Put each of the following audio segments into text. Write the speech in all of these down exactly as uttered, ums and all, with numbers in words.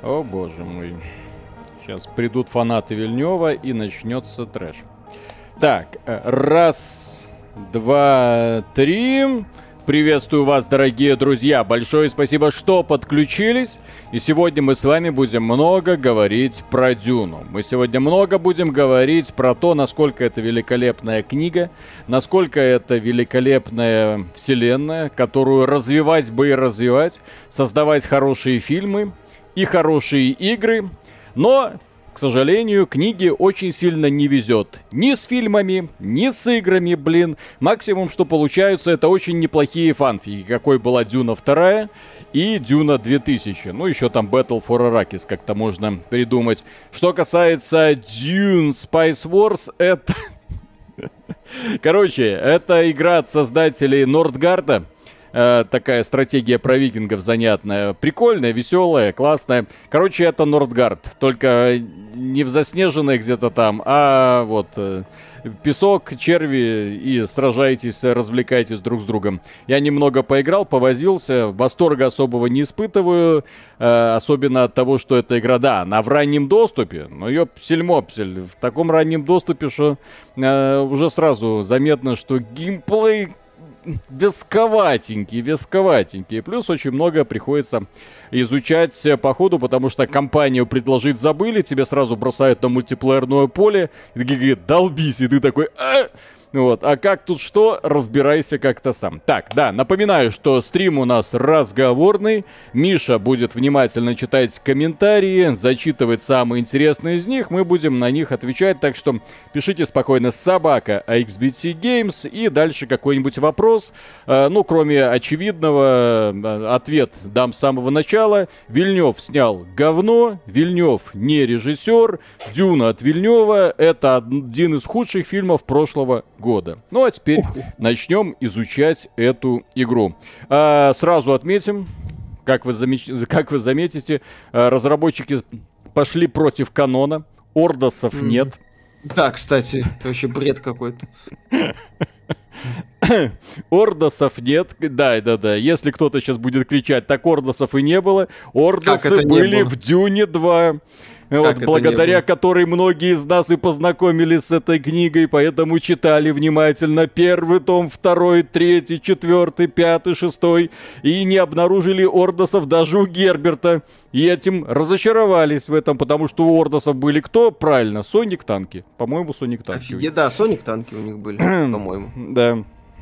О боже мой. Сейчас придут фанаты Вильнёва и начнется трэш. Так, раз, два, три. Приветствую вас, дорогие друзья. Большое спасибо, что подключились. И сегодня мы с вами будем много говорить про Дюну. Мы сегодня много будем говорить про то, насколько это великолепная книга, насколько это великолепная вселенная, которую развивать бы и развивать, создавать хорошие фильмы и хорошие игры. Но, к сожалению, книге очень сильно не везет. Ни с фильмами, ни с играми, блин. Максимум, что получаются, это очень неплохие фанфики. Какой была Дюна вторая и Дюна две тысячи. Ну, еще там Battle for Arrakis как-то можно придумать. Что касается Dune Spice Wars, это... Короче, это игра от создателей Нордгарда. Такая стратегия про викингов занятная. Прикольная, веселая, классная. Короче, это Нордгард. Только не в заснеженной где-то там, а вот песок, черви, и сражайтесь, развлекайтесь друг с другом. Я немного поиграл, повозился. Восторга особого не испытываю. Особенно от того, что эта игра, да, она в раннем доступе. Но ёпсель-мопсель. В таком раннем доступе, что уже сразу заметно, что геймплей... весковатенькие, весковатенькие. Плюс очень много приходится изучать по ходу, потому что компанию предложить забыли, тебе сразу бросают на мультиплеерное поле, и такие говорят, долбись, и ты такой... А! Вот, а как тут что, разбирайся как-то сам. Так, да, напоминаю, что стрим у нас разговорный. Миша будет внимательно читать комментарии, зачитывать самые интересные из них. Мы будем на них отвечать, так что пишите спокойно собака икс би ти Games и дальше какой-нибудь вопрос. Э, ну, кроме очевидного, э, ответ дам с самого начала. Вильнёв снял говно, Вильнёв не режиссер, Дюна от Вильнёва — это один из худших фильмов прошлого года. года. Ну а теперь начнем изучать эту игру. А, сразу отметим, как вы, замеч... как вы заметите, разработчики пошли против канона. Ордосов mm. нет. Да, кстати, это вообще бред какой-то. Ордосов нет. Да, да, да. Если кто-то сейчас будет кричать, так Ордосов и не было. Ордосы были в Дюне два. Вот, благодаря которой многие из нас и познакомились с этой книгой, поэтому читали внимательно первый том, второй, третий, четвертый, пятый, шестой, и не обнаружили ордосов даже у Герберта. И этим разочаровались в этом, потому что у ордосов были кто? Правильно, Соник танки. По-моему, Соник танки. Офигеть, да, Соник танки у них были, по-моему. Да.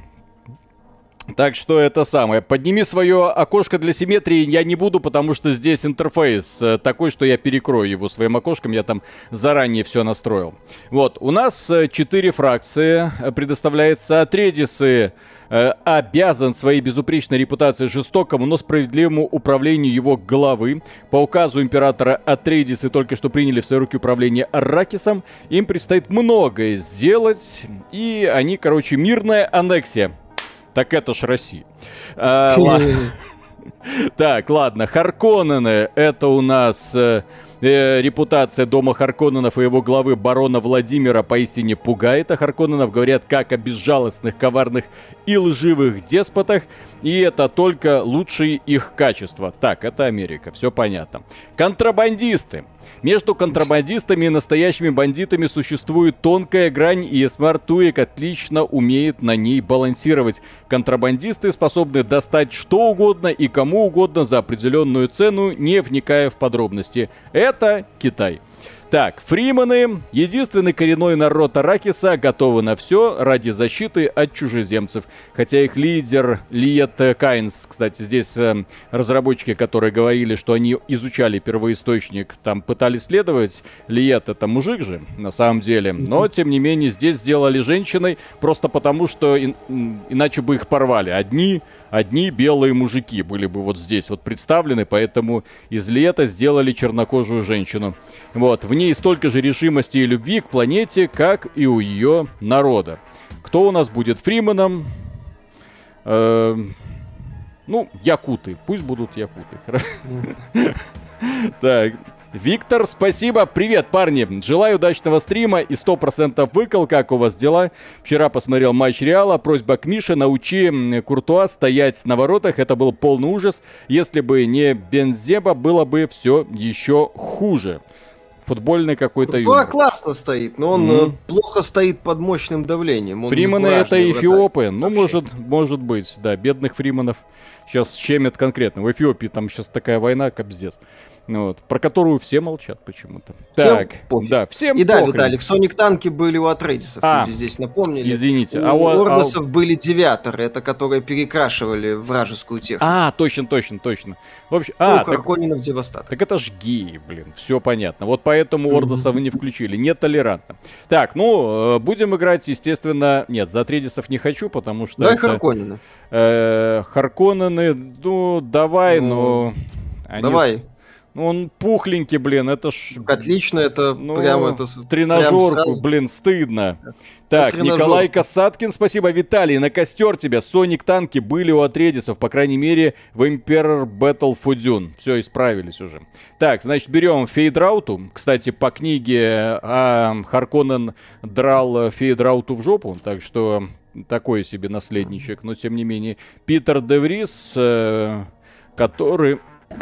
Так что это самое. Подними свое окошко для симметрии я не буду, потому что здесь интерфейс такой, что я перекрою его своим окошком. Я там заранее все настроил. Вот, у нас четыре фракции. Предоставляется Атрейдисы обязан своей безупречной репутацией жестокому, но справедливому управлению его главы. По указу императора Атрейдисы только что приняли в свои руки управление Арракисом. Им предстоит многое сделать. И они, короче, мирная аннексия. Так это ж Россия. А, ладно. Так, ладно. Харконнены — это у нас э, э, репутация дома Харконненов и его главы барона Владимира поистине пугает. А Харконненов говорят как о безжалостных, коварных и лживых деспотах. И это только лучшие их качества. Так, это Америка, все понятно. Контрабандисты. Между контрабандистами и настоящими бандитами существует тонкая грань, и Smart Tuek отлично умеет на ней балансировать. Контрабандисты способны достать что угодно и кому угодно за определенную цену, не вникая в подробности. Это Китай. Так, фримены, единственный коренной народ Арракиса, готовы на все ради защиты от чужеземцев. Хотя их лидер Лиет Кайнс, кстати, здесь э, разработчики, которые говорили, что они изучали первоисточник, там пытались следовать. Лиет — это мужик же, на самом деле. Но, тем не менее, здесь сделали женщиной просто потому, что ин- иначе бы их порвали. Одни... Одни белые мужики были бы вот здесь вот представлены, поэтому из Лета сделали чернокожую женщину. Вот, в ней столько же решимости и любви к планете, как и у ее народа. Кто у нас будет фрименом? Э, ну, якуты. Пусть будут якуты. Так, Виктор, спасибо. Привет, парни. Желаю удачного стрима и сто процентов выкол. Как у вас дела? Вчера посмотрел матч Реала. Просьба к Мише: научи Куртуа стоять на воротах. Это был полный ужас. Если бы не Бензема, было бы все еще хуже. Футбольный какой-то Куртуа юмор. классно стоит, но он Mm. плохо стоит под мощным давлением. Он Фриманы не это куражный эфиопы. вратарь Ну, вообще. может, может быть. Да, бедных фриманов сейчас щемят конкретно. В Эфиопии там сейчас такая война, капздец. Ну вот, про которую все молчат почему-то. Всем Так, пофиг. да, всем И да, похрен. Виталик, Соник танки были у Атрейдисов, А, люди здесь напомнили. Извините. У а у а- Ордосов были девиаторы, это которые перекрашивали вражескую технику. А, точно, точно, точно. В общем, Ну, а, у так, Харконненов девастатор. так это ж геи, блин, все понятно. Вот поэтому Мгм. Ордоса вы не включили. Нетолерантно. Так, ну, э, будем играть, естественно... Нет, за Атрейдисов не хочу, потому что... Дай это, Харконнена. э, Харконнены, ну, давай, Ну, но... они Давай. с- Ну, он пухленький, блин, это ж... Так отлично, это Ну, прямо это с- в тренажерку, прям сразу. блин, стыдно. Так, тренажерку. Николай Касаткин, спасибо. Виталий, на костер тебя. Соник танки были у Атрейдисов, по крайней мере, в Emperor Battle for Dune. Все, исправились уже. Так, значит, берем Фейдрауту. Кстати, по книге а, Харконнен драл Фейдрауту в жопу, так что такой себе наследничек, но тем не менее. Питер де Врис, э, который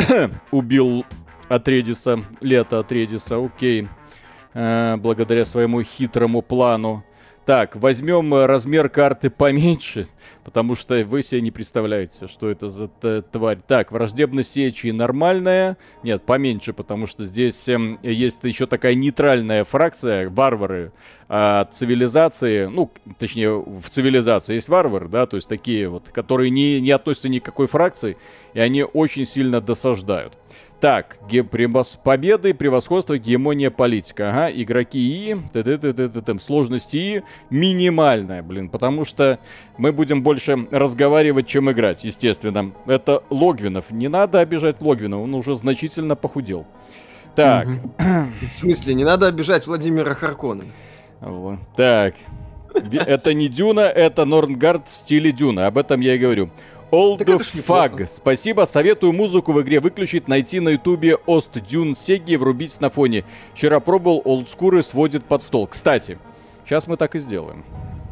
убил Атрейдиса, Лето Атрейдиса, окей. Э, благодаря своему хитрому плану. Так, возьмем э, размер карты поменьше, потому что вы себе не представляете, что это за т- тварь. Так, враждебность сечи нормальная. Нет, поменьше, потому что здесь эм, есть еще такая нейтральная фракция, варвары от цивилизации. Ну, точнее, в цивилизации есть варвары, да, то есть такие вот, которые не, не относятся ни к какой фракции, и они очень сильно досаждают. Так, ге- превос- победы, превосходство, гегемония, политика. Ага, игроки ИИ, т.д. Сложность ИИ минимальная, блин, потому что мы будем больше разговаривать, чем играть, естественно. Это Логвинов. Не надо обижать Логвинова, он уже значительно похудел. Так, Мгм. В смысле, не надо обижать Владимира Харконнена. вот, так. Ви- Это не Дюна, это Норнгард в стиле Дюна, об этом я и говорю. Old Так это ж неплохо. Fag. Спасибо, советую музыку в игре выключить, найти на ютубе Ост Дюн Сеги и врубить на фоне. Вчера пробовал, олдскуры сводит под стол. Кстати, сейчас мы так и сделаем.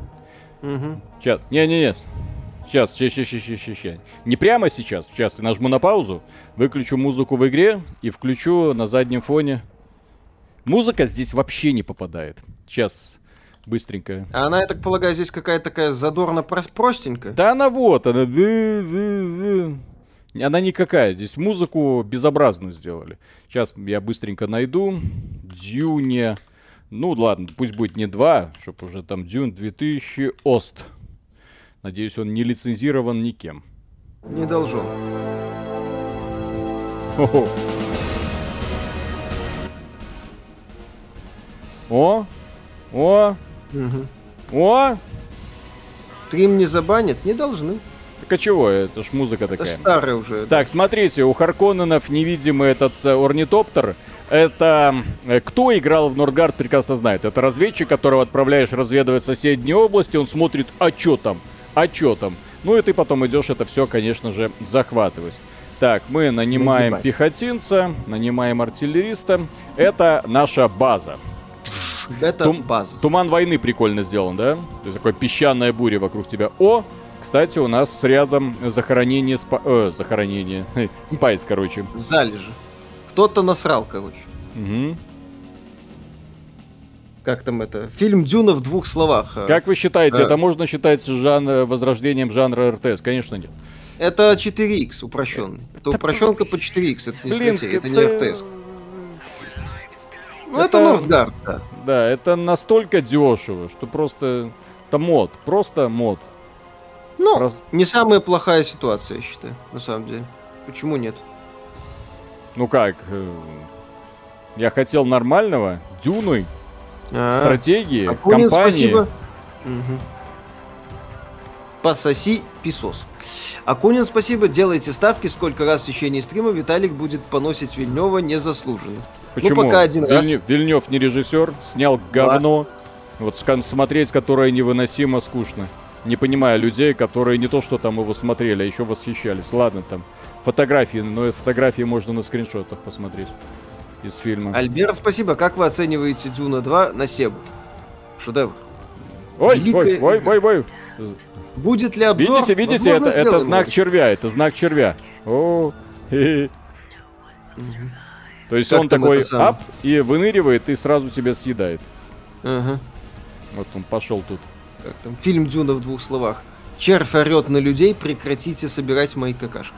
Мгм. Сейчас, не-не-не. Сейчас, сейчас, сейчас, сейчас, сейчас. Не прямо сейчас. Сейчас я нажму на паузу, выключу музыку в игре и включу на заднем фоне. Музыка здесь вообще не попадает. Сейчас, быстренько. А она, я так полагаю, здесь какая-то такая задорно прос- простенькая. Да она вот, она... Она никакая. Здесь музыку безобразную сделали. Сейчас я быстренько найду. Дюне. Ну ладно, пусть будет не два, чтобы уже там Дюн две тысячи Ост. Надеюсь, он не лицензирован никем. Не должен. Хо-хо. О! О! Мгм. О! Стрим не забанят? Не должны. Так а чего? Это ж музыка Это ж такая. старая уже. Так, смотрите, у Харконненов невидимый этот э, орнитоптер. Это э, кто играл в Норгард, прекрасно знает. Это разведчик, которого отправляешь разведывать соседние области. Он смотрит, а чё там? А чё там? Ну и ты потом идешь это все, конечно же, захватывать. Так, мы нанимаем Нагибать. пехотинца, нанимаем артиллериста. Это наша база. Это Тум- база. Туман войны прикольно сделан, да? То есть такое песчаная буря вокруг тебя. О, кстати, у нас рядом захоронение... Спа... Э, захоронение. Спайс, короче. Залежи. Кто-то насрал, короче. Мгм. Как там это? Фильм «Дюна» в двух словах. Как вы считаете, Да. это можно считать жан... возрождением жанра эр тэ эс? Конечно, нет. Это четыре икс упрощенный. Это упрощенка по четыре икс. Это не стратегия, это не эр тэ эс. Ну, это это- Нордгард, да. Да, это настолько дешево, что просто... Это мод, просто мод. Ну, Раз- не самая плохая ситуация, я считаю, на самом деле. Почему нет? Ну как, э, я хотел нормального, дюны, А, стратегии, Акунин, компании. спасибо. Мгм. Пососи писос. Акунин, спасибо. Делайте ставки, сколько раз в течение стрима Виталик будет поносить Вильнева незаслуженно. Почему? Ну, пока один раз. Вильнё- Вильнёв не режиссер, снял говно. Вот ска- смотреть, которое невыносимо скучно. Не понимаю людей, которые не то что там его смотрели, а еще восхищались. Ладно, там фотографии, но фотографии можно на скриншотах посмотреть. из фильма. Альберт, спасибо. Как вы оцениваете Дюна два на Сегу? Шедевр. Ой, ой, ой, ой, ой. Будет ли обзор? Видите, видите, это, это знак червя, это знак червя. О, хе-хе. Угу. То есть как он такой ап и выныривает и сразу тебя съедает. Ага. Вот он пошел тут. Как там? Фильм Дюна в двух словах. Червь орет на людей, прекратите собирать мои какашки.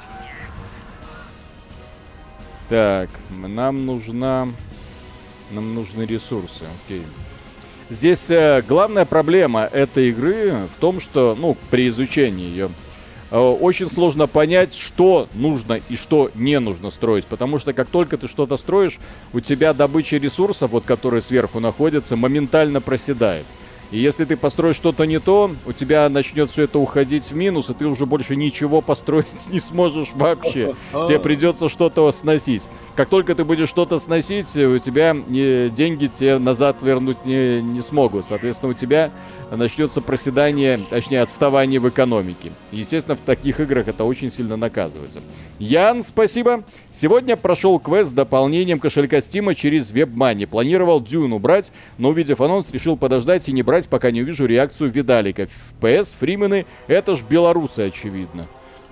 Так, нам нужна... Нам нужны ресурсы, окей. Здесь э, главная проблема этой игры в том, что, ну, при изучении ее, э, очень сложно понять, что нужно и что не нужно строить. Потому что как только ты что-то строишь, у тебя добыча ресурсов, вот которые сверху находятся, моментально проседает. И если ты построишь что-то не то, у тебя начнет все это уходить в минус, и ты уже больше ничего построить не сможешь вообще. Тебе придется что-то сносить. Как только ты будешь что-то сносить, у тебя не, деньги тебе назад вернуть не, не смогут. Соответственно, у тебя начнется проседание, точнее, отставание в экономике. Естественно, в таких играх это очень сильно наказывается. Ян, спасибо. Сегодня прошел квест с дополнением кошелька Steam через WebMoney. Планировал Дюну брать, но увидев анонс, решил подождать и не брать, пока не увижу реакцию Виталика. пэ эс, фримены, это ж белорусы, очевидно.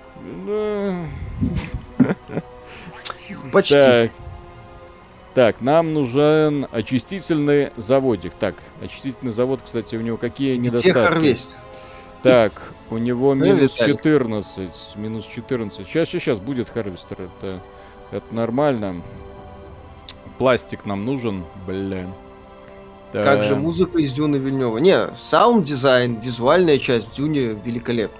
Почти. Так. Так, нам нужен очистительный заводик. Так, очистительный завод, кстати, у него какие Где недостатки? Харвест? Так, у него Ну, минус Виталик. четырнадцать. Минус четырнадцать. Сейчас, сейчас, сейчас будет Харвестер. Это, это нормально. Пластик нам нужен. Блин. Так. Как же музыка из Дюны Вильнёва? Не, саунд-дизайн, визуальная часть в Дюне великолепна.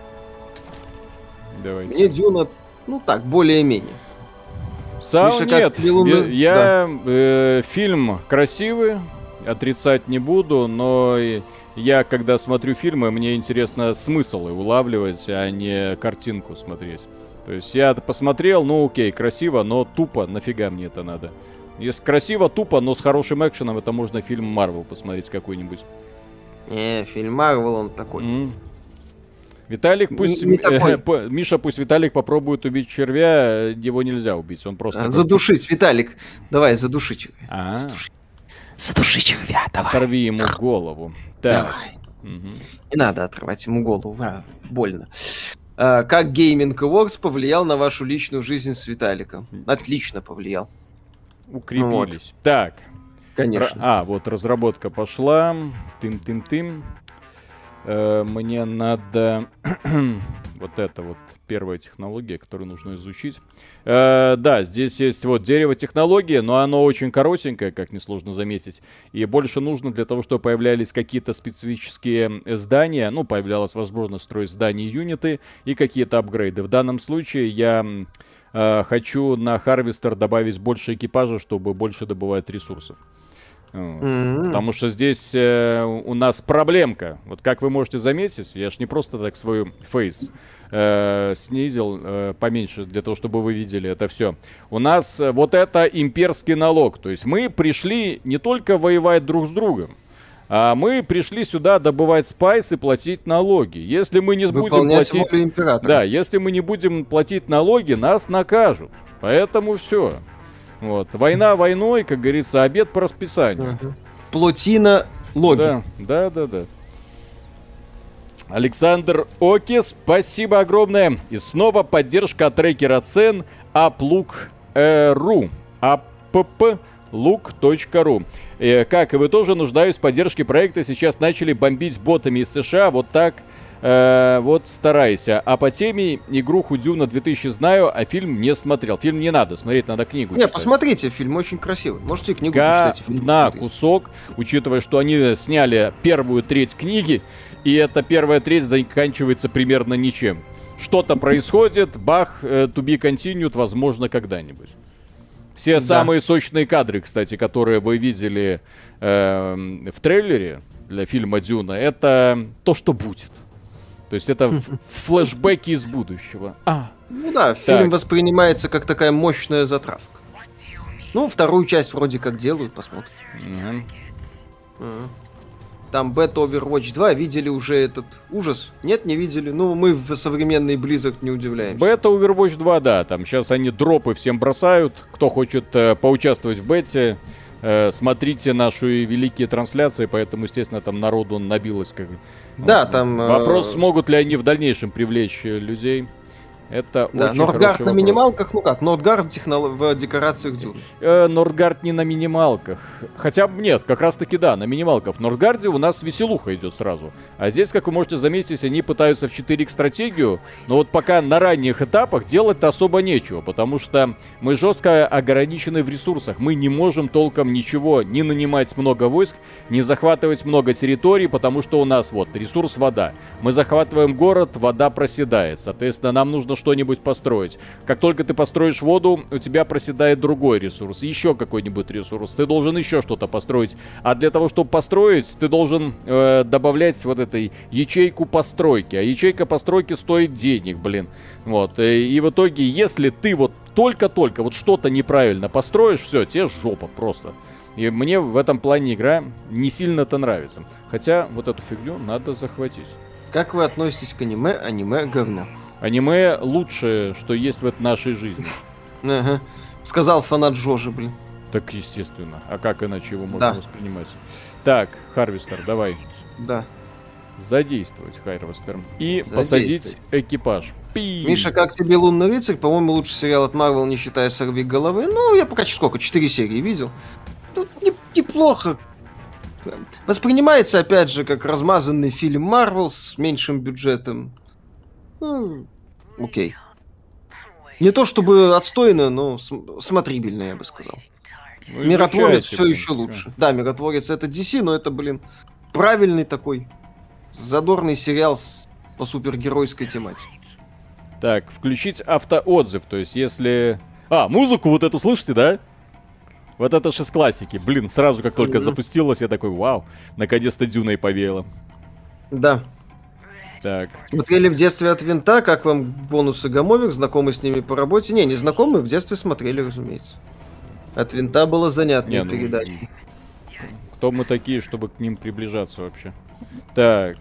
Давайте. Мне Дюна, ну так, более-менее. Сау Миша, нет. как Лилу- Я, я, э, фильм красивый, отрицать не буду, но и я, когда смотрю фильмы, мне интересно смыслы улавливать, а не картинку смотреть. То есть я посмотрел, ну окей, красиво, но тупо, нафига мне это надо? Если красиво, тупо, но с хорошим экшеном, это можно фильм Марвел посмотреть какой-нибудь. Не, фильм Марвел он такой. М. Виталик, пусть... Не- не такой. э, по- Миша, пусть Виталик попробует убить червя, его нельзя убить, он просто... А, задушить, Виталик. Давай, задуши червя. А, Задуши. Задуши червя, давай. оторви ему голову. Так. Давай. Мгм. Не надо отрывать ему голову, а, больно. А, как Gaming Awards повлиял на вашу личную жизнь с Виталиком? Отлично повлиял, Укрепились. Так. конечно. Ра- А, вот разработка пошла. Тым-тым-тым. Э, Мне надо... Вот это вот первая технология, которую нужно изучить. Э, Да, здесь есть вот дерево технологии, но оно очень коротенькое, как несложно заметить. И больше нужно для того, чтобы появлялись какие-то специфические здания. Ну, появлялась возможность строить здания и юниты и какие-то апгрейды. В данном случае я... м, э, Хочу на Харвестер добавить больше экипажа, чтобы больше добывать ресурсов. Вот. М. Потому что здесь э, у нас проблемка. Вот как вы можете заметить, я ж не просто так свой фейс э, снизил э, поменьше, для того, чтобы вы видели это все. У нас э, вот это имперский налог. То есть мы пришли не только воевать друг с другом, а мы пришли сюда добывать спайс и платить налоги. Если мы не будем Выполнять платить... волю императора. Да, если мы не будем платить налоги, нас накажут. Поэтому все. Вот. Война войной, как говорится, обед по расписанию. Мгм. Плотина логи. Да, да, да, да. Александр Оки, спасибо огромное. И снова поддержка трекера цен apluk.ru. app.luk.ru. Э, Как и вы тоже нуждаюсь в поддержке проекта. Сейчас начали бомбить ботами из США. Вот так э, вот старайся. А по теме игруху Дюна две тысячи знаю, а фильм не смотрел. Фильм не надо смотреть, надо книгу Не, читать. посмотрите, фильм очень красивый. Можете книгу почитать. фильм На посмотреть. кусок, учитывая, что они сняли первую треть книги, и эта первая треть заканчивается примерно ничем. Что-то происходит, бах, э, to be continued, возможно, когда-нибудь. Все Да. самые сочные кадры, кстати, которые вы видели э, в трейлере для фильма «Дюна», это то, что будет. То есть это ф- флешбеки из будущего. А, Ну да, Так. фильм воспринимается как такая мощная затравка. Ну, вторую часть вроде как делают, посмотрим. мгм. Мгм. там бета Overwatch два, видели уже этот ужас? Нет, не видели? Ну, мы в современный Blizzard не удивляемся. Бета Overwatch два, да, там сейчас они дропы всем бросают. Кто хочет э, поучаствовать в бете, э, смотрите наши великие трансляции, поэтому, естественно, там народу набилось. Как... Да, вот. там... Вопрос, смогут ли они в дальнейшем привлечь людей. Это да, очень Нордгард хороший на вопрос. минималках, ну как, Нордгард в, технол... в декорациях Дюн. Э, Нордгард не на минималках. Хотя нет, как раз таки да, на минималках. В Нордгарде у нас веселуха идет сразу. А здесь, как вы можете заметить, они пытаются в четыре икс стратегию, но вот пока на ранних этапах делать-то особо нечего, потому что мы жестко ограничены в ресурсах. Мы не можем толком ничего, не нанимать много войск, не захватывать много территорий, потому что у нас вот ресурс вода. Мы захватываем город, вода проседает. Соответственно, нам нужно что-нибудь построить. Как только ты построишь воду, у тебя проседает другой ресурс, еще какой-нибудь ресурс. Ты должен еще что-то построить. А для того, чтобы построить, ты должен э, добавлять вот этой ячейку постройки. А ячейка постройки стоит денег, блин. Вот. И, и в итоге, если ты вот только-только вот что-то неправильно построишь, все, тебе жопа просто. И мне в этом плане игра не сильно-то нравится. Хотя вот эту фигню надо захватить. Как вы относитесь к аниме? Аниме говно. Аниме лучшее, что есть в этой нашей жизни. Ага. Сказал фанат Жожи, блин. Так естественно. А как иначе его можно да. воспринимать? Так, Харвестер, давай. Да. Задействовать Харвестер. И посадить экипаж. Пи! Миша, как тебе «Лунный рыцарь»? По-моему, лучший сериал от Marvel, не считая «Сорви головы». Ну, я пока сколько? Четыре серии видел. Тут не, неплохо. Воспринимается, опять же, как размазанный фильм Marvel с меньшим бюджетом. Ну, окей. Не то чтобы отстойно, но см- смотрибельно, я бы сказал. Ну, Миротворец все еще все. лучше. Да, Миротворец это ди си, но это, блин, правильный такой задорный сериал с... по супергеройской тематике. Так, включить автоотзыв, то есть если... А, музыку вот эту слышите, да? Вот это же из классики. Блин, сразу как только mm-hmm. запустилось, я такой, вау, наконец-то Дюной повеяло. Да. Так. Смотрели в детстве от Винта, как вам бонусы Гомовик, знакомы с ними по работе? Не, не знакомы, в детстве смотрели, разумеется. От Винта было занятная не, передача. Ну, кто мы такие, чтобы к ним приближаться вообще? Так.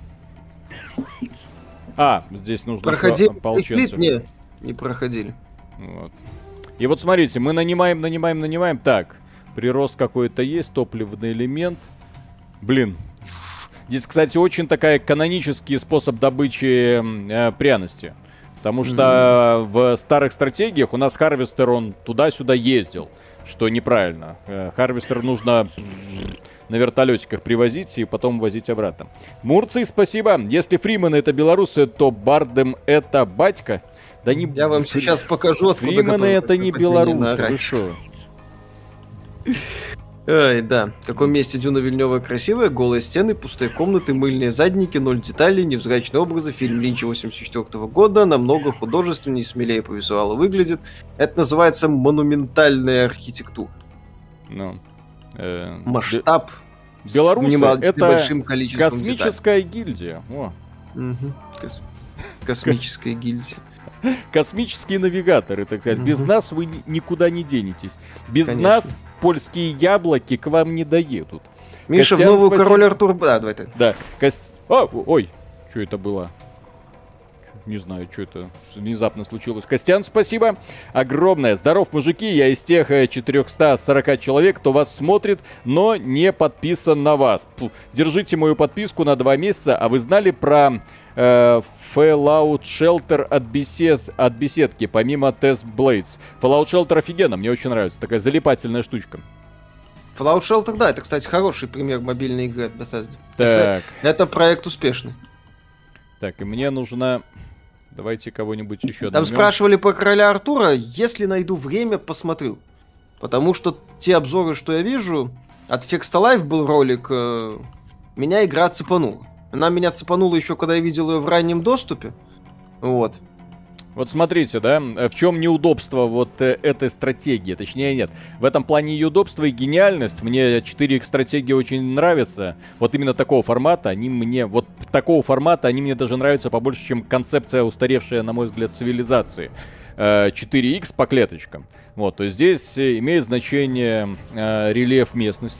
А, здесь нужно проходили ополченцев. Не, не проходили. Вот. И вот смотрите, мы нанимаем, нанимаем, нанимаем. Так, прирост какой-то есть, топливный элемент. Блин. Здесь, кстати, очень такая канонический способ добычи э, пряности. Потому что mm-hmm. в старых стратегиях у нас Харвестер, он туда-сюда ездил. Что неправильно. Э, Харвестер нужно на вертолетиках привозить и потом возить обратно. Мурции, спасибо. Если Фримены это белорусы, то Бардем это батька. Да не... Я вам Фри... сейчас покажу, откуда Фримены это не белорусы. Вы что? Ой, да. В каком месте Дюна Вильнёва красивая? Голые стены, пустые комнаты, мыльные задники, ноль деталей, невзрачные образы. Фильм Линча восемьдесят четвёртого года намного художественнее и смелее по визуалу выглядит. Это называется монументальная архитектура. Ну, э, масштаб. Белорусы с это небольшим количеством космическая деталей. Гильдия. О. Угу. Кос... Космическая гильдия. Космические навигаторы, так сказать. Угу. Без нас вы никуда не денетесь. Без Конечно. нас польские яблоки к вам не доедут. Миша, Костян, в новую спасибо. Король Артур... Да, давай ты. Да. Кост... О, ой, что это было? Не знаю, что это внезапно случилось. Костян, спасибо огромное. Здоров, мужики. Я из тех четыреста сорок человек, кто вас смотрит, но не подписан на вас. Фу. Держите мою подписку на два месяца. А вы знали про э, Fallout Shelter от, бесед... от беседки, помимо Test Blades? Fallout Shelter офигенно, мне очень нравится. Такая залипательная штучка. Fallout Shelter, да, это, кстати, хороший пример мобильной игры от Bethesda. Так. Это проект успешный. Так, и мне нужно... Давайте кого-нибудь еще Там наймем. спрашивали про Короля Артура. Если найду время, посмотрю. Потому что те обзоры, что я вижу, от Fexta Life был ролик, э, меня игра цепанула. Она меня цепанула еще, когда я видел ее в раннем доступе. Вот. Вот смотрите, да, в чем неудобство вот э, этой стратегии, точнее нет. В этом плане ее удобство и гениальность. Мне четыре икс стратегии очень нравятся. Вот именно такого формата, они мне, вот такого формата, они мне даже нравятся побольше, чем концепция устаревшая, на мой взгляд, цивилизации. четыре икс по клеточкам. Вот, то есть здесь имеет значение э, рельеф местности.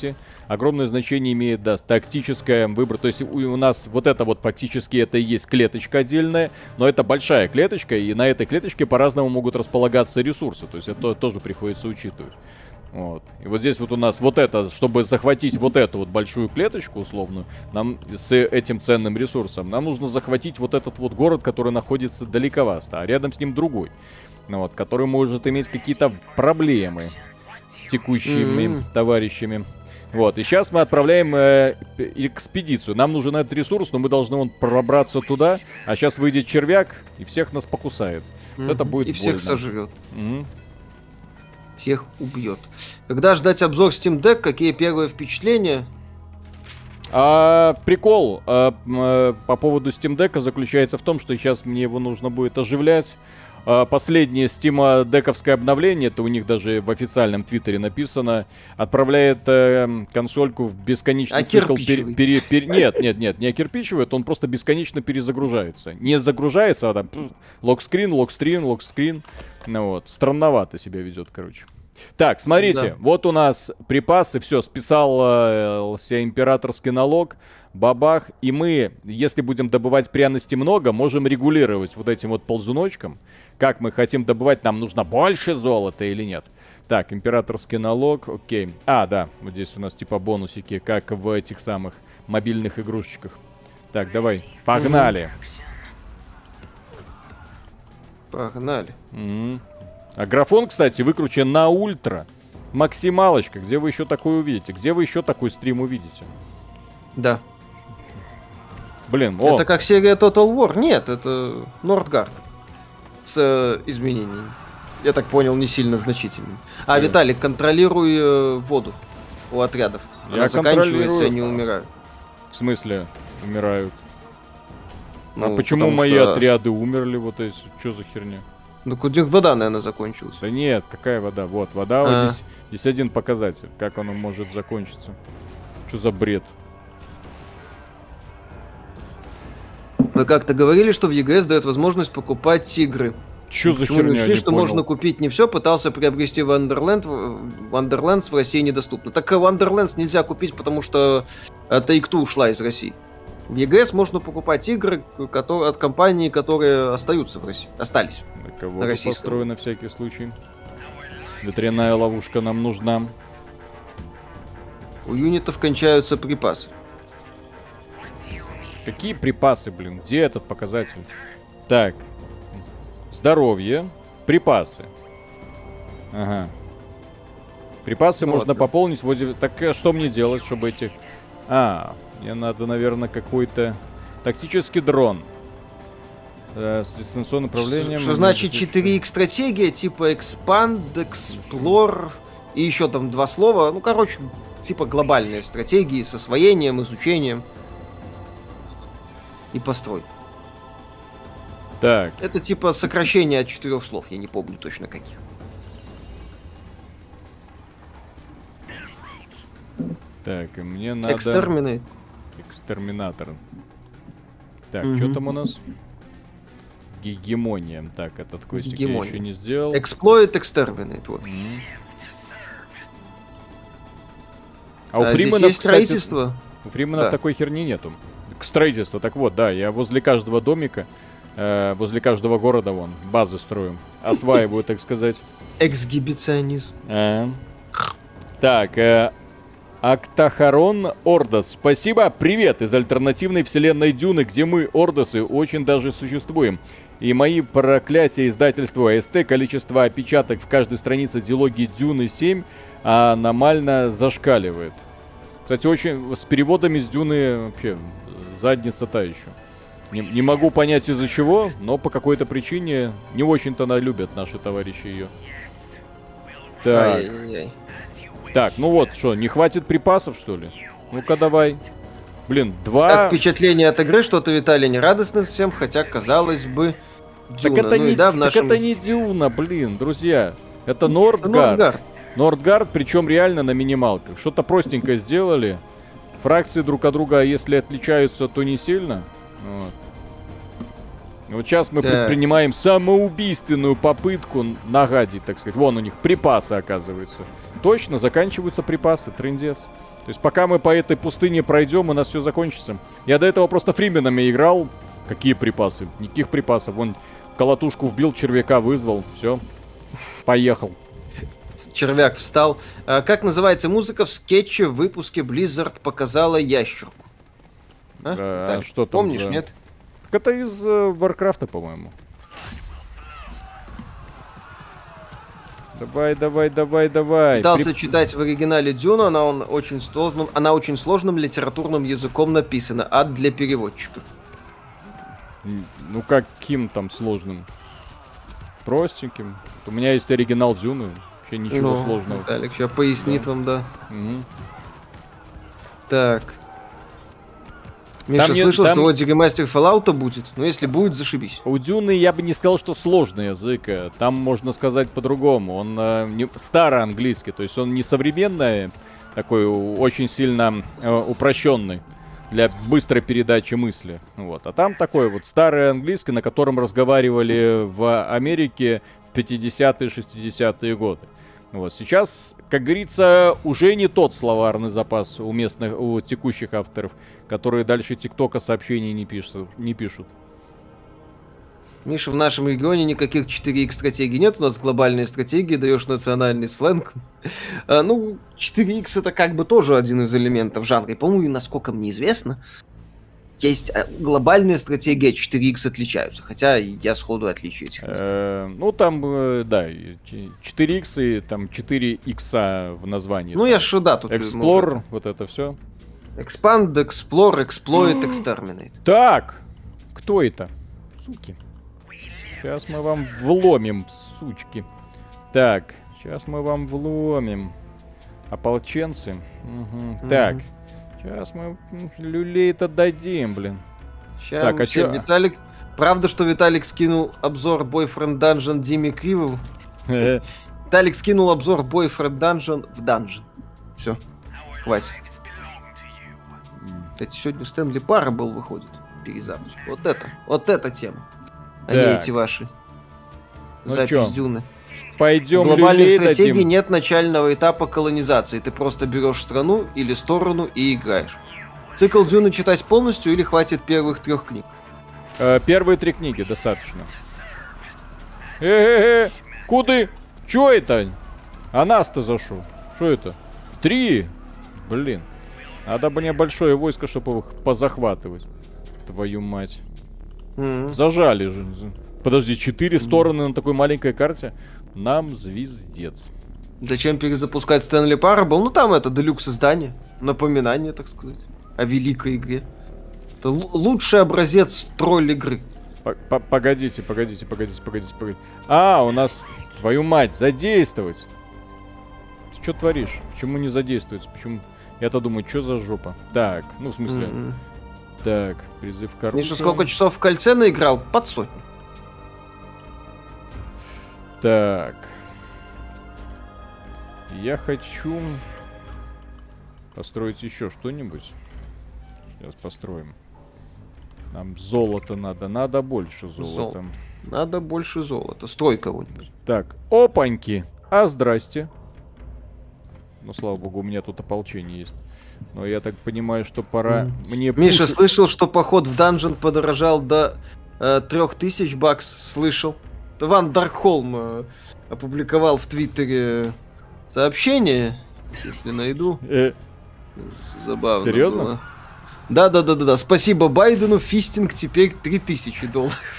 огромное значение имеет, да, тактическое выбор. То есть у, у нас вот это вот фактически это и есть клеточка отдельная, но это большая клеточка, и на этой клеточке по-разному могут располагаться ресурсы. То есть это тоже приходится учитывать. Вот. И вот здесь вот у нас вот это, чтобы захватить вот эту вот большую клеточку условную, нам с этим ценным ресурсом, нам нужно захватить вот этот вот город, который находится далековато, а рядом с ним другой, ну, вот, который может иметь какие-то проблемы с текущими mm-hmm. товарищами. Вот, и сейчас мы отправляем э, экспедицию. Нам нужен этот ресурс, но мы должны вон пробраться туда, а сейчас выйдет червяк и всех нас покусает. Mm-hmm. Это будет и больно. всех сожрет. Mm-hmm. Всех убьет. Когда ждать обзор Steam Deck? Какие первые впечатления? А, прикол а, а, по поводу Steam Deck заключается в том, что сейчас мне его нужно будет оживлять. А, последнее Steam Deck'овское обновление, это у них даже в официальном твиттере написано, отправляет э, консольку в бесконечный а цикл. Пере, пере, пере, нет, нет, нет, не окирпичивает, он просто бесконечно перезагружается. Не загружается, а там локскрин, локскрин, локскрин. Ну вот, странновато себя ведет, короче. Так, смотрите, да. Вот у нас припасы, все, списался э, императорский налог, бабах, и мы, если будем добывать пряности много, можем регулировать вот этим вот ползуночком, как мы хотим добывать, нам нужно больше золота или нет. Так, императорский налог, окей. А, да, вот здесь у нас типа бонусики, как в этих самых мобильных игрушечках. Так, давай, погнали. Погнали. Mm-hmm. А графон, кстати, выкручен на ультра. Максималочка. Где вы еще такое увидите? Где вы еще такой стрим увидите? Да. Блин, о. Это как серия Total War? Нет, это Нордгард. С э, изменениями. Я так понял, не сильно значительными. А, Блин. Виталик, контролируй э, воду у отрядов. Она Я заканчивается, и они умирают. В смысле умирают? Ну, а почему мои что... отряды умерли? Вот эти? Что за херня? Ну, у них вода, наверное, закончилась. Да нет, какая вода? Вот, вода, вот здесь, здесь один показатель. Как оно может закончиться? Что за бред? Вы как-то говорили, что в и джи эс дает возможность покупать игры. Что за херня? Почему не что понял. Можно купить не все, пытался приобрести Wonderland, Wonderlands в России недоступно. Так Wonderlands нельзя купить, потому что Take-Two ушла из России. В и джи эс можно покупать игры которые, от компаний, которые остаются в России. Остались. На кого построено на всякий случай. Ветряная ловушка нам нужна. У юнитов кончаются припасы. Какие припасы, блин? Где этот показатель? Так. Здоровье. Припасы. Ага. Припасы вот, можно да. пополнить. Вот, так что мне делать, чтобы этих... А, мне надо, наверное, какой-то тактический дрон. Э, с дистанционным управлением. Что значит четыре икс стратегия, типа Expand, Explore и еще там два слова. Ну, короче, типа глобальные стратегии с освоением, изучением и постройкой. Так. Это типа сокращение от четырех слов, я не помню точно каких. Так, и мне надо... Экстерминейт. Экстерминатор. Так, угу. Что там у нас? Гегемония. Так, этот квестик я еще не сделал. Exploit Exterminate, вот. Угу. А, а у Фримена, здесь есть кстати, строительство. У Фримена да. такой херни нету. К строительству. Так вот, да, я возле каждого домика, э, возле каждого города, вон, базы строю. Осваиваю, так сказать. Эксгибиционизм. А. Так, э, Актахарон Ордос, спасибо, привет из альтернативной вселенной Дюны, где мы, Ордосы, очень даже существуем. И мои проклятия издательства эй эс ти, количество опечаток в каждой странице дилогии Дюны семь аномально зашкаливает. Кстати, очень с переводами с Дюны вообще задница та еще. Не, не могу понять из-за чего, но по какой-то причине не очень-то она любят наши товарищи ее. Так. Ай-яй-яй. Так, ну вот, что, не хватит припасов, что ли? Ну-ка, давай. Блин, два... Как впечатление от игры, что-то, Виталий, не радостно всем, хотя, казалось бы, Дюна. Так это, ну, не, да, так нашем... это не Дюна, блин, друзья. Это Нордгард. Нордгард, причем реально на минималках. Что-то простенькое сделали. Фракции друг от друга, если отличаются, то не сильно. Вот. Вот сейчас мы да. предпринимаем самоубийственную попытку нагадить, так сказать. Вон у них припасы, оказывается. Точно, заканчиваются припасы, трындец. То есть пока мы по этой пустыне пройдем, у нас все закончится. Я до этого просто фрименами играл. Какие припасы? Никаких припасов. Вон колотушку вбил, червяка вызвал. Все. Поехал. Червяк встал. А как называется музыка в скетче в выпуске Blizzard показала ящерку? А? А, так, что там помнишь, за... нет? Это из э, Варкрафта, по-моему. Давай, давай, давай, давай. Пытался При... читать в оригинале Дюну, она, он очень сложным, она очень сложным литературным языком написана, ад для переводчиков. Ну каким там сложным? Простеньким. У меня есть оригинал Дюны. Вообще ничего ну, сложного. Виталик сейчас пояснит да. вам, да. Угу. Так. Миша, там слышал, нет, там... что вот ремастер Fallout будет, но если будет, зашибись. У Дюны я бы не сказал, что сложный язык. Там можно сказать по-другому. Он э, не... старый английский, то есть он не современный, такой очень сильно э, упрощенный для быстрой передачи мысли. Вот. А там такой вот старый английский, на котором разговаривали в Америке в пятидесятые, шестидесятые годы. Вот. Сейчас, как говорится, уже не тот словарный запас у местных, у текущих авторов, которые дальше ТикТока сообщений не пишут. Не пишут. Миша, в нашем регионе никаких четыре икс стратегий нет, у нас глобальные стратегии, даешь национальный сленг. а, ну, четыре икс это как бы тоже один из элементов жанра. И, по-моему, насколько мне известно, есть глобальные стратегии, а четыре икс отличаются. Хотя я сходу отличию этих. Ну, там, да, четыре икс и там четыре икса в названии. Ну, я же, да, тут... Explore, вот это все. Expand, Explore, Exploit, Exterminate. Так, кто это? Суки. Сейчас мы вам вломим, сучки. Так, сейчас мы вам вломим. Ополченцы. Угу. Mm-hmm. Так, сейчас мы люлей-то дадим, блин. Сейчас так, а чё? Виталик... Правда, что Виталик скинул обзор Boyfriend Dungeon Диме Кривову? Виталик скинул обзор Boyfriend Dungeon в Dungeon. Все, хватит. Кстати, сегодня Стэнли Парабл выходит. Перезапуск. Вот это, вот эта тема. А не эти ваши. Ну запись чё? Дюны. Пойдем. В глобальных стратегий нет начального этапа колонизации. Ты просто берешь страну или сторону и играешь. Цикл Дюны читать полностью или хватит первых трех книг? Э, первые три книги достаточно. Э-э-э, куды? Чё это? А нас-то за шо? Что это? Три? Блин. Надо мне большое войско, чтобы их позахватывать. Твою мать. Mm-hmm. Зажали же. Подожди, четыре mm-hmm. стороны на такой маленькой карте? Нам звездец. Зачем перезапускать Стэнли Парабл? Ну там это делюкс издание. Напоминание, так сказать, о великой игре. Это л- лучший образец тролль игры. Погодите, погодите, погодите, погодите, погодите. А, у нас, твою мать, задействовать. Ты что творишь? Почему не задействуется? Почему? Я-то думаю, что за жопа? Так, ну в смысле... Mm-hmm. Так, призыв к оружию. Миша, сколько часов в кольце наиграл? Под сотню. Так. Я хочу построить еще что-нибудь. Сейчас построим. Нам золото надо. Надо больше золота. Зол. Надо больше золота. Строй кого-нибудь. Так, опаньки. А, здрасте. Ну, слава богу, у меня тут ополчение есть. Но я так понимаю, что пора mm. мне... Миша, пушить. Слышал, что поход в данжен подорожал до э, трех тысяч бакс? Слышал. Ван Даркхолм э, опубликовал в Твиттере сообщение, если найду. Э, Забавно. Серьезно? Было. Да, да, да, да, да. Спасибо Байдену, фистинг теперь три тысячи долларов.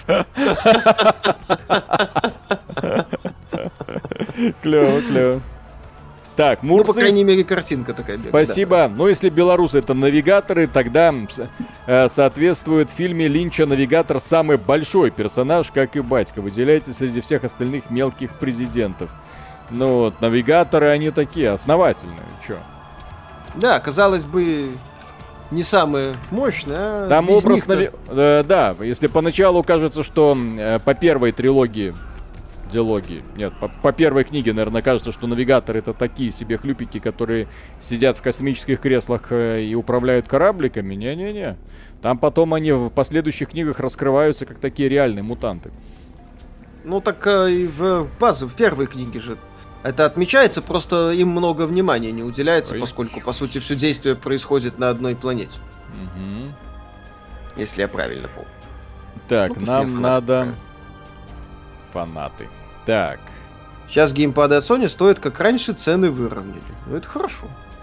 Клево, клево. Так, Мурцис... Ну, по крайней мере, картинка такая. Спасибо. Да. Ну, если белорусы это навигаторы, тогда э, соответствует в фильме Линча навигатор самый большой персонаж, как и батька. Выделяется среди всех остальных мелких президентов. Ну, вот, навигаторы, они такие, основательные. Чё? Да, казалось бы, не самые мощные, а там без образ... них-то... Нави... Э, да, если поначалу кажется, что э, по первой трилогии... Диалоги. Нет, по, по первой книге, наверное, кажется, что навигаторы это такие себе хлюпики, которые сидят в космических креслах э, и управляют корабликами. Не-не-не. Там потом они в последующих книгах раскрываются как такие реальные мутанты. Ну так э, и в базе, в первой книге же Это отмечается, просто им много внимания не уделяется, Ой. поскольку, по сути, все действие происходит на одной планете. Угу. Если я правильно помню. Так, Ну, пусть нам мне фанаты надо... правильно. Фанаты. Так. Сейчас геймпады от Sony стоят, как раньше, цены выровняли. Ну, это хорошо.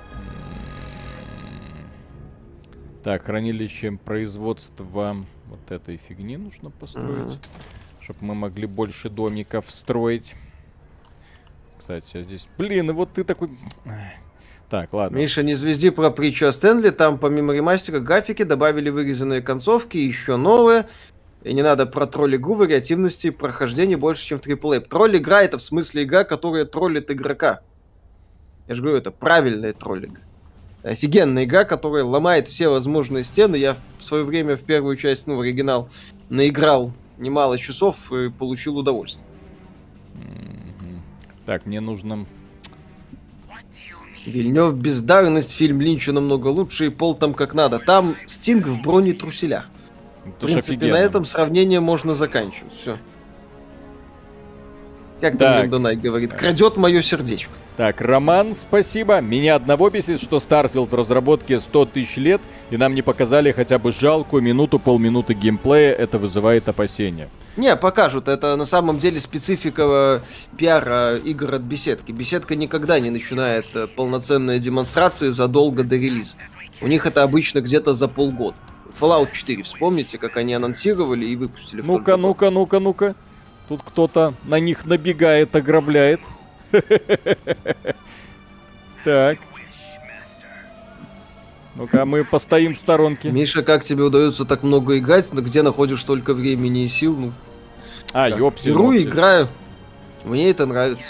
М. Так, хранилище производства вот этой фигни нужно построить. Мгм. Чтобы мы могли больше домиков строить. Кстати, а здесь... Блин, и вот ты такой... Так, ладно. Миша, не звезди про притчу о Стэнли. Там помимо ремастера графики добавили вырезанные концовки, еще новые. И не надо про тролль-игру, вариативности прохождения больше, чем в трипл эй. Тролль-игра — это в смысле игра, которая троллит игрока. Я же говорю, это правильная троллинг. Офигенная игра, которая ломает все возможные стены. Я в свое время в первую часть, ну, в оригинал, наиграл немало часов и получил удовольствие. Мгм. Так, мне нужно... Вильнёв бездарность, фильм Линча намного лучше, и пол там как надо. Там Стинг в бронетруселях. Это В ж принципе, офигенно. на этом сравнение можно заканчивать. Все. Как Так. там Донай говорит, крадет мое сердечко. Так, Роман, спасибо. Меня одного бесит, что Starfield в разработке сто тысяч лет, и нам не показали хотя бы жалкую минуту-полминуты геймплея. Это вызывает опасения. Не, покажут. Это на самом деле специфика э, пиара игр от беседки. Беседка никогда не начинает э, полноценные демонстрации задолго до релиза. У них это обычно где-то за полгода. Fallout четыре, вспомните, как они анонсировали и выпустили в тот Ну-ка, же год. ну-ка, ну-ка, ну-ка. Тут кто-то на них набегает, ограбляет. Так. Ну-ка, мы постоим в сторонке. Миша, как тебе удается так много играть, но где находишь столько времени и сил? Ну, А, да. ёпсель. Беру и мопсель. играю. Мне это нравится.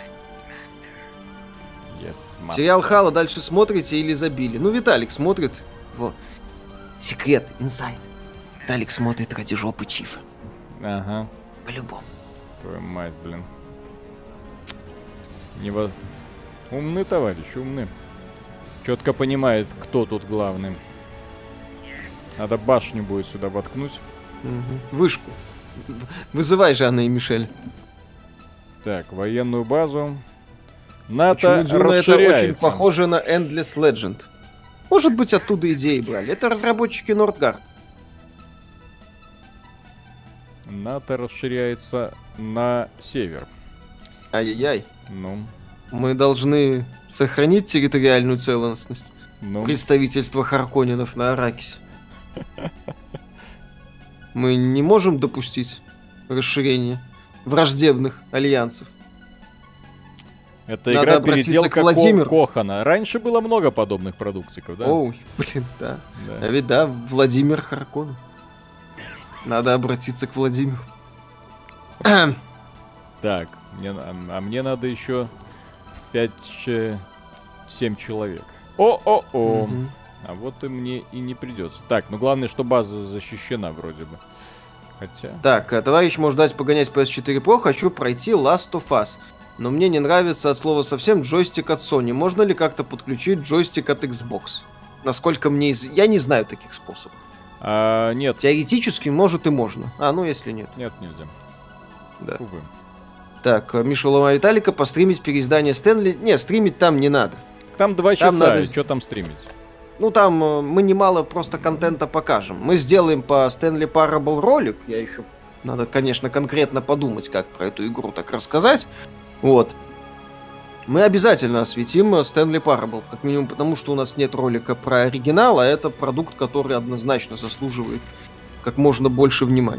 Yes, ма- Сериал Хала дальше смотрите или забили? Ну, Виталик смотрит. Во. Секрет, инсайд. Виталик смотрит ради жопы Чифа. Ага. По-любому. Твою мать, блин. Нево... Умный товарищ, умный. Четко понимает, кто тут главный. Надо башню будет сюда воткнуть. Мгм. Вышку. Вызывай Жанна и Мишель. Так, военную базу. НАТО Почему Дюна это расширяется. очень похоже на Endless Legend? Может быть, оттуда идеи брали. Это разработчики Nordgard. НАТО расширяется на север. Ай-яй-яй. Ну, Мы должны сохранить территориальную целостность ну. представительства Харконненов на Аракисе. Мы не можем допустить расширения враждебных альянсов. Это Надо игра обратиться переделка к Владимиру. Ко- Кохана. Раньше было много подобных продуктиков, да? Ой, блин, да. Да. А ведь да, Владимир Харконнен. Надо обратиться к Владимиру. Так, мне, а, а мне надо еще пять-семь человек. О-о-о! Мгм. А вот и мне и не придется. Так, ну главное, что база защищена вроде бы. Хотя... Так, э, товарищ может дать погонять пи эс четыре Pro, хочу пройти Last of Us. Но мне не нравится от слова совсем джойстик от Sony. Можно ли как-то подключить джойстик от Xbox? Насколько мне из... Я не знаю таких способов. А, нет, Теоретически, может, и можно. А, ну, если нет. нет, нельзя. Да. Увы. Так, э, Миша Лома Виталика, постримить переиздание Стэнли. Не, стримить там не надо. Там два Там часа, надо и с- что там стримить? Ну, там э, мы немало просто контента покажем. Мы сделаем по Стэнли Parable ролик. Я еще... Надо, конечно, конкретно подумать, как про эту игру так рассказать. Вот. Мы обязательно осветим Стэнли Parable. Как минимум потому, что у нас нет ролика про оригинал, а это продукт, который однозначно заслуживает как можно больше внимания.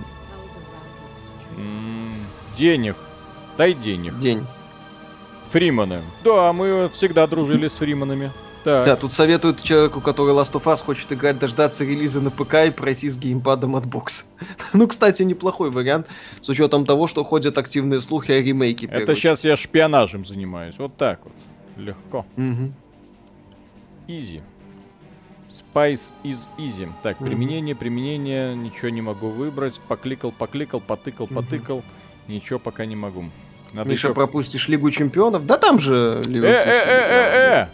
М, денег. Дай денег. День. Фриманы. Да, мы всегда дружили с Фриманами. Так. Да, тут советуют человеку, который Last of Us хочет играть, дождаться релиза на ПК и пройти с геймпадом от бокса. Ну, кстати, неплохой вариант, с учетом того, что ходят активные слухи о ремейке. Это первой сейчас я шпионажем занимаюсь. Вот так вот. Легко. Мгм. Easy. Spice is easy. Так, Мгм. применение, применение. Ничего не могу выбрать. Покликал, покликал, потыкал, Мгм. потыкал. Ничего пока не могу. Надо Миша, еще... пропустишь Лигу Чемпионов? Да там же Ливерпуль. Э-э-э-э-э!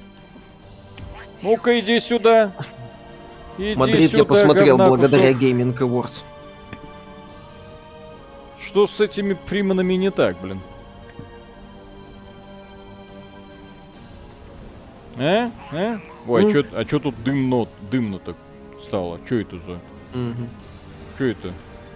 Ну-ка, иди сюда. Иди Мадрид сюда, я посмотрел говна благодаря кусок. Gaming Awards. Что с этими Фриманами не так, блин? А? А? Ой, Ну. а чё, а чё тут дымно, дымно так стало? Чё это за... Мгм. Чё это?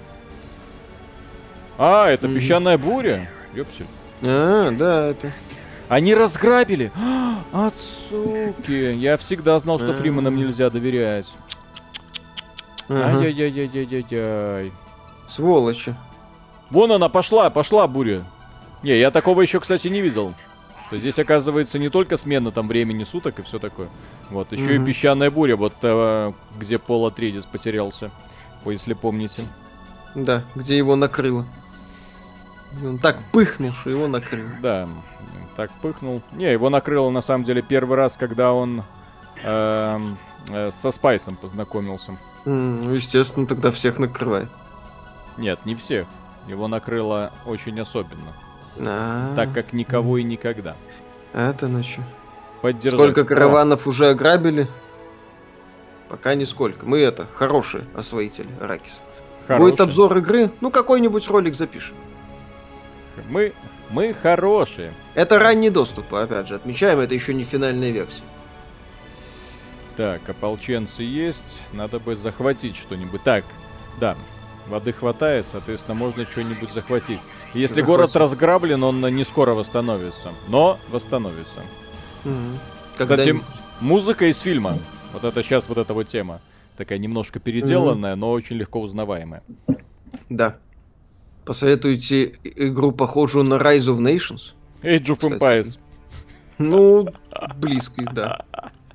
А, это Мгм. песчаная буря? Ёпсель. А, да, это. Они разграбили! От суки! Я всегда знал, что А. Фриманам нельзя доверять. Ага. Ай-яй-яй-яй-яй-яй. Сволочи. Вон она пошла, пошла буря. Не, я такого еще, кстати, не видел. То здесь, оказывается, не только смена там времени суток и все такое. Вот, еще Мгм. и песчаная буря, вот э, где Пол Атрейдис потерялся. Ой, если помните. Да, где его накрыло. Он так пыхнул, что его накрыло. Да, так пыхнул. Не, его накрыло на самом деле первый раз, когда он эм, э, со Спайсом познакомился. М, Ну, естественно, тогда всех накрывает. Нет, не всех. Его накрыло очень особенно. А, Так как никого и никогда. Это на чё? Поддержать. Сколько О, караванов уже ограбили? Пока нисколько. Мы это, хорошие освоители, Аракис. хороший. Будет обзор игры, ну какой-нибудь ролик запишем. Мы, мы хорошие. Это ранний доступ, опять же, отмечаем, это еще не финальная версия. Так, ополченцы есть. Надо бы захватить что-нибудь. Так, да. Воды хватает, соответственно, можно что-нибудь захватить. Если Захватить. город разграблен, он не скоро восстановится. Но восстановится. Мгм. Кстати, Когда-нибудь. музыка из фильма. Вот это сейчас вот эта вот тема. Такая немножко переделанная, но очень легко узнаваемая. Да. Посоветуйте игру, похожую на Rise of Nations? Age of Кстати. Empires. Ну, близкий, да.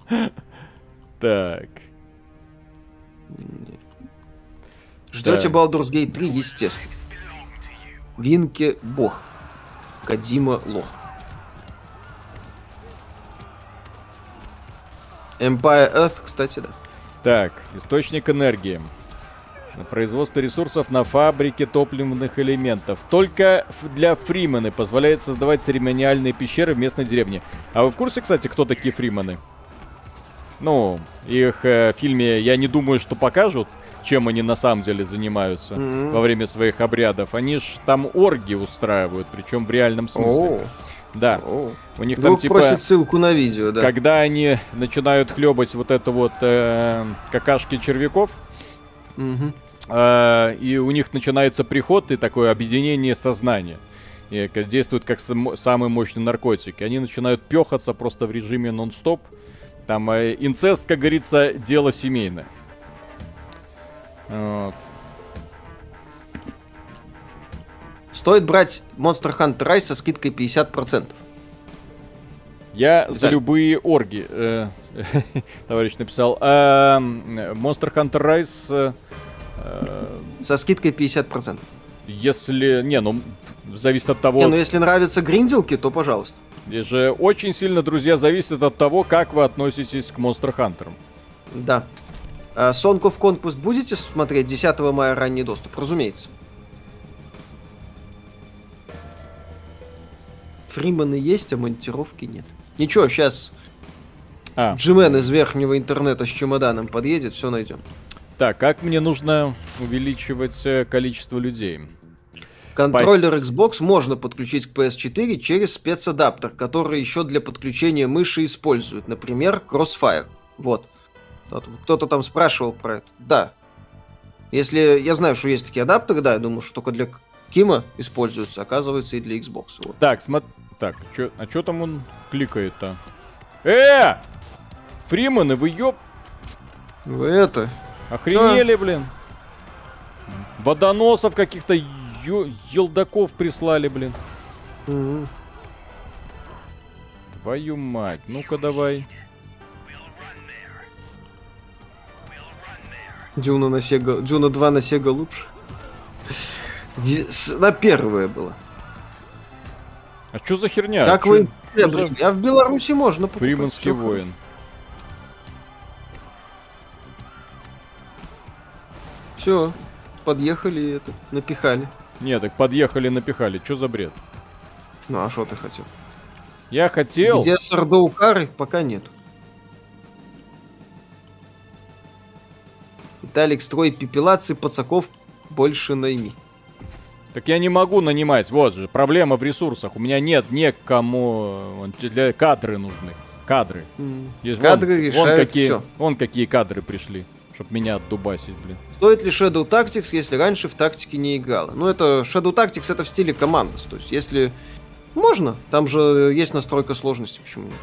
Так. Ждете Да. Baldur's Gate три, естественно. Винке бог. Кодзима лох. Empire Earth, кстати, да. Так, источник энергии. Производство ресурсов на фабрике топливных элементов. Только ф- для фримены позволяет создавать церемониальные пещеры в местной деревне. А вы в курсе, кстати, кто такие фримены? Ну, их э, в фильме я не думаю, что покажут, чем они на самом деле занимаются Мгм. во время своих обрядов. Они ж там оргии устраивают, причем в реальном смысле. О, Да, о. у них там Друг типа... просит ссылку на видео, да. Когда они начинают хлебать вот это вот э, какашки червяков, Мгм. э, и у них начинается приход и такое объединение сознания. И ка- действует как сам- самый мощный наркотик. И они начинают пехаться просто в режиме нон-стоп. Там э, инцест, как говорится, дело семейное. Вот. Стоит брать Monster Hunter Rise со скидкой пятьдесят процентов. Я за Виталий. любые орги, э, товарищ написал. А, м, Monster Hunter Rise, э, э, Со скидкой пятьдесят процентов. если... Не, ну, зависит от того... Не, ну если нравятся гринделки, то пожалуйста. И же очень сильно, друзья, зависит от того, как вы относитесь к Monster Hunter. Да. А Song of Conquest будете смотреть десятого мая ранний доступ? Разумеется. Фримены есть, а монтировки нет. Ничего, сейчас А, Джимен из верхнего интернета с чемоданом подъедет, все найдем. так, как мне нужно увеличивать э, количество людей? Контроллер Пас- Xbox можно подключить к пи эс четыре через спецадаптер, который еще для подключения мыши используют. Например, Crossfire. Вот. Кто-то- Кто-то там спрашивал про это. Да. Если я знаю, что есть такие адаптеры, да, я думаю, что только для Кима используются, оказывается, и для Xbox. Вот. Так, смотри... Так, чё, а чё там он кликает-то? Э! Фримены, вы ёп... Вы это... Охренели, блин. Водоносов каких-то ё- елдаков прислали, блин. Мгм. Твою мать, ну-ка давай. Дюна на Sega... Дюна два на Sega лучше. Ви- с- На первое было. А чё за херня? Как Чё- вы... чё за А в Беларуси можно покупать. Фриманский Всё воин? Все, подъехали и это, напихали. Не, так подъехали, напихали. Чё за бред? Ну а что ты хотел? Я хотел... Где Сардоукары, пока нет. Виталик, строй пепелации, пацаков больше найми. Так я не могу нанимать. Вот же, проблема в ресурсах. У меня нет некому... э, Для кадры нужны. Кадры. М. Есть Кадры вон, решают вон какие, всё. вон какие кадры пришли, чтоб меня отдубасить, блин. Стоит ли Shadow Tactics, если раньше в тактике не играла? Ну, это Shadow Tactics это в стиле Commandos. То есть, если можно, там же есть настройка сложности, почему нет?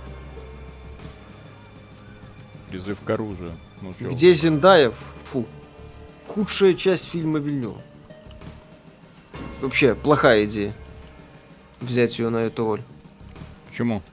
Призыв к оружию. Ну, чё Где вы. Зендаев? Фу. Худшая часть фильма Вильнёва. Вообще, плохая идея. Взять ее на эту роль. Почему?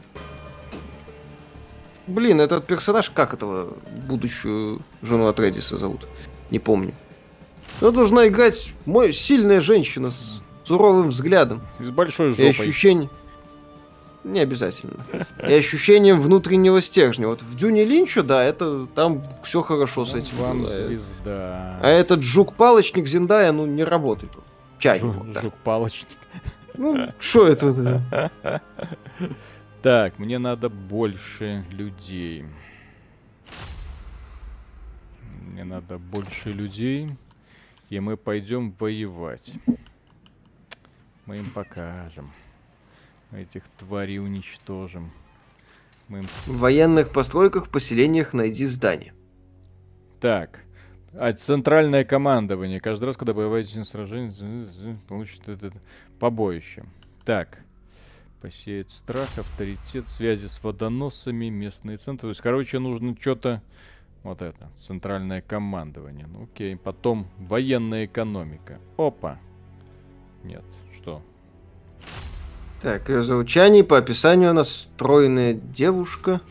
Блин, этот персонаж, как этого будущую жену Атредиса зовут? Не помню. Она должна играть мой сильная женщина с суровым взглядом. И с большой И жопой. ощущение... Не обязательно. И ощущением внутреннего стержня. Вот в Дюне Линча, да, это там все хорошо с этим. Вам было. звезда. А этот жук-палочник Зендая, ну, не работает. он. Чайник. Жук- вот так. Жук-палочник. Ну, что это? Так, мне надо больше людей. Мне надо больше людей. И мы пойдем воевать. Мы им покажем. Мы этих тварей уничтожим. Мы им... В военных постройках в поселениях найди здание. Так. А центральное командование. Каждый раз, когда боеваете на сражении, получит это побоище. Так. Посеять страх, авторитет, связи с водоносами, местные центры. То есть, короче, нужно что-то... Вот это. Центральное командование. Ну, окей. Потом военная экономика. Опа. Нет. Что? Так, ее зовут Чани, по описанию она стройная девушка.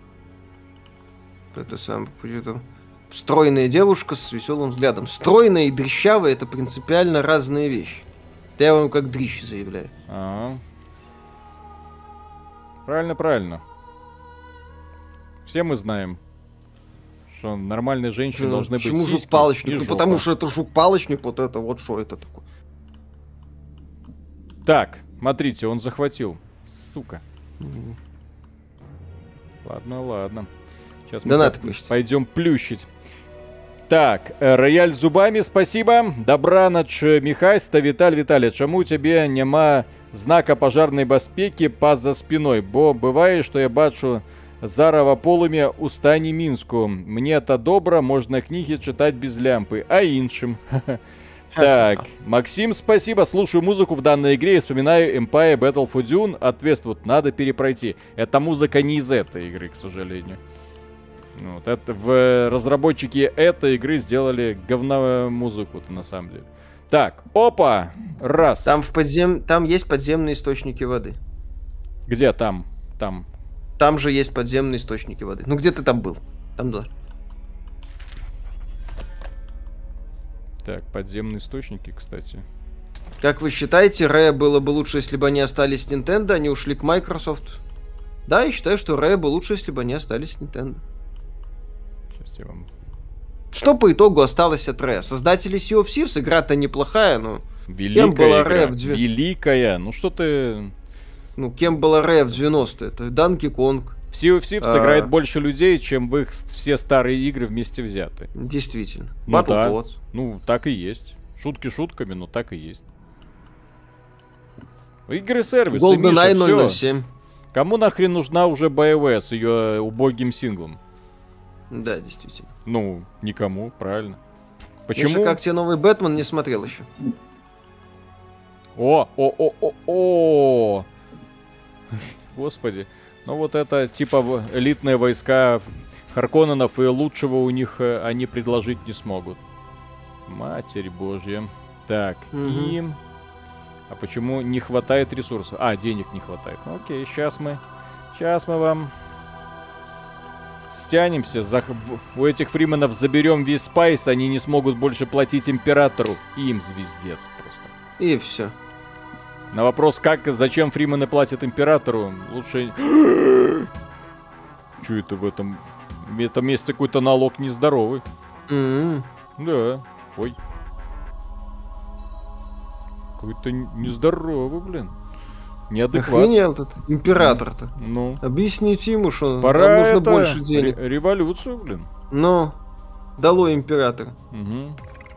Это сам, там. Стройная девушка с веселым взглядом. Стройная и дрищавая — это принципиально разные вещи. Это я вам как дрищ заявляю. А. Правильно, правильно. Все мы знаем, что нормальные женщины Ну, должны быть почему сиськи и жук-палочник? Ну, жопа. потому что это жук-палочник, вот это, вот что это такое. Так, смотрите, он захватил. Сука. Мгм. Ладно, ладно. Сейчас мы Донаты так пусть. пойдем плющить. Так, э, рояль зубами, спасибо. Добраноч, Михайста, Віталь Віталій, чому тебе нема знака пожарної безпеки поза спиной? Бо буває, що я бачу зарава полум'я у стані Мінську. Мне та добра, можна книги читать без лямпы, а іншим. Так, Максим, спасибо. Слушаю музыку в данной игре и вспоминаю Empire Battle for Dune. Ответ вот надо перепройти. Эта музыка не из этой игры, к сожалению. Вот, это, в разработчики этой игры сделали говновую музыку-то на самом деле. Так, опа! Раз. Там, в подзем... Там есть подземные источники воды. Где там? Там. Там же есть подземные источники воды. Ну где ты там был? Там да. Так, подземные источники, кстати. Как вы считаете, Rare было бы лучше, если бы они остались с Nintendo, они ушли к Microsoft? Да, я считаю, что Rare бы лучше, если бы они остались с Nintendo. Сейчас я вам... Что по итогу осталось от Rare? Создатели Sea of Thieves, игра-то неплохая, но... Великая Кем была игра. Rare в две- Великая. Ну что ты... Ну, кем была Rare в девяностые? Это Donkey Kong. В Sea of Thieves А. играет больше людей, чем в их с- все старые игры вместе взяты. Действительно. Ну да. Battlebots. Ну, так и есть. Шутки шутками, но так и есть. Игры сервисы, GoldenEye Миша, ноль ноль всё. семь. Кому нахрен нужна уже BioWare с ее убогим синглом? Да, действительно. Ну, никому, правильно. Почему? Почему? Как тебе новый Бэтмен, не смотрел еще. О, о, о, о, о! Господи. Ну вот это типа в- элитные войска Харконненов, и лучшего у них э, они предложить не смогут. Матерь Божья. Так, и... А почему не хватает ресурсов? А, денег не хватает. Ну, окей, сейчас мы... Сейчас мы вам... Стянемся. За... У этих фрименов заберем весь спайс, они не смогут больше платить императору. И им звездец просто. И все. На вопрос, как, зачем фримены платят императору, лучше... Чё это в этом... В этом месте какой-то налог нездоровый. Да. Ой. Какой-то н- нездоровый, блин. Неадекватный. Охренел этот император-то. Ну. Объясните ему, что Пора нам нужно это, больше денег. ре- революцию, блин. Но дало императора. Угу.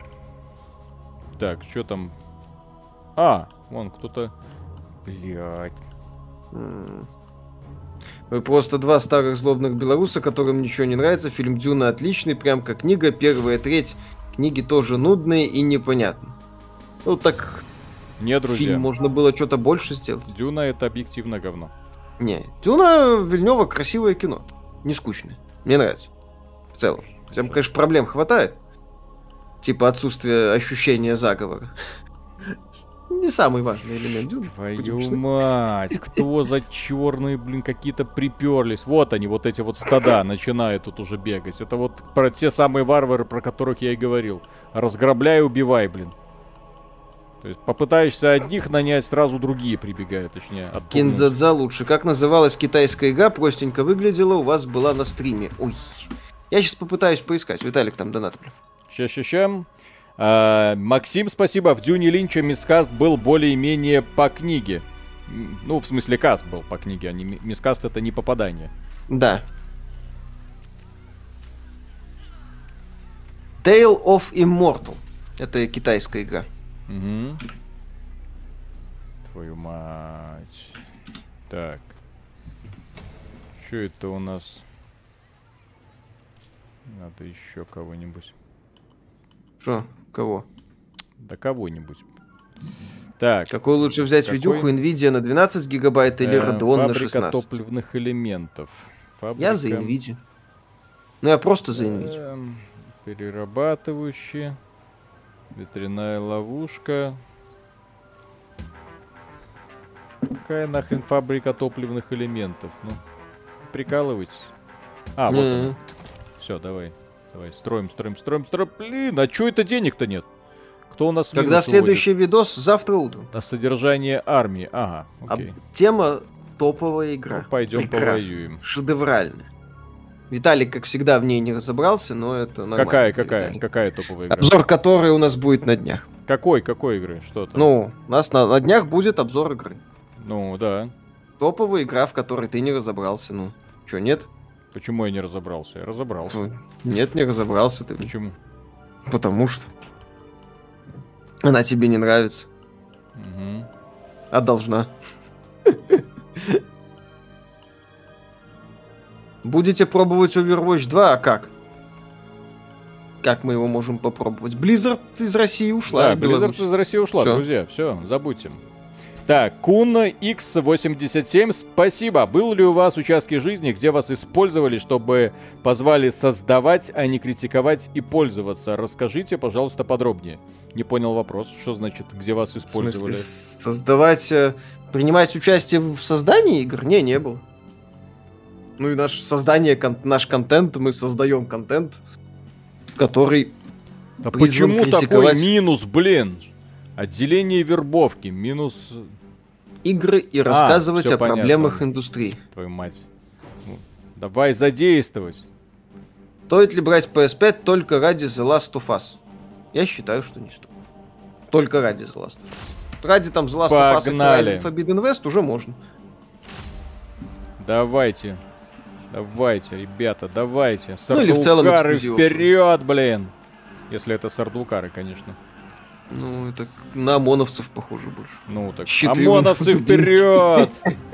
Так, что там? А, вон кто-то... Блядь. М. Вы просто два старых злобных белоруса, которым ничего не нравится. Фильм «Дюна» отличный, прям как книга. Первая треть книги тоже нудные и непонятны. Ну так... Не, друзья. Фильм можно было что-то больше сделать. «Дюна» — это объективно говно. Не, «Дюна» Вильнёва красивое кино. Не скучное. Мне нравится. В целом. Там, конечно, проблем хватает. Типа отсутствие ощущения заговора. Не самый важный элемент «Дюны». Твою мать, кто за черные, блин, какие-то приперлись. Вот они, вот эти вот стада начинают тут уже бегать. Это вот про те самые варвары, про которых я и говорил. Разграбляй, убивай, блин. То есть попытаешься одних нанять, сразу другие прибегают, точнее. Отпугнуть. Кинзадза лучше. Как называлась китайская игра? Простенько выглядела, у вас была на стриме. Ой. Я сейчас попытаюсь поискать. Виталик там донат. Ща-ща-ща. А, Максим, спасибо. В Дюне Линча мискаст был более-менее по книге. Ну, в смысле, каст был по книге, а не мискаст — это не попадание. Да. Tale of Immortal. Это китайская игра. Угу. Твою мать. Так. Что это у нас? Надо еще кого-нибудь. Что? Кого? Да кого-нибудь. Так. Какой лучше взять какой? видюху? Nvidia на двенадцать гигабайт или э, Radeon на шестнадцать? Фабрика топливных элементов. Фабрика... Я за Nvidia. Ну я просто за Nvidia. Эм, перерабатывающие. Ветряная ловушка. Какая нахрен фабрика топливных элементов? Ну, прикалывайтесь. А, вот Mm-hmm. он. Все, давай. Давай, строим, строим, строим, строим. Блин, а чё это денег-то нет? Кто у нас в Когда минус следующий уводит? видос? Завтра утром. На содержание армии. Ага, окей. А тема топовая игра. Ну, пойдем повоюем. Шедевральная. Виталик, как всегда, в ней не разобрался, но это нормально. Какая, какая, Виталик. какая топовая игра? Обзор которой у нас будет на днях. Какой, какой игры? Что там? Ну, у нас на, на днях будет обзор игры. Ну, да. Топовая игра, в которой ты не разобрался. Ну, чё, нет? Почему я не разобрался? Я разобрался. Ну, нет, не разобрался ты. Почему? Потому что она тебе не нравится. Угу. А должна. Будете пробовать Overwatch два, а как? Как мы его можем попробовать? Blizzard из России ушла. Да, Blizzard из России ушла, Всё. друзья. Все, забудьте. Так, Кун икс восемьдесят семь, спасибо. Был ли у вас участки жизни, где вас использовали, чтобы позвали создавать, а не критиковать и пользоваться? Расскажите, пожалуйста, подробнее. Не понял вопрос. Что значит, где вас В использовали? смысле, создавать, э, принимать участие в создании игр? Не, не был. Ну и наше создание, кон- наш контент, мы создаем контент, который Да призван почему такой критиковать минус, блин? Отделение вербовки, минус... игры и рассказывать всё о понятно. проблемах индустрии. Твою мать. Ну, давай задействовать. Стоит ли брать пи эс пять только ради The Last of Us? Я считаю, что не стоит. Только ради The Last of Us. Ради там The Last of Us и Погнали. Horizon Forbidden West уже можно. Давайте. Давайте, ребята, давайте. Ну или в целом Сардукары эксклюзивов. вперед, блин. Если это сардукары, конечно. Ну, это на ОМОНовцев похоже больше. Ну так, Щиты ОМОНовцы дубинки. вперед!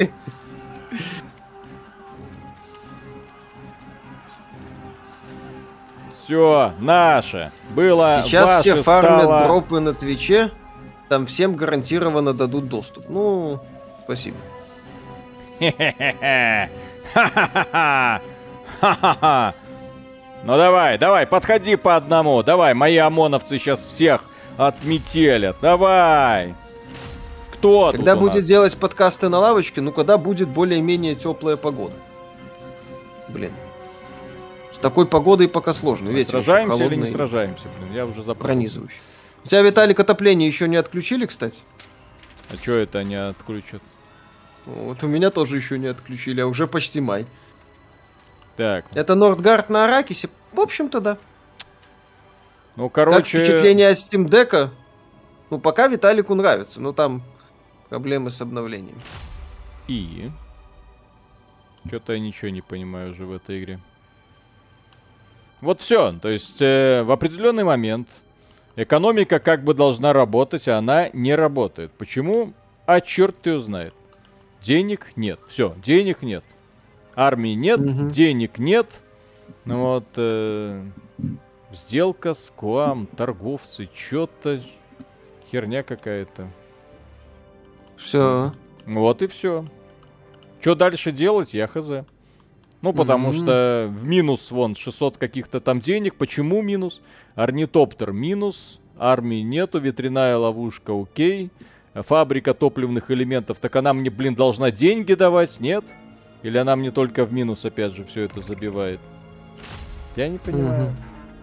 Все, наше. Было Сейчас ваше, все фармят стало... дропы на Твиче, там всем гарантированно дадут доступ. Ну, спасибо. Хе-хе-хе-хе. Ха-ха-ха-ха. Ха-ха-ха. Ну давай, давай, подходи по одному. Давай, мои ОМОНовцы сейчас всех отметелят. Давай. Кто Когда тут у будет нас? делать подкасты на лавочке, ну когда будет более-менее теплая погода. Блин. С такой погодой пока сложно. Ветер еще Сражаемся или не холодный, сражаемся, блин? Я уже запомнил. пронизывающий. У тебя, Виталик, отопление еще не отключили, кстати? А чё это они отключат? Вот у меня тоже еще не отключили, а уже почти май. Так, Это Нордгард на Аракисе? В общем-то, да. ну Как короче... впечатление от Steam Deck'а? Ну, пока Виталику нравится, но там проблемы с обновлением. И... Чё-то я ничего не понимаю уже в этой игре. Вот все, то есть э, в определенный момент экономика как бы должна работать, а она не работает. Почему? А черт ее знает. Денег нет. Все, денег нет. Армии нет, Мгм. денег нет. Ну вот, э, сделка с Куам, торговцы, чё-то херня какая-то. Все. Вот и все. Что дальше делать, я хз. Ну, потому Мгм. что в минус вон шестьсот каких-то там денег. Почему минус? Орнитоптер минус, армии нету, ветряная ловушка окей. Фабрика топливных элементов, так она мне, блин, должна деньги давать, нет? Или она мне только в минус, опять же, все это забивает? Я не понимаю. Мгм.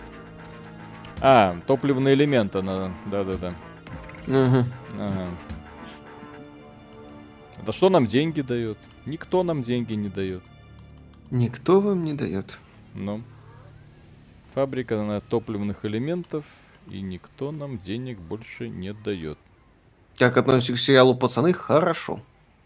А, топливные элементы, она, да-да-да. Мгм. Ага. Да что нам деньги дает? Никто нам деньги не дает. Никто вам не дает. Ну. Фабрика на топливных элементов, и никто нам денег больше не дает. Как относишься к сериалу «Пацаны»? Хорошо.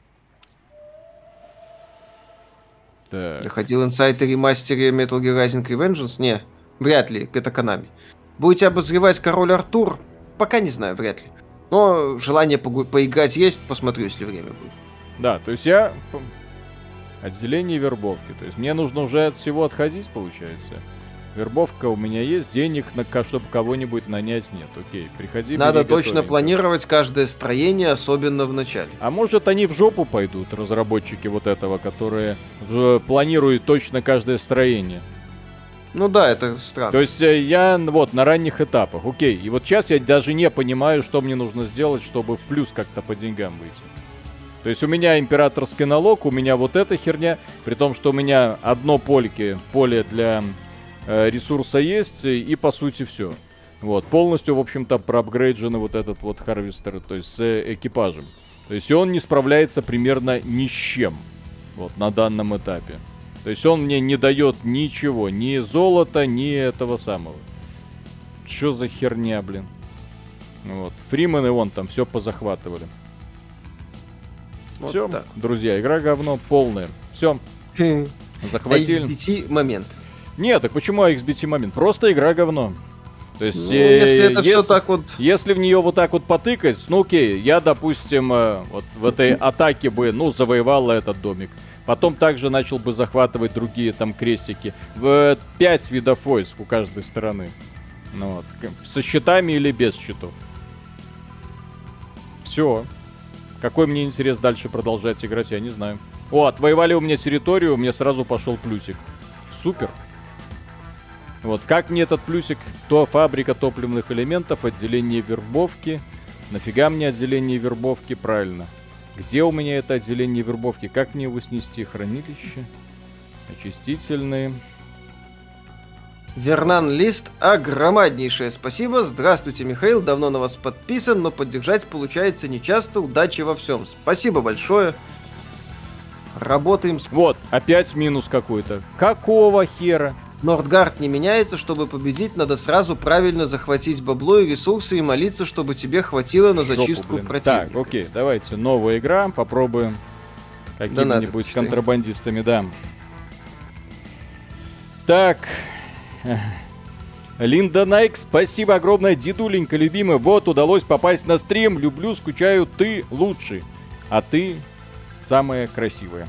Так. Доходил инсайт о ремастере Metal Gear Rising Revengeance? Не, вряд ли, это Konami. Будете обозревать Король Артур? Пока не знаю, вряд ли. Но желание погу- поиграть есть, посмотрю, если время будет. Да, то есть я... п- Отделение вербовки. То есть мне нужно уже от всего отходить, получается. Вербовка у меня есть, денег, на, ко- чтобы кого-нибудь нанять нет. Окей, приходи. Надо бери точно готовенько. планировать каждое строение, особенно в начале. А может они в жопу пойдут, разработчики вот этого, которые в- планируют точно каждое строение. Ну да, это странно. То есть э, я н- вот на ранних этапах, окей. И вот сейчас я даже не понимаю, что мне нужно сделать, чтобы в плюс как-то по деньгам выйти. То есть у меня императорский налог, у меня вот эта херня, при том, что у меня одно польки, поле для э, ресурса есть, и, и по сути все. Вот, полностью, в общем-то, проапгрейджен вот этот вот харвестер, то есть с э, экипажем. То есть он не справляется примерно ни с чем, вот, на данном этапе. То есть он мне не дает ничего, ни золота, ни этого самого. Что за херня, блин? Вот, Фримены вон там все позахватывали. Вот Все, так. друзья, игра говно полная. Все, захватили. икс би ти момент. Нет, так почему икс би ти момент? Просто игра говно. То есть, Ну, э, если это все если- так вот... Если в нее вот так вот потыкать, ну окей, я, допустим, э, вот в этой атаке бы, ну, завоевал этот домик. Потом также начал бы захватывать другие там крестики. В пять видов войск у каждой стороны. Ну вот, к- со щитами или без щитов. Все. Какой мне интерес дальше продолжать играть, я не знаю. О, отвоевали у меня территорию, мне сразу пошел плюсик. Супер. Вот, как мне этот плюсик? То фабрика топливных элементов, отделение вербовки. Нафига мне отделение вербовки? Правильно. Где у меня это отделение вербовки? Как мне его снести? Хранилище. Очистительные. Вернан Лист, огромнейшее спасибо. Здравствуйте, Михаил, давно на вас подписан, но поддержать получается нечасто. Удачи во всем. Спасибо большое. Работаем с... Вот, опять минус какой-то. Какого хера? Нордгард не меняется, чтобы победить, надо сразу правильно захватить бабло и ресурсы и молиться, чтобы тебе хватило на Жопу, зачистку блин. противника. Так, окей, давайте, новая игра, попробуем какими-нибудь что. контрабандистами, да. Так. Линда Найк, спасибо огромное, дедуленька любимый. Вот, удалось попасть на стрим. Люблю, скучаю, ты лучший. А ты самая красивая.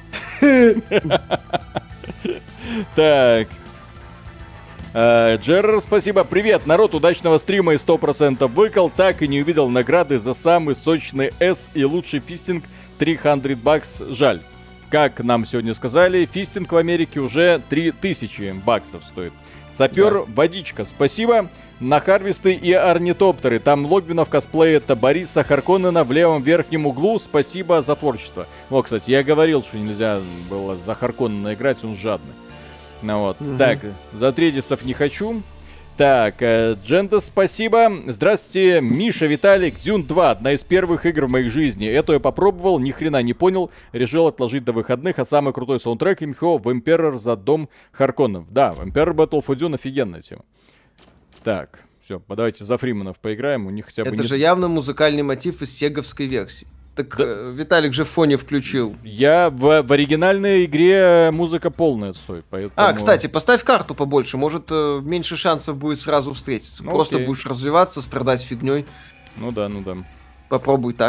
Так. Э, Джерр, спасибо. Привет, народ, удачного стрима и сто процентов выкол. Так и не увидел награды за самый сочный S и лучший фистинг триста бакс. Жаль. Как нам сегодня сказали, фистинг в Америке уже три тысячи баксов стоит. Сапер, Да. водичка, спасибо. На Харвесты и орнитоптеры. Там Логвинов косплеит Бориса Харконнена в левом верхнем углу. Спасибо за творчество. О, кстати, я говорил, что нельзя было за Харконнена играть, он жадный. Ну вот. Мгм. Так, за Тредисов не хочу. Так, э, Дженда, спасибо. Здравствуйте, Миша, Виталик, Дюн два, одна из первых игр в моей жизни. Эту я попробовал, ни хрена не понял, решил отложить до выходных, а самый крутой саундтрек имхо в Emperor за дом Харконнов. Да, в Emperor Battle for Dune офигенная тема. Так, все, давайте за Фрименов поиграем, у них хотя бы Это не- же явно музыкальный мотив из сеговской версии. Так Да. э, Виталик же в фоне включил. Я в, в оригинальной игре музыка полная стоит, поэтому... А, кстати, поставь карту побольше, может э, меньше шансов будет сразу встретиться. Ну, Просто окей. будешь развиваться, страдать фигней. Ну да, ну да. Попробуй так.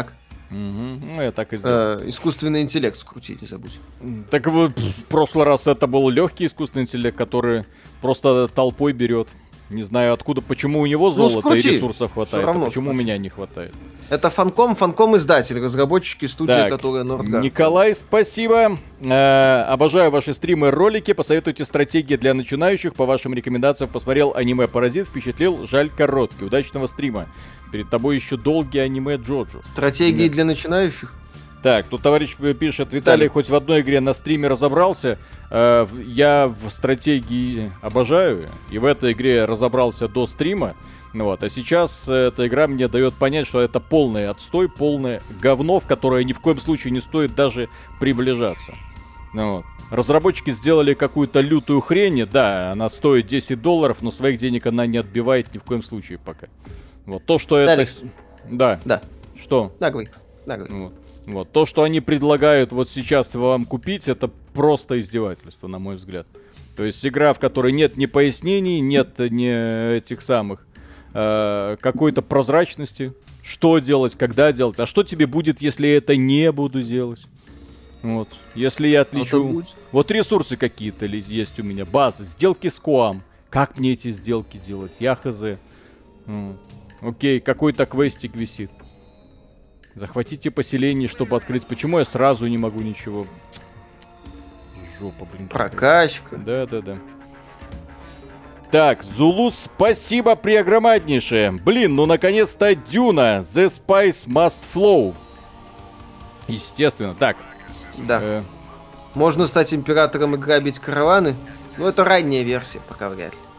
Угу. Ну, я так и сделал. Э, искусственный интеллект скрутили, не забудь. Так вот, в прошлый раз это был легкий искусственный интеллект, который просто толпой берет. Не знаю откуда, почему у него золота ну, и ресурсов хватает, а почему скрути. У меня не хватает. Это Фанком, Фанком издатель, разработчики студии, так, которая Нордгард. Николай, спасибо. Э, обожаю ваши стримы и ролики. Посоветуйте стратегии для начинающих. По вашим рекомендациям посмотрел аниме Паразит, впечатлил, жаль короткий. Удачного стрима. Перед тобой еще долгий аниме Джоджо. Стратегии Нет. для начинающих? Так, тут товарищ пишет, Виталий да. хоть в одной игре на стриме разобрался. Э, я в стратегии обожаю, и в этой игре разобрался до стрима. Вот, а сейчас эта игра мне дает понять, что это полный отстой, полное говно, в которое ни в коем случае не стоит даже приближаться. Вот. Разработчики сделали какую-то лютую хрень, да, она стоит десять долларов, но своих денег она не отбивает ни в коем случае пока. Вот, то, что это... Алекс. Да. Да. Что? Да, говори. Да, говори. Вот. Вот. То, что они предлагают вот сейчас вам купить, это просто издевательство, на мой взгляд. То есть игра, в которой нет ни пояснений, нет ни этих самых э, какой-то прозрачности. Что делать, когда делать, а что тебе будет, если я это не буду делать? Вот. Если я отличу... Вот ресурсы какие-то есть у меня, базы, сделки с Коам. Как мне эти сделки делать? Я хз. М. Окей, какой-то квестик висит. Захватите поселение, чтобы открыть. Почему я сразу не могу ничего? Жопа, блин. Прокачка. Да-да-да. Так, Зулу, спасибо преогромаднейшее. Блин, ну наконец-то Дюна. The Spice Must Flow. Естественно. Так. Да. Э... Можно стать императором и грабить караваны. Но это ранняя версия, пока вряд ли.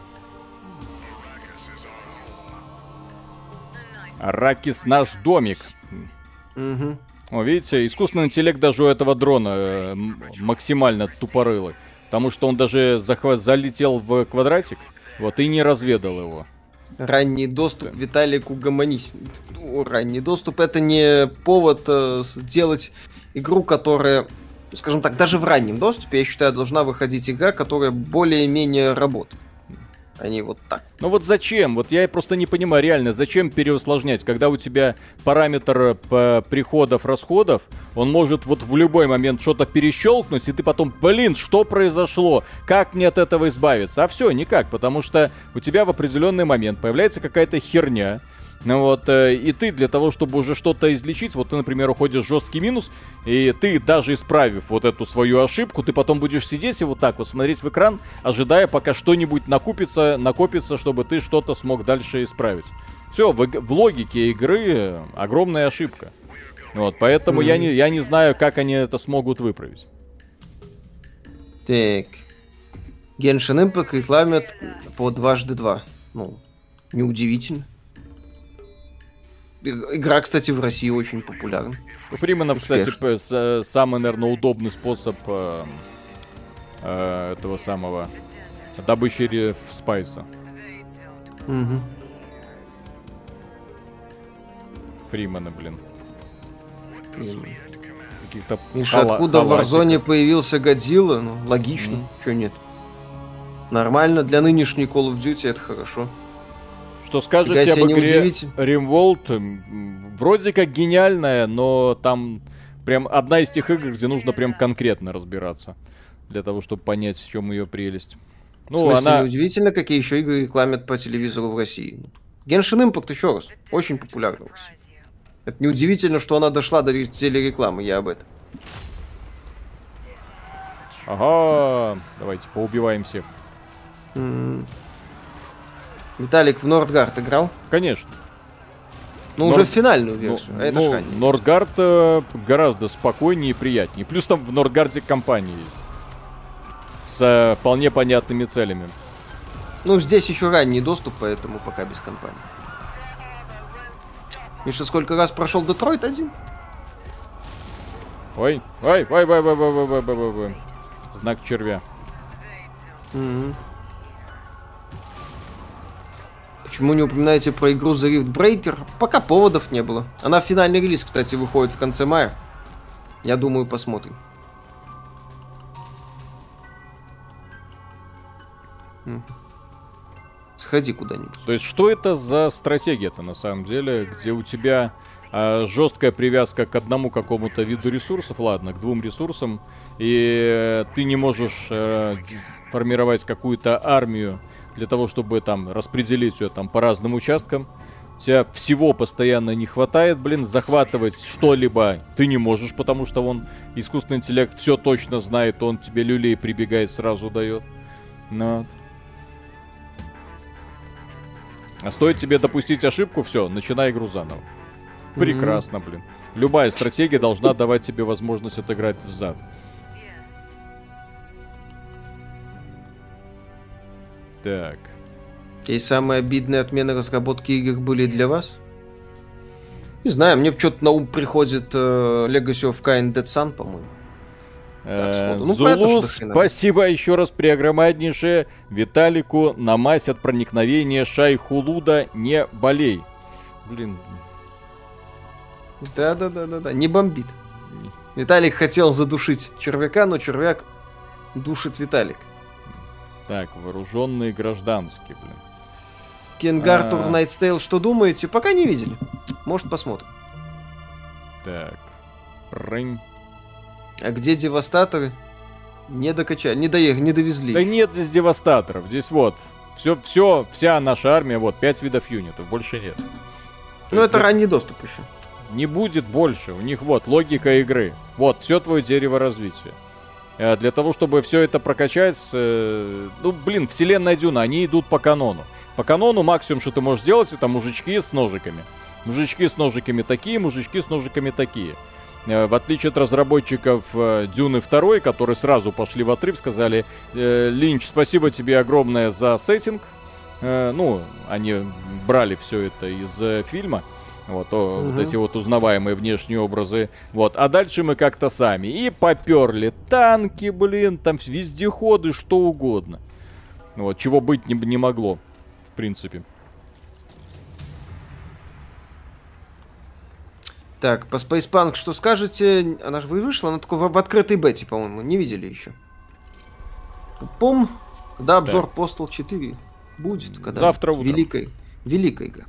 Аракис наш домик. Угу. О, видите, искусственный интеллект даже у этого дрона э, максимально тупорылый. Потому что он даже захват, залетел в квадратик, вот, и не разведал его. Ранний доступ, да. Виталик, угомонись. Ну, ранний доступ — это не повод э, делать игру, которая, скажем так, даже в раннем доступе, я считаю, должна выходить игра, которая более-менее работает. А не вот так. Ну вот зачем? Вот я просто не понимаю реально, зачем переусложнять, когда у тебя параметр приходов-расходов, он может вот в любой момент что-то перещелкнуть, и ты потом, блин, что произошло? Как мне от этого избавиться? А все, никак, потому что у тебя в определенный момент появляется какая-то херня. Ну вот, э, и ты для того, чтобы уже что-то излечить, вот ты, например, уходишь в жесткий минус, и ты, даже исправив вот эту свою ошибку, ты потом будешь сидеть и вот так вот смотреть в экран, ожидая, пока что-нибудь накопится, накопится, чтобы ты что-то смог дальше исправить. Все, в, в логике игры огромная ошибка. Вот, поэтому mm-hmm. я, не, я не знаю, как они это смогут выправить. Так. Genshin Impact рекламят по дважды два. Ну, неудивительно. Игра, кстати, в России очень популярна. У Фримена, кстати, самый, наверное, удобный способ э, э, этого самого добычи спайса. Угу. Фримена, блин. Каких-то Миша, хала- откуда в Warzone появился Годзилла? Ну, логично, mm-hmm. Чё нет? Нормально, для нынешней Call of Duty это хорошо. Что скажете об игре RimWorld? Вроде как гениальная, но там прям одна из тех игр, где нужно прям конкретно разбираться. Для того, чтобы понять, в чем ее прелесть. Ну, в смысле, она... неудивительно, какие еще игры рекламят по телевизору в России. Genshin Impact, еще раз, очень популярна в России. Это неудивительно, что она дошла до телерекламы, я об этом. Ага, давайте поубиваем всех. Mm. Виталик в Нордгард играл? Конечно. Ну, Норд... уже в финальную версию, ну, а это ну, шранник. Нордгард э, гораздо спокойнее и приятнее. Плюс там в Нордгарде компания есть. С э, вполне понятными целями. Ну, здесь еще ранний доступ, поэтому пока без компании. Миша, сколько раз прошел Детройт один? Ой, ой, ой, ой, ой, ой, ой, ой, ой, ой, ой. Знак червя. Mm-hmm. Почему не упоминаете про игру The Rift Breaker? Пока поводов не было. Она в финальный релиз, кстати, выходит в конце мая. Я думаю, посмотрим. сходи куда-нибудь. То есть, что это за стратегия-то на самом деле, где у тебя а, жесткая привязка к одному какому-то виду ресурсов, ладно, к двум ресурсам, и ты не можешь а, формировать какую-то армию для того, чтобы там распределить ее там по разным участкам. У тебя всего постоянно не хватает, блин, захватывать что-либо ты не можешь, потому что он, искусственный интеллект, все точно знает, он тебе люлей прибегает, сразу дает. Ну вот. А стоит тебе допустить ошибку, все, начинай игру заново. Прекрасно, mm-hmm. блин. Любая стратегия должна давать тебе возможность отыграть взад. Так. И самые обидные отмены разработки игр были для вас? Не знаю, мне что-то на ум приходит uh, Legacy of Kain Dead Sun, по-моему. Э, ну, Зулус, спасибо еще раз преогромаднейшее. Виталику на мазь от проникновения Шайхулуда не болей. Блин. Да-да-да-да-да, не бомбит. Виталик хотел задушить червяка, но червяк душит Виталик. Так, вооруженные гражданские, блин. Кинг Артур Найтс Тейл, что думаете? Пока не видели. Может, посмотрим. Так. Рынь. А где девастаторы? Не докачали, не доехали, не довезли. Да нет здесь девастаторов. Здесь вот. Все, все, вся наша армия, вот, пять видов юнитов, больше нет. Ну, это здесь ранний доступ еще. Не будет больше. У них вот логика игры. Вот, все твое дерево развития. Для того, чтобы все это прокачать, э, ну, блин, вселенная Дюна, они идут по канону. По канону максимум, что ты можешь сделать, это мужички с ножиками. Мужички с ножиками такие, мужички с ножиками такие. Э, в отличие от разработчиков э, Дюны два, которые сразу пошли в отрыв, сказали: э, Линч, спасибо тебе огромное за сеттинг. Э, ну, они брали все это из э, фильма. Вот, о, угу. вот эти вот узнаваемые внешние образы. Вот, а дальше мы как-то сами. И поперли танки, блин, там вездеходы, что угодно. Вот, чего быть не, не могло, в принципе. Так, по Spacepunk что скажете? Она же вышла, она такой в, в открытой бете, по-моему, не видели еще. Пум, когда обзор так. Postal четыре будет, когда завтра утром. Великая, великая игра.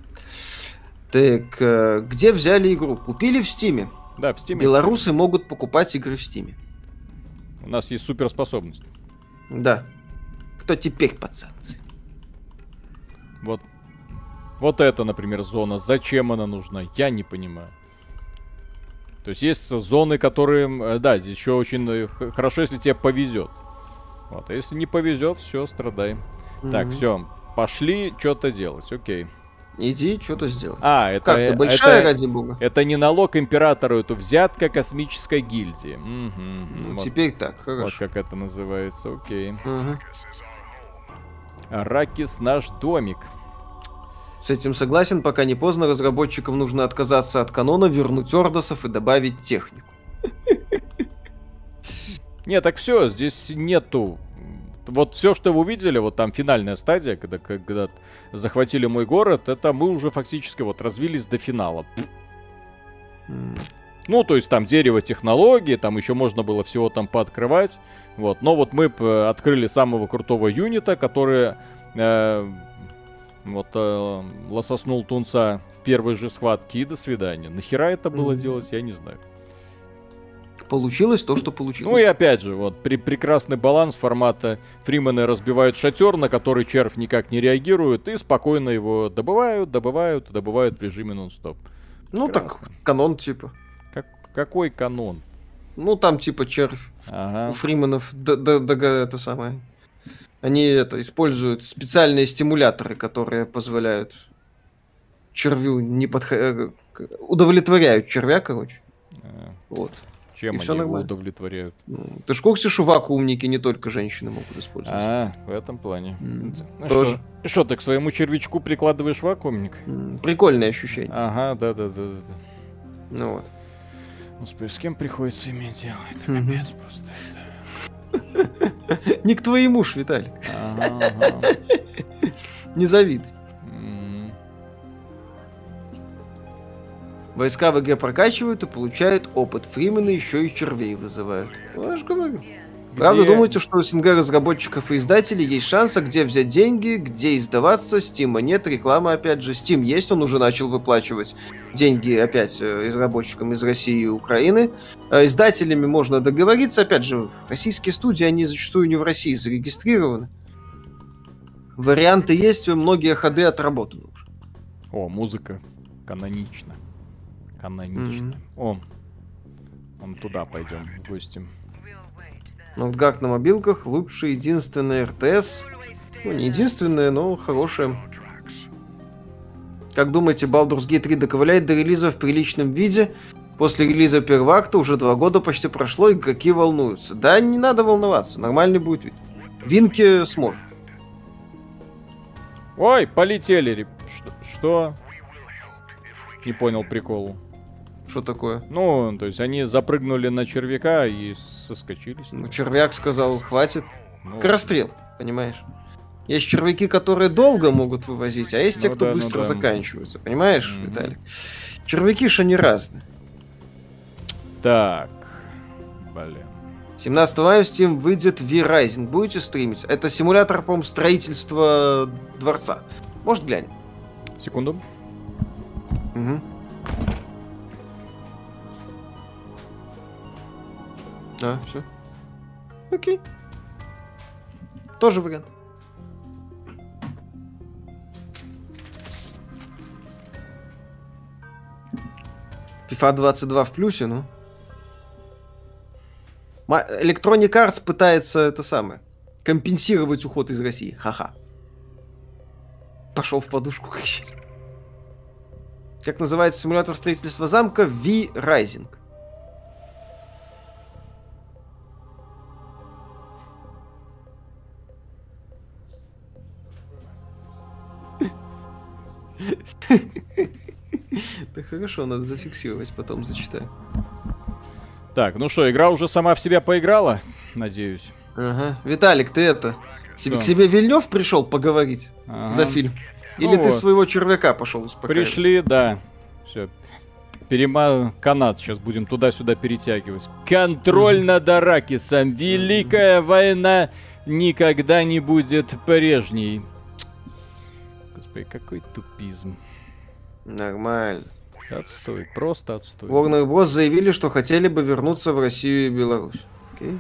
Так, где взяли игру? Купили в Стиме. Да, в Стиме. Белорусы могут покупать игры в Стиме. У нас есть суперспособность. Да. Кто теперь под санкции? Вот. Вот это, например, зона. Зачем она нужна? Я не понимаю. То есть есть зоны, которые... Да, здесь еще очень хорошо, если тебе повезет. Вот. А если не повезет, все, страдай. Mm-hmm. Так, все. Пошли что-то делать. Окей. Иди, что-то сделай. А, это... Как ты, большая, это, ради бога? Это не налог императору, это взятка космической гильдии. Угу, ну, вот, теперь так, хорошо. Вот как это называется, окей. Угу. Аракис наш домик. С этим согласен, пока не поздно, разработчикам нужно отказаться от канона, вернуть ордосов и добавить технику. Не, так все, здесь нету... Вот все, что вы увидели, вот там финальная стадия, когда, когда захватили мой город, это мы уже фактически вот развились до финала. Mm. Ну, то есть там дерево технологий, там еще можно было всего там пооткрывать. Вот. Но вот мы открыли самого крутого юнита, который э, вот э, лососнул тунца в первой же схватке, и до свидания. Нахера это было mm. делать, я не знаю. Получилось то, что получилось. Ну и опять же, вот при прекрасный баланс формата. Фримены разбивают шатер, на который червь никак не реагирует, и спокойно его добывают, добывают, добывают в режиме нон-стоп. Ну так, канон типа. Как, какой канон? Ну там типа червь. Ага. У фрименов д- д- д- это самое. Они это используют специальные стимуляторы, которые позволяют червю не подходить, удовлетворяют червя, короче. А. Вот. Чем они его удовлетворяют? Ну, ты ж в курсе, что вакуумники не только женщины могут использовать? А, в этом плане. Mm. Ну, тоже. Что, ты к своему червячку прикладываешь вакуумник? Mm. Прикольное ощущение. Ага, да-да-да. Ну вот. Господи, с кем приходится иметь дело? Это капец просто. Не к твоему ж, Виталик. Не завидуй. Войска ВГ прокачивают и получают опыт. Фримены еще и червей вызывают. Я же говорю. Правда, думаете, что у СНГ разработчиков и издателей есть шанс, а где взять деньги, где издаваться? Стима нет, реклама опять же. Steam есть, он уже начал выплачивать деньги опять разработчикам из России и Украины. Издателями можно договориться, опять же, российские студии, они зачастую не в России зарегистрированы. Варианты есть, многие ходы отработаны уже. О, музыка канонична. Канонично. Mm-hmm. О, вон туда пойдем в гости. Ноутгак на мобилках лучше единственное эр тэ эс. Ну, не единственное, но хорошее. Как думаете, Baldur's Gate три доковыляет до релиза в приличном виде? После релиза первого акта уже два года почти прошло, и игроки волнуются. Да, не надо волноваться, нормальный будет вид. Винки сможет. Ой, полетели. Что? Что? Не понял приколу. Что такое? Ну, то есть они запрыгнули на червяка и соскочились. Ну, червяк сказал, хватит. Ну, Скорострел, понимаешь? Есть червяки, которые долго могут вывозить, а есть те, ну, кто да, быстро ну, да. заканчиваются. Понимаешь, mm-hmm. Виталий? Червяки же они разные. Так. Блин. семнадцатого мая в Steam выйдет V-Rising. Будете стримить? Это симулятор, по-моему, строительства дворца. Может, глянь? Секунду. Угу. А, все. Окей. Тоже вариант. FIFA двадцать два в плюсе, ну. Electronic Arts пытается это самое компенсировать уход из России. Ха-ха. Пошел в подушку кричать. Как называется симулятор строительства замка? V-Rising. Да хорошо, надо зафиксировать, потом зачитаю. Так, ну что, игра уже сама в себя поиграла, надеюсь. Ага. Виталик, ты это... Тебе, к тебе Вильнёв пришел поговорить ага. за фильм? Или ну ты вот. своего червяка пошел успокаивать? Пришли, да. Все. Перема... Канат сейчас будем туда-сюда перетягивать. Контроль mm-hmm. над Аракисом. Великая mm-hmm. война никогда не будет прежней. Господи, какой тупизм. Нормально. Отстой, просто отстой. Warner Bros. Заявили, что хотели бы вернуться в Россию и Беларусь. Окей.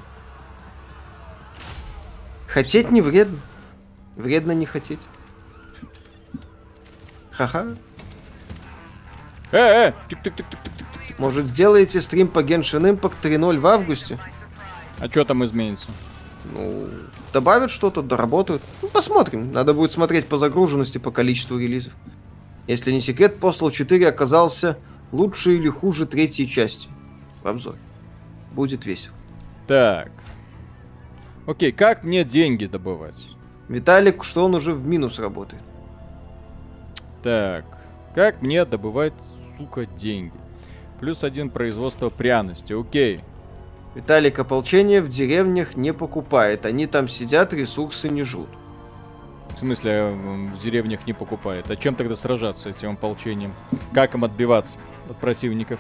Хотеть не вредно. Вредно не хотеть. Ха-ха. Э, э, тик-тик-тик-тик-тик. Может, сделаете стрим по Genshin Impact три ноль в августе? А что там изменится? Ну, добавят что-то, доработают. Ну, посмотрим. Надо будет смотреть по загруженности, по количеству релизов. Если не секрет, Postal четыре оказался лучше или хуже третьей части. В обзоре. Будет весело. Так. Окей, как мне деньги добывать? Виталик, что он уже в минус работает. Так. Как мне добывать, сука, деньги? Плюс один производство пряности. Окей. Виталик, ополчение в деревнях не покупает. Они там сидят, ресурсы не жрут. В смысле, в деревнях не покупает? А чем тогда сражаться этим ополчением? Как им отбиваться от противников?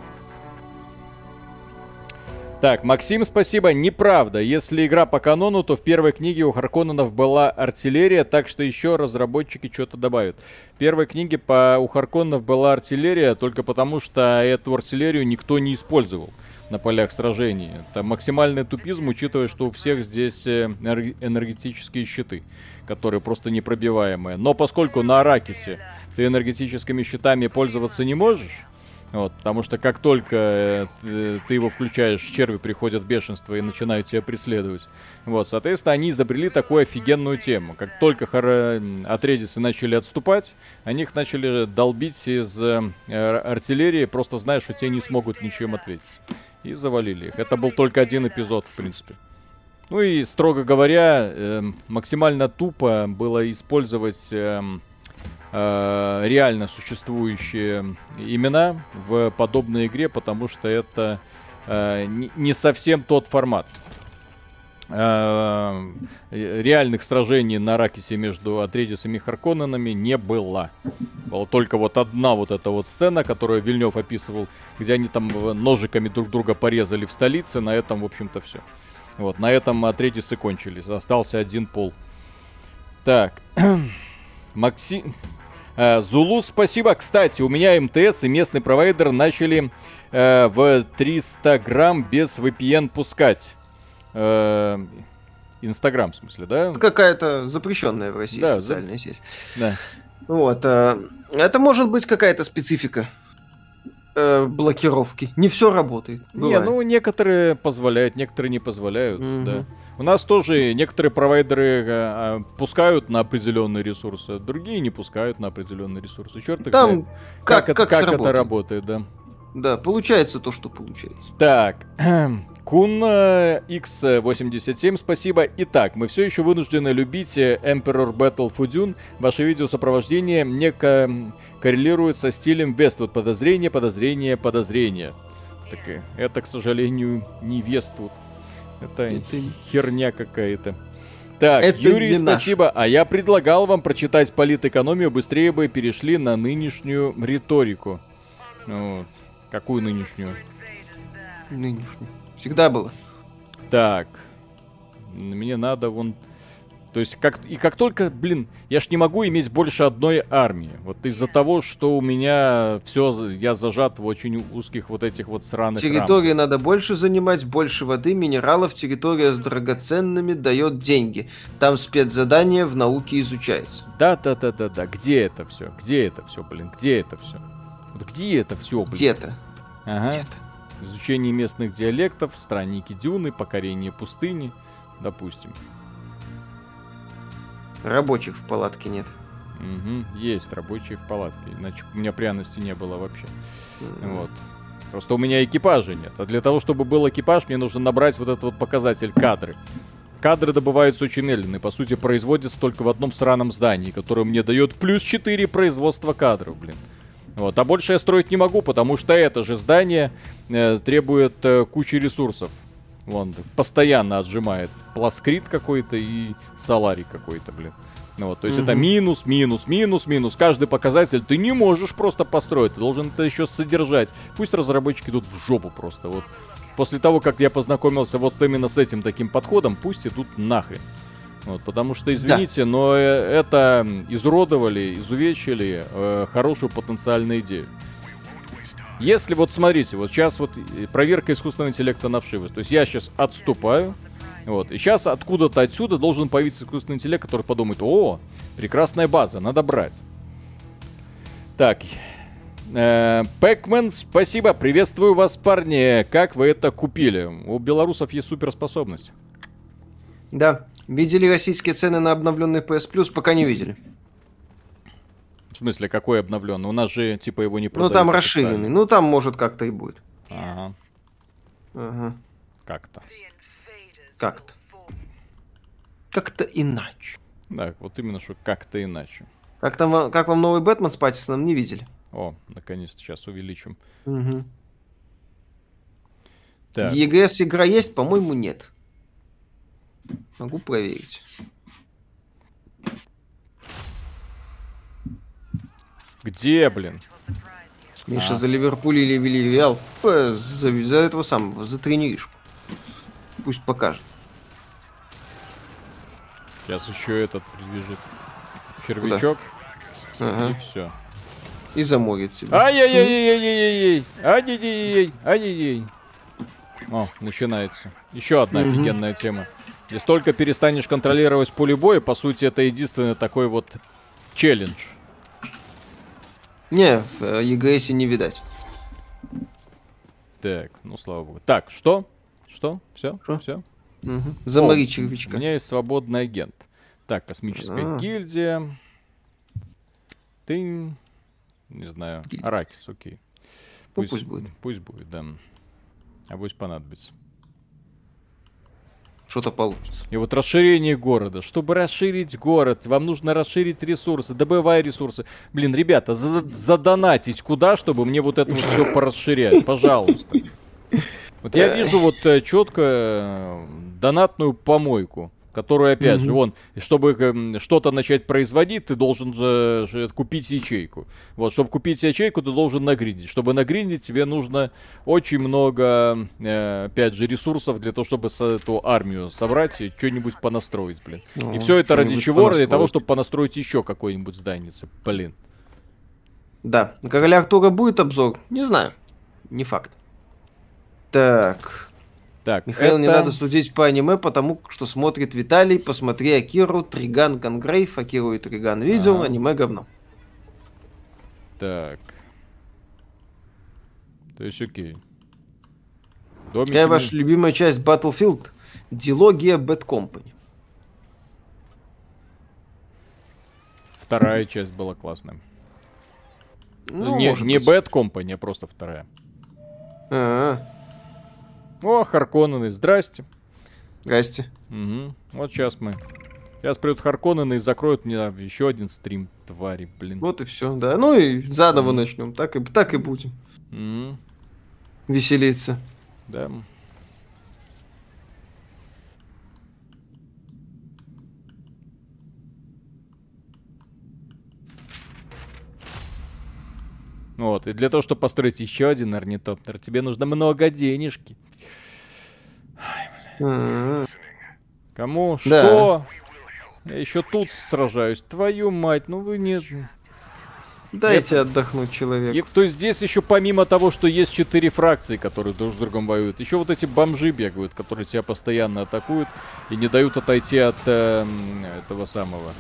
Так, Максим, спасибо. Неправда. Если игра по канону, то в первой книге у Харконненов была артиллерия, так что еще разработчики что-то добавят. В первой книге по... у Харконненов была артиллерия только потому, что эту артиллерию никто не использовал на полях сражений. Это максимальный тупизм, учитывая, что у всех здесь энергетические щиты, которые просто непробиваемые. Но поскольку на Аракисе ты энергетическими щитами пользоваться не можешь, вот, потому что как только э, ты его включаешь, черви приходят в бешенство и начинают тебя преследовать. Вот, соответственно, они изобрели такую офигенную тему. Как только хар... Атрейдисы начали отступать, они их начали долбить из э, артиллерии, просто зная, что те не смогут ничем ответить. И завалили их. Это был только один эпизод, в принципе. Ну и, строго говоря, э, максимально тупо было использовать... Э, реально существующие имена в подобной игре, потому что это э, не совсем тот формат. Э, реальных сражений на Аракисе между Атрейдисами и Харконненами не было. Была только вот одна вот эта вот сцена, которую Вильнёв описывал, где они там ножиками друг друга порезали в столице. На этом, в общем-то, все. Вот, на этом Атретисы кончились. Остался один пол. Так. Максим... Э, Зулу, спасибо. Кстати, у меня МТС и местный провайдер начали э, в триста грамм без ви пи эн пускать. Э, Инстаграм, в смысле, да? Какая-то запрещенная в России да, социальная за... сеть. Да. Вот. Э, это может быть какая-то специфика э, блокировки. Не все работает. Бывает. Не, ну некоторые позволяют, некоторые не позволяют. Mm-hmm. Да. У нас тоже некоторые провайдеры э, пускают на определенные ресурсы, другие не пускают на определенные ресурсы. Черт их Там знает. как, как, как, это, как это работает, да. Да, получается то, что получается. Так. Кун икс восемьдесят семь, спасибо. Итак, мы все еще вынуждены любить Emperor Battle Fudun. Ваше видеосопровождение не ко- коррелирует со стилем Westwood. Подозрение, подозрение, подозрение. Так, это, к сожалению, не Westwood. Это, это херня какая-то. Так, это Юрий, спасибо. Наш. А я предлагал вам прочитать политэкономию, быстрее бы перешли на нынешнюю риторику. Вот. Какую нынешнюю? Нынешнюю. Всегда было. Так. Мне надо вон... То есть, как... и как только, блин, я ж не могу иметь больше одной армии. Вот из-за того, что у меня все, я зажат в очень узких вот этих вот сраных территории рамках. Надо больше занимать, больше воды, минералов. Территория с драгоценными дает деньги. Там спецзадание в науке изучается. Да-да-да-да-да. Где это все? Где это все, блин? Где это все? Вот где это все, блин? Где-то. Ага. Где-то. Изучение местных диалектов, странники дюны, покорение пустыни, допустим. Рабочих в палатке нет. Угу, есть рабочие в палатке, иначе у меня пряности не было вообще. Mm-hmm. Вот. Просто у меня экипажа нет. А для того, чтобы был экипаж, мне нужно набрать вот этот вот показатель кадры. Кадры добываются очень медленно и, по сути, производятся только в одном сраном здании, которое мне дает плюс четыре производства кадров, блин. Вот. А больше я строить не могу, потому что это же здание э, требует э, кучи ресурсов. Вон, постоянно отжимает пласкрит какой-то и соларий какой-то, блин. Ну, вот, то есть mm-hmm. это минус, минус, минус, минус. Каждый показатель ты не можешь просто построить, ты должен это еще содержать. Пусть разработчики идут в жопу просто. Вот. После того, как я познакомился вот именно с этим таким подходом, пусть идут нахрен. Вот, потому что, извините, да. но это изуродовали, изувечили э, хорошую потенциальную идею. Если вот смотрите, вот сейчас вот проверка искусственного интеллекта на вшивость. То есть я сейчас отступаю. Вот, и сейчас откуда-то отсюда должен появиться искусственный интеллект, который подумает: о, прекрасная база, надо брать. Так. Э, Пэкмен, спасибо, приветствую вас, парни. Как вы это купили? У белорусов есть суперспособность. Да. Видели российские цены на обновленный пи эс Plus? Пока не видели. В смысле, какой обновленный? У нас же типа его не продают. Ну там расширенный. Ну там может как-то и будет. Ага. Ага. Как-то. Как-то. Как-то иначе. Да, вот именно что как-то иначе. Как, там, как вам новый Бэтмен с Паттисоном, не видели? О, наконец-то сейчас увеличим. Угу. Так. и джи эс игра есть? По-моему, нет. Могу проверить. Где, блин? Миша, а. за Ливерпуль или Вильяреал? За, за этого самого, за тренеришку. Пусть покажет. Сейчас еще этот прибежит. Червячок. Ага. И все. И заморит себя. Ай-яй-яй-яй-яй-яй-яй. Ай-яй-яй-яй. Ай-яй-яй. О, начинается. Еще одна mm-hmm. офигенная тема. Если только перестанешь контролировать поле боя, по сути, это единственный такой вот челлендж. Не, в и джи эс не видать. Так, ну слава богу. Так, что? Что? Все? Что? Все? Угу. Замори червячка. У меня есть свободный агент. Так, космическая А-а-а. гильдия. Ты... Не знаю. Гильдия. Аракис, окей. Пусть, ну, пусть будет. Пусть будет, да. А пусть понадобится. Что-то получится. И вот расширение города. Чтобы расширить город, вам нужно расширить ресурсы. Добывай ресурсы. Блин, ребята, задонатить куда, чтобы мне вот это вот все порасширять? Пожалуйста. Вот я вижу вот четко донатную помойку, которую, опять Мгм. же, вон, чтобы эм, что-то начать производить, ты должен э, ж- купить ячейку. Вот, чтобы купить ячейку, ты должен нагриндить. Чтобы нагриндить, тебе нужно очень много, э, опять же, ресурсов для того, чтобы с- эту армию собрать и что-нибудь понастроить, блин. И Ну, все это ради что-нибудь чего? Ради того, понастроить. чтобы понастроить еще какое-нибудь здание, блин. Да. На Короля Артура будет обзор? Не знаю. Не факт. Так. Так, Михаил, это... не надо судить по аниме, потому что смотрит Виталий. Посмотри Акиру, Триган, Гангрейв. Акиру и Триган видел, Ага. аниме говно. Так. То есть, окей. Домики Какая мы- ваша любимая часть Battlefield? Дилогия Bad Company. Вторая часть была классная. Ну, не может не быть. Bad Company, а просто вторая. А-а. О, Харконнены, здрасте. Здрасте. Угу. Вот сейчас мы. Сейчас придут Харконнены и закроют мне еще один стрим, твари, блин. Вот и все, да. Ну и заново Мгм. начнем. Так и, так и будем Мгм. веселиться. Да. Вот, и для того, чтобы построить еще один орнитоптер, тебе нужно много денежки. А-а. Кому? Да. Что? Я еще тут сражаюсь. Твою мать, ну вы не... Дайте Это- отдохнуть И человеку. то есть здесь еще помимо того, что есть четыре фракции, которые друг с другом воюют, еще вот эти бомжи бегают, которые тебя постоянно атакуют и не дают отойти от эм, этого самого.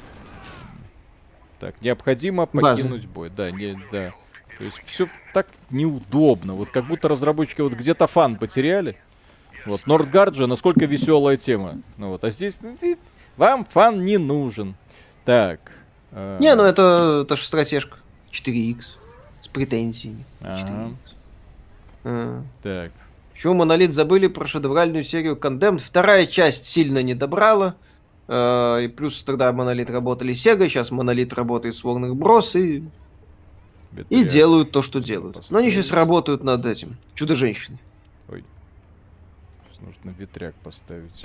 Так, необходимо Базы. покинуть бой. Да, не, да. То есть все так неудобно. Вот как будто разработчики вот где-то фан потеряли. Вот, Нордгард же, насколько веселая тема. Ну вот, а здесь ну, ты- вам фан не нужен. Так. э, Не, ну это, это же стратежка. четыре икс. С претензиями. ага, четыре икс. А. так. Почему Монолит забыли про шедевральную серию Condemned? Вторая часть сильно не добрала. Э, И плюс тогда Монолит работали с Sega, сейчас Монолит работает с Warner Bros. И, и Бедряк. делают то, что делают. Но они сейчас Поставить. работают над этим. Чудо-женщиной. Ой. Сейчас нужно ветряк поставить.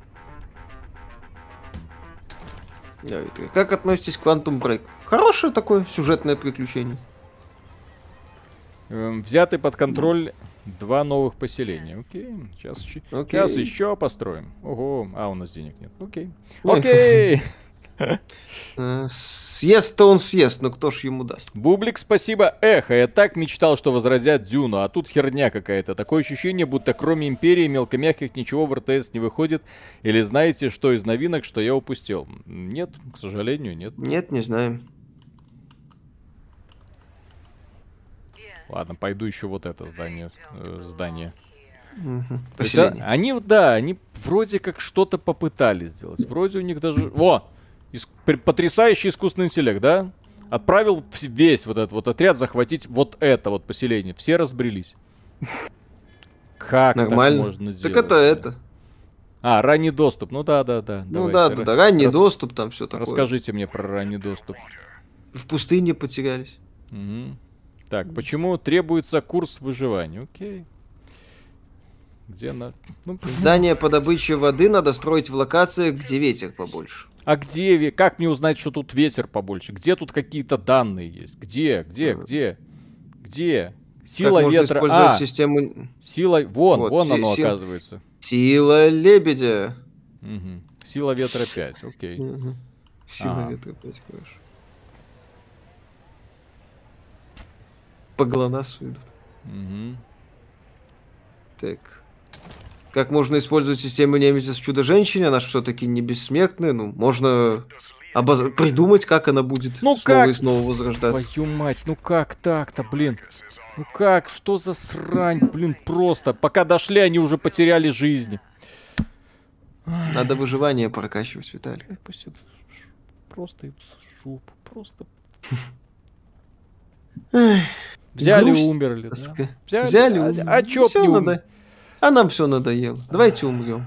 Да, это- Как относитесь к Quantum Break? Хорошее такое сюжетное приключение. Эм, взяты под контроль два новых поселения. Окей. Сейчас, еще, Окей. сейчас еще построим. Ого. А, у нас денег нет. Окей. Ой. Окей. Э, Съест-то он съест, но кто ж ему даст? Бублик, спасибо. Эхо, я так мечтал, что возродят Дюну, а тут херня какая-то. Такое ощущение, будто кроме Империи мелкомягких ничего в эр тэ эс не выходит. Или знаете, что из новинок, что я упустил? Нет, к сожалению, нет. Нет, не знаю. Ладно, пойду еще вот это здание. э, здание. Мгм. То есть, а, Поселение. они, да, они вроде как что-то попытались сделать. Вроде у них даже... Во! Ис- пр- потрясающий искусственный интеллект, да? Отправил вс- весь вот этот вот отряд захватить вот это вот поселение. Все разбрелись. Как Нормально. так можно Так делать? это это. А, ранний доступ. Ну да, да, да. Ну давайте. да, да, Ра- да, ранний рас- доступ, там все такое. Расскажите мне про ранний доступ. В пустыне потерялись. Мгм. Так, почему требуется курс выживания? Окей. Где на... Ну, Здание по добыче воды надо строить в локациях, где ветер побольше. а где, ве- как мне узнать, что тут ветер побольше? Где тут какие-то данные есть? Где, где, Э. где, где? Сила как можно ветра. использовать А, систему... сила, вон, Вот, вон си- оно сил- оказывается. Сила лебедя. Мгм. Сила ветра пять, окей. Мгм. Сила А. ветра опять, хорошо. По ГЛОНАССу идут. Мгм. Так. Как можно использовать систему Немезис в Чудо-женщине? Она все-таки не бессмертная. Ну, можно обоз- придумать, как она будет Ну снова как? и снова возрождаться. Твою мать, ну как так-то, блин? Ну как, что за срань, блин, просто. Пока дошли, они уже потеряли жизни. Надо выживание прокачивать, Виталик. Ай, пусть это ш- просто идут в жопу, просто. Эх, Взяли, грусть, умерли. да. тоска. Взяли, Взяли, а, умерли. а чё б Всё не ум- надо- А нам все надоело. Давайте умрем.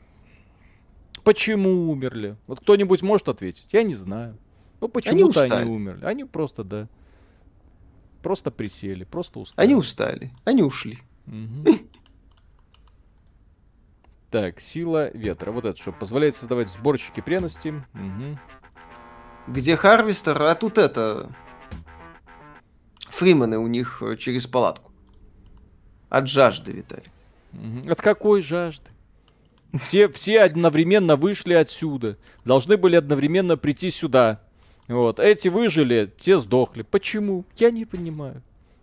Почему умерли? Вот кто-нибудь может ответить? Я не знаю. Ну почему-то они, устали. умерли. Они просто, да. Просто присели, просто устали. Они устали. Они ушли. Мгм. Так, сила ветра. Вот это что, позволяет создавать сборщики пряности. Угу. Где Харвестер, а тут это... Фримены у них через палатку. От жажды, Виталий. Угу. От какой жажды? Все, все одновременно вышли отсюда. Должны были одновременно прийти сюда. Вот. Эти выжили, те сдохли. Почему? Я не понимаю.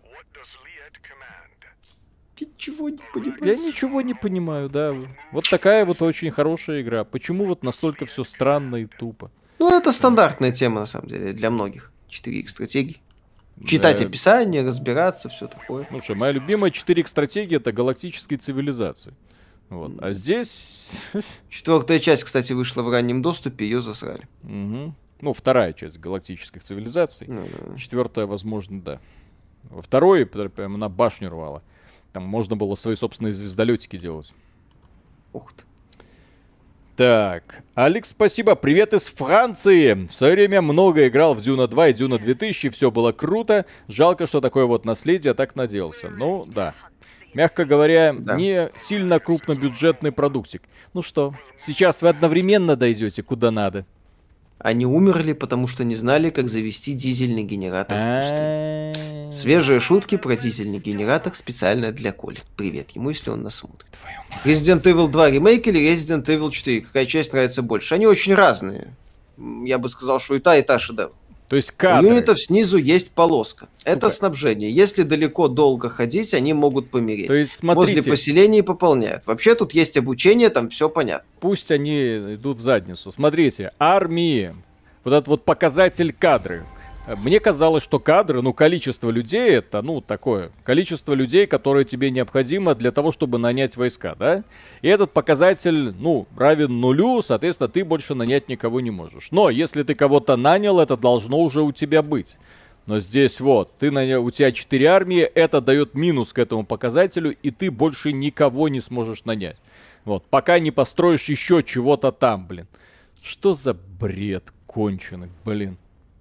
Ты ничего не понимаешь? Я ничего не понимаю, да. Вот такая вот очень хорошая игра. Почему вот настолько все странно и тупо? Ну, это стандартная тема, на самом деле, для многих. четыре икс стратегий. Читать да. описание, разбираться, все такое. Слушай, моя любимая четыре икс стратегия — это галактические цивилизации. Вот. А здесь... Четвертая часть, кстати, вышла в раннем доступе, ее засрали. Угу. Ну, вторая часть галактических цивилизаций. Ну, да. Четвертая, возможно, да. Во второй прям она башню рвала. Там можно было свои собственные звездолетики делать. Ух ты. Так, Алекс, спасибо. Привет из Франции. В свое время много играл в Дюна два и Дюна две тысячи. Все было круто. Жалко, что такое вот наследие так наделся. Ну, да. Мягко говоря, да. не сильно крупнобюджетный продуктик. Ну что, сейчас вы одновременно дойдете куда надо. Они умерли, потому что не знали, как завести дизельный генератор в пустыне. Свежие шутки про дизельный генератор специально для Коли. Привет ему, если он нас смотрит. Resident Evil два ремейк или Resident Evil четыре? Какая часть нравится больше? Они очень разные. Я бы сказал, что и та, и та шедевр. То есть кадры. У юнитов снизу есть полоска. Сука. Это снабжение. Если далеко долго ходить, они могут помереть. То есть, смотрите, возле поселений пополняют. Вообще тут есть обучение, там все понятно. Пусть они идут в задницу. Смотрите, армии. Вот этот вот показатель кадры. Мне казалось, что кадры, ну, количество людей, это, ну, такое, количество людей, которые тебе необходимо для того, чтобы нанять войска, да? И этот показатель, ну, равен нулю, соответственно, ты больше нанять никого не можешь. Но если ты кого-то нанял, это должно уже у тебя быть. Но здесь вот, ты нанял, у тебя четыре армии, это дает минус к этому показателю, и ты больше никого не сможешь нанять. Вот, пока не построишь еще чего-то там, блин. Что за бред конченый, блин.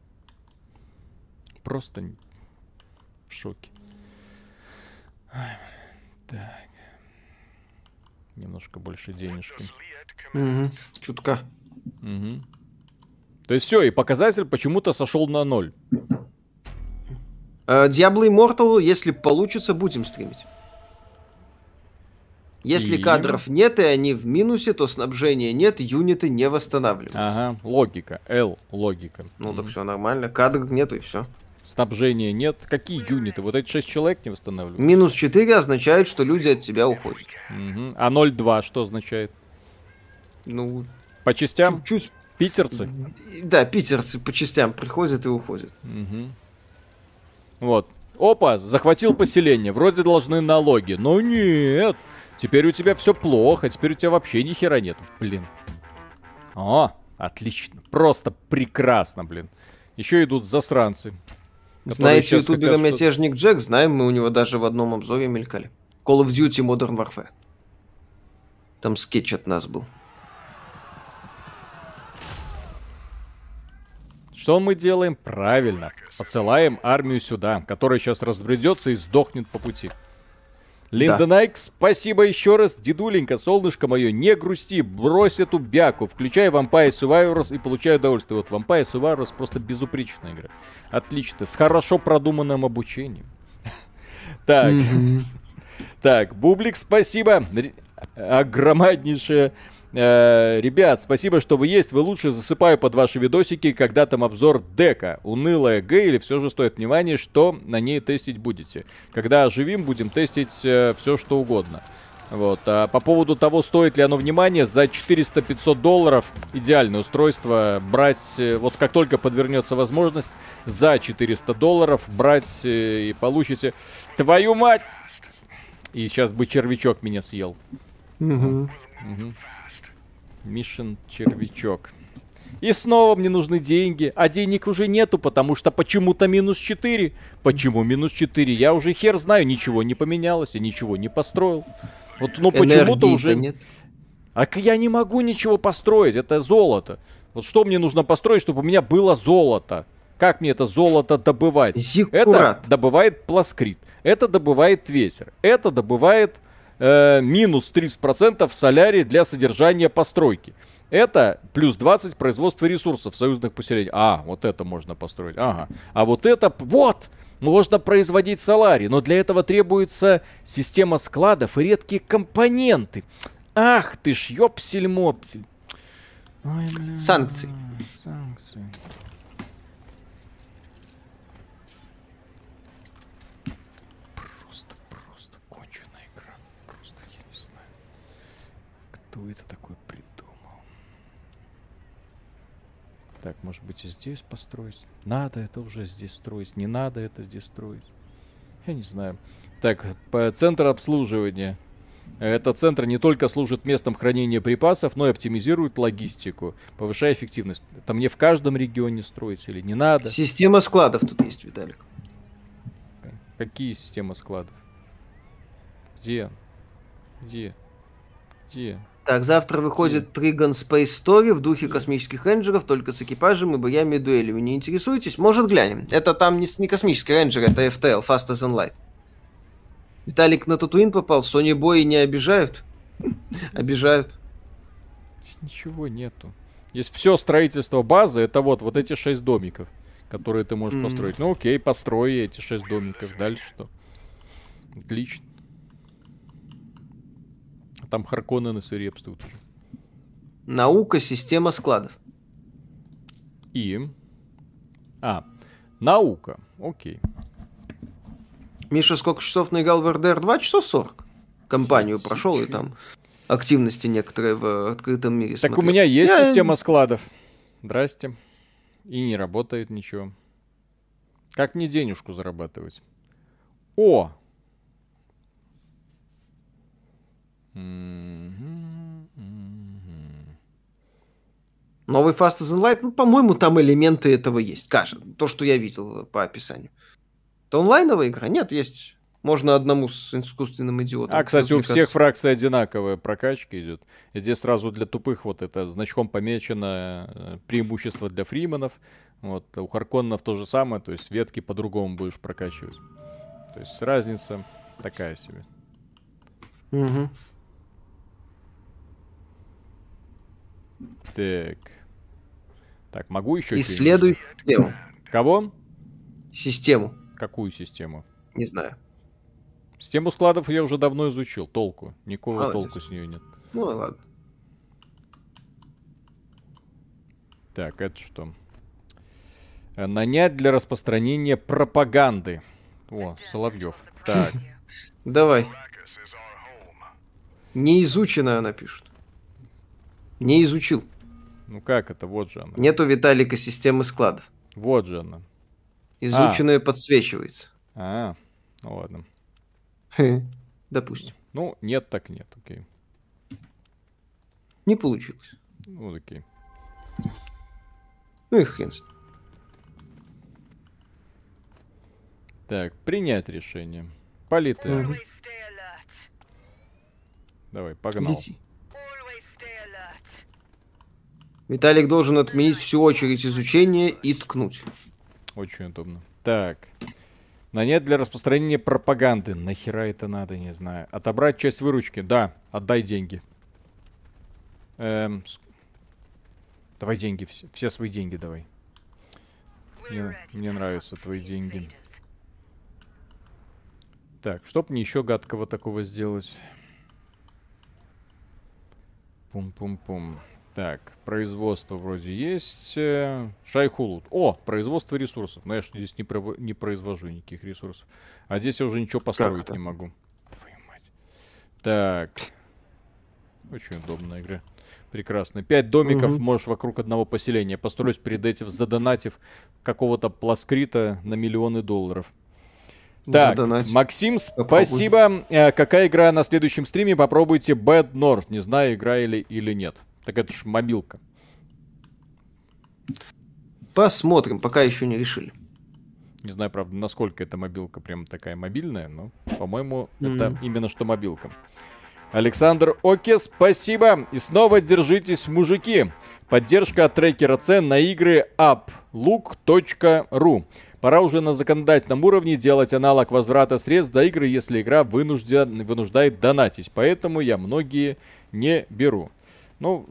Просто в шоке. Так. Немножко больше денежки. Угу. Чутка. Угу. То есть все, и показатель почему-то сошел на ноль. Diablo Immortal, если получится, будем стримить. Если и... кадров нет, и они в минусе, то снабжения нет, юниты не восстанавливаются. Ага, логика. L, логика. Ну mm-hmm. так все нормально, кадров нету и все. Снабжения нет. Какие юниты? Вот эти шесть человек не восстанавливают? Минус четыре означает, что люди от тебя уходят. Угу. А ноль два что означает? Ну... По частям? Чуть-чуть. Питерцы? Да, питерцы по частям приходят и уходят. Угу. Вот. Опа, захватил поселение. Вроде должны налоги. Но нет. Теперь у тебя все плохо. Теперь у тебя вообще ни хера нет. Блин. О, отлично. Просто прекрасно, блин. Еще идут засранцы. Знаете ютубера Мятежник Джек? Знаем, мы у него даже в одном обзоре мелькали. Call of Duty Modern Warfare. Там скетч от нас был. Что мы делаем? Правильно. Посылаем армию сюда, которая сейчас разбредется и сдохнет по пути. Линда Найк, спасибо еще раз. Дедуленька, солнышко мое, не грусти, брось эту бяку. Включай Vampire Survivors и получай удовольствие. Вот Vampire Survivors просто безупречная игра. Отлично, с хорошо продуманным обучением. Так. Так, Бублик, спасибо. Огромнейшее. Э, ребят, спасибо, что вы есть. Вы лучше, засыпаю под ваши видосики, когда там обзор дека. Унылая Г, или все же стоит внимания, что на ней тестить будете. Когда оживим, будем тестить э, все, что угодно. Вот. А по поводу того, стоит ли оно внимания, за четыреста-пятьсот долларов идеальное устройство брать, э, вот как только подвернется возможность, за четыреста долларов брать э, и получите. Твою мать! И сейчас бы червячок меня съел. Угу. Угу. Мишин червячок. И снова мне нужны деньги. А денег уже нету, потому что почему-то минус четыре. Почему минус четыре? Я уже хер знаю, ничего не поменялось, я ничего не построил. Вот, ну почему-то уже... Нет. А я не могу ничего построить, это золото. Вот что мне нужно построить, чтобы у меня было золото? Как мне это золото добывать? Зиккурат. Это добывает пласкрит. Это добывает ветер. Это добывает... э, минус тридцать процентов в солярий для содержания постройки. Это плюс двадцать производства ресурсов в союзных поселениях. А, вот это можно построить. Ага. А вот это, вот, можно производить солярий. Но для этого требуется система складов и редкие компоненты. Ах ты ж, ёпсель-мопсель. Ой, бля. Санкции. Санкции. Просто, просто конченая игра. Просто я не знаю, кто это такой придумал. Так, может быть и здесь построить? Надо это уже здесь строить, не надо это здесь строить. Я не знаю. Так, по центр обслуживания. Этот центр не только служит местом хранения припасов, но и оптимизирует логистику, повышая эффективность. Это мне в каждом регионе строить или не надо? Система складов тут есть, Виталик. Какие системы складов? Где? Где? Где? Так, завтра выходит Trigon Space Story в духе космических рейнджеров, только с экипажем и боями и дуэлями. Не интересуетесь? Может, глянем. Это там не, не космический рейнджер, это эф ти эл, Faster Than Light. Виталик на Татуин попал, Sony бои не обижают? Обижают. Ничего нету. Есть все строительство базы, это вот, вот эти шесть домиков, которые ты можешь mm. построить. Ну окей, построй эти шесть домиков. Дальше что? Отлично. Там Харконнены свирепствуют уже. Наука, система складов. И? А, наука. Окей. Миша сколько часов наиграл в эр дэ эр два? Часов сорок. Компанию прошел и там активности некоторые в открытом мире Так смотрел. У меня есть Я... система складов. Здрасте. И не работает ничего. Как мне денежку зарабатывать? О! Новый Faster Than Light, ну, по-моему, там элементы этого есть. Кажется, то, что я видел по описанию. Это онлайновая игра? Нет, есть. Можно одному с искусственным идиотом. А, кстати, у всех фракций одинаковая прокачка идет. И здесь сразу для тупых вот это значком помечено преимущество для фриманов. Вот, у Харконненов то же самое, то есть ветки по-другому будешь прокачивать. То есть разница такая себе. Угу. Так. Так, могу еще... Исследуй систему. Кого? Систему. Какую систему? Не знаю. Систему складов я уже давно изучил. Толку. Никакого Молодец. толку с нее нет. Ну ладно. Так, это что? Нанять для распространения пропаганды. О, Соловьев. Так. Давай. Неизученная она пишет. Не изучил. Ну как это? Вот же она. Нету Виталика системы складов. Вот же она. Изученная а. подсвечивается. А, ну ладно. Допустим. Ну, нет, так нет, окей. Не получилось. Ну, окей. Ну и хрен с ним. Так, принять решение. Полетаем. Угу. Давай, погнал. Лети. Виталик должен отменить всю очередь изучения и ткнуть. Очень удобно. Так. Нанять для распространения пропаганды. Нахера это надо, не знаю. Отобрать часть выручки. Да, отдай деньги. Эм, давай деньги. Все, все свои деньги давай. Мне, мне нравятся твои деньги. Так, чтоб мне еще гадкого такого сделать. Пум-пум-пум. Так, производство вроде есть. Шайхулут. О, производство ресурсов. Но я же здесь не, про... не произвожу никаких ресурсов. А здесь я уже ничего построить не могу. Твою мать. Так. Очень удобная игра. Прекрасно. Пять домиков угу. можешь вокруг одного поселения построить перед этим, задонатив какого-то пласкрита на миллионы долларов. Так, задонать. Максим, спасибо. Попробуй. Какая игра на следующем стриме? Попробуйте Bad North. Не знаю, играли или нет. Так это ж мобилка. Посмотрим, пока еще не решили. Не знаю, правда, насколько эта мобилка прям такая мобильная, но, по-моему, mm. это именно что мобилка. Александр Оке, спасибо. И снова держитесь, мужики. Поддержка от трекера цен на игры аплук точка ру. Пора уже на законодательном уровне делать аналог возврата средств до игры, если игра вынужден, вынуждает донатить. Поэтому я многие не беру. Ну,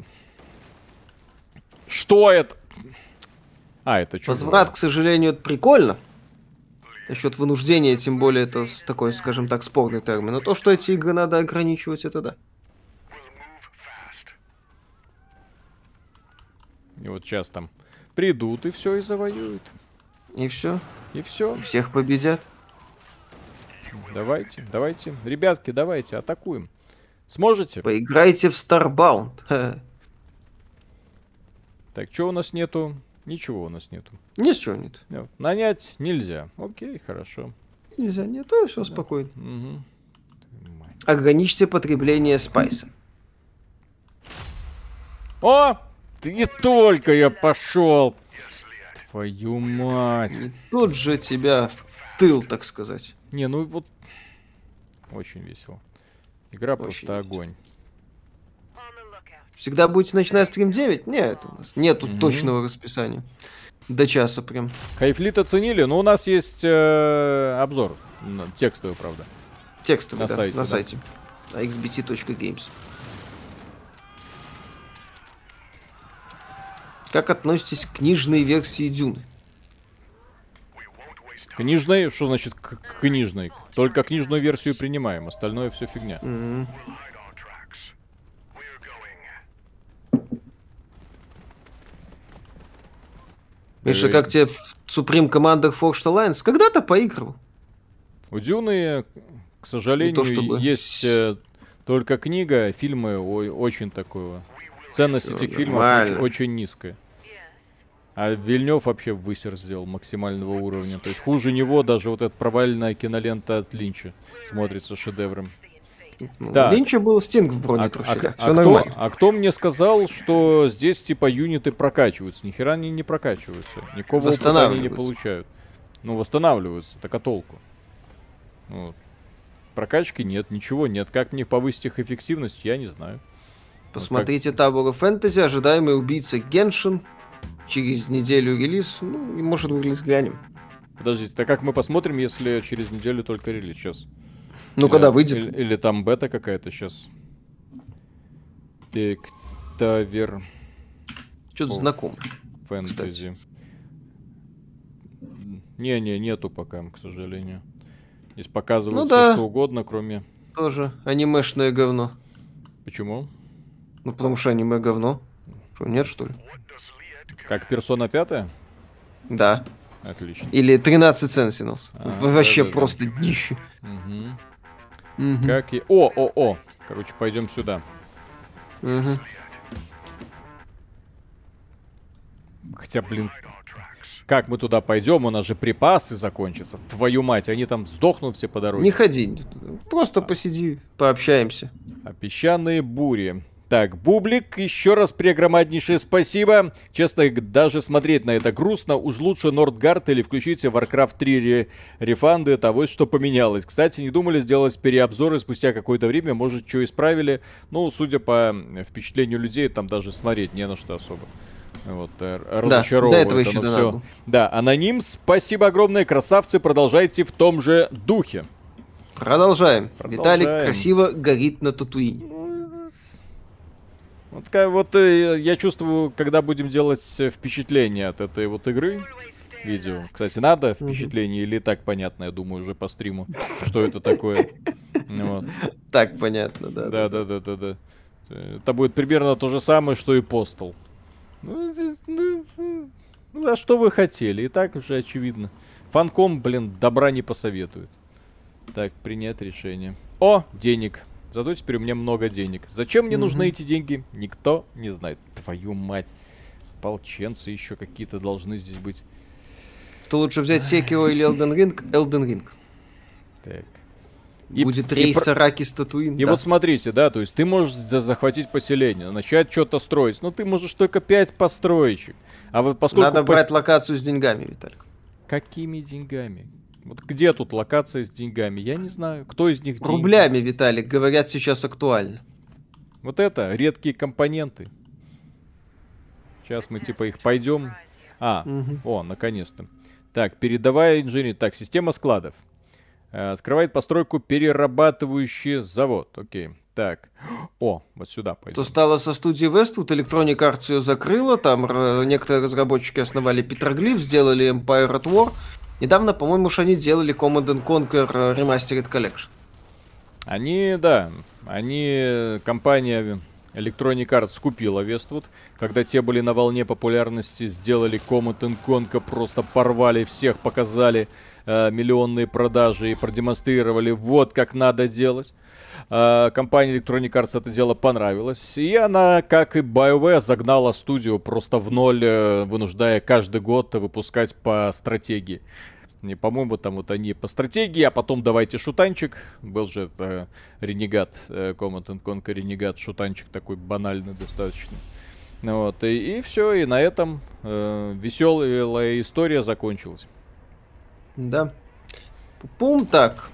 что это? А, это что? Возврат, к сожалению, это прикольно. Насчет вынуждения, тем более, это такой, скажем так, спорный термин. Но то, что эти игры надо ограничивать, это да. И вот сейчас там придут и все, и завоюют. И все. И все. Всех победят. Давайте, давайте. Ребятки, давайте, атакуем. Сможете? Поиграйте в Starbound. Так, что у нас нету? Ничего у нас нету. Ничего нет. Нет. Нанять нельзя. Окей, хорошо. Нельзя, нет, то все спокойно. Угу. Ограничьте потребление спайса. О! Ты не только я пошел. Твою мать. И тут же тебя в тыл, так сказать. Не, ну вот очень весело. Игра Очень просто огонь. Всегда будете начинать стрим девять? Нет, у нас нету Мгм. точного расписания. До часа прям. Хайфлит оценили, но у нас есть э, обзор. н- Текстовый, правда. Текстовый, На да, сайте, на да. сайте. икс би ти точка геймс. Как относитесь к книжной версии Дюны? Книжной? Что значит к- к- книжной? Только книжную версию принимаем, остальное все фигня. М. Миша, Э, как тебе в Supreme Commander Forged Alliance? Когда-то поигрывал. У Дюны, к сожалению, Не то чтобы есть с- э, только книга, фильмы о- очень такого. Ценность Всё этих фильмов нормально. очень, очень низкая. А Вильнёв вообще высер сделал максимального уровня. То есть хуже него даже вот эта провальная кинолента от Линча смотрится шедевром. Ну, Так. У Линча был Стинг в А, бронетрущелях. а- Все а нормально. кто, а кто мне сказал, что здесь типа юниты прокачиваются? Ни хера они не прокачиваются. Никакого опыта они не Восстанавливаются. получают. Ну, восстанавливаются. Так а толку? Вот. Прокачки нет, ничего нет. Как мне повысить их эффективность, я не знаю. Посмотрите Табора Фэнтези, ожидаемый убийца Геншин. Через неделю релиз. Ну, и может релиз глянем. Подождите, так как мы посмотрим, если через неделю только релиз сейчас? Ну, Или- когда выйдет. Или, или там бета какая-то сейчас. Так, Тавер Что-то О. знакомое. фэнтези. Не-не, нету пока, к сожалению. Здесь показывают Ну все, да. что угодно, кроме... Тоже анимешное говно. Почему? Ну, потому что аниме говно. Что, нет, что ли? Как Персона пятая? Да. Отлично. Или тринадцать Sentinels. А, Вообще да-да-да. просто днище. Мгм. Мгм. Как и... О, о, о! Короче, пойдем сюда. Мгм. Хотя, блин, как мы туда пойдем? У нас же припасы закончатся. Твою мать, они там сдохнут все по дороге. Не ходи. Просто посиди, пообщаемся. А песчаные бури. Так, Бублик, еще раз преогромаднейшее спасибо. Честно, г- даже смотреть на это грустно. Уж лучше Нордгард или включите Warcraft три ре- рефанды того, что поменялось. Кстати, не думали сделать переобзоры спустя какое-то время? Может, что исправили? Ну, судя по м, впечатлению людей, там даже смотреть не на что особо. Вот, э, разочаровывает до этого еще оно не всё. надо было. Да, Аноним, спасибо огромное, красавцы, продолжайте в том же духе. Продолжаем. Продолжаем. Виталик красиво горит на Татуине. Вот, ка- вот э, я чувствую, когда будем делать э, впечатление от этой вот игры, видео. Кстати, надо впечатление или и так понятно, я думаю, уже по стриму, что это такое. Ну вот. Так понятно, да. Да, да, да, да, да. Это будет примерно то же самое, что и Postal. Ну, э, ну, э, ну, а что вы хотели? И так уже очевидно. Фанком, блин, добра не посоветует. Так, принять решение. О, денег. Зато теперь у меня много денег. Зачем мне Мгм. нужны эти деньги? Никто не знает. Твою мать. Ополченцы еще какие-то должны здесь быть. То лучше взять Sekiro или Elden Ring? Elden Ring. Так. И- Будет и рейс про- Аракис Татуин. И да. вот смотрите, да, то есть ты можешь за- захватить поселение, начать что-то строить, но ты можешь только пять построечек. А вот поскольку... Надо пос- брать локацию с деньгами, Виталик. Какими деньгами? Вот где тут локация с деньгами? Я не знаю. Кто из них деньги? Рублями, Виталик, говорят сейчас актуально. Вот это, редкие компоненты. Сейчас мы типа их пойдем. А, Мгм. о, наконец-то. Так, передовая инженерия. Так, система складов. Э, Открывает постройку перерабатывающий завод. Окей. Так. О, вот сюда пойдем. То стало со студией Westwood, Electronic Arts ее закрыла, там р- некоторые разработчики основали Petroglyph, сделали Empire at War. Недавно, по-моему, уж они сделали Command and Conquer э, Remastered Collection. Они, да, они, компания Electronic Arts купила Westwood, когда те были на волне популярности, сделали Command and Conquer, просто порвали всех, показали э, миллионные продажи и продемонстрировали, вот как надо делать. Э, компании Electronic Arts это дело понравилось, и она, как и BioWare, загнала студию просто в ноль, э, вынуждая каждый год выпускать по стратегии. И, по-моему, там вот они по стратегии, а потом давайте шутанчик. Был же это Ренегат, э, Command and Conquer Ренегат, шутанчик такой банальный достаточно. Вот, и, и все, и на этом э, веселая история закончилась. Да. Пум, так.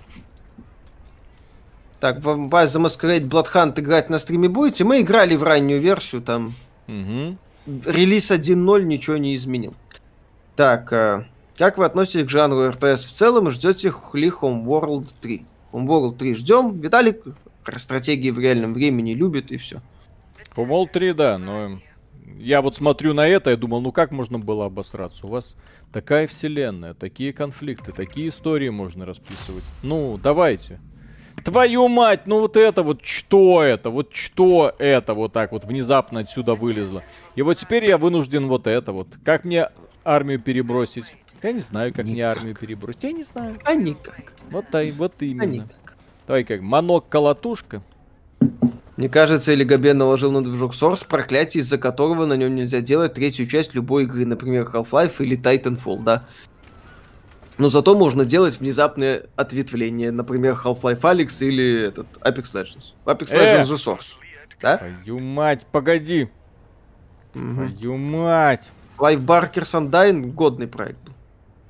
Так, в Vampire the Masquerade Bloodhunt играть на стриме будете? Мы играли в раннюю версию, там Угу. релиз один ноль ничего не изменил. Так, э, как вы относитесь к жанру эр тэ эс в целом и ждете ли Homeworld три? Homeworld три ждем. Виталик стратегии в реальном времени любит и все. Homeworld три, да, но я вот смотрю на это и думал, ну как можно было обосраться? У вас такая вселенная, такие конфликты, такие истории можно расписывать. Ну, давайте. Твою мать, ну вот это вот, что это? Вот что это вот так вот внезапно отсюда вылезло? И вот теперь я вынужден вот это вот. Как мне армию перебросить? Я не знаю, как Никак. мне армию перебросить. Я не знаю. А никак. Вот, тай, вот А именно. никак. Давай как, манок-колотушка. Мне кажется, Или Габен наложил на движок Source проклятие, из-за которого на нем нельзя делать третью часть любой игры, например, Half-Life или Titanfall, да. Но зато можно делать внезапное ответвление, например, Half-Life Alyx или этот Apex Legends. Apex Э! Legends же Source, да? Твою мать, погоди. Мгм. Твою мать. Clive Barker's Undying годный проект был.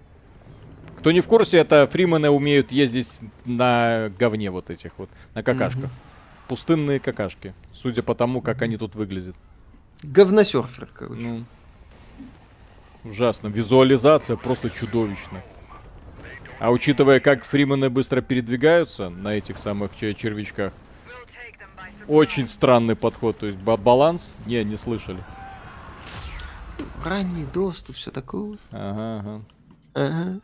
Кто не в курсе, это фримены умеют ездить на говне вот этих вот, на какашках. Мгм. Пустынные какашки, судя по тому, как они тут выглядят. Говносерфер, короче. Ну, ужасно. Визуализация просто чудовищная. А учитывая, как фримены быстро передвигаются на этих самых чер- червячках, очень странный подход. То есть ба- баланс? Не, не слышали. Ранний доступ, все такое. Ага, ага. Ага.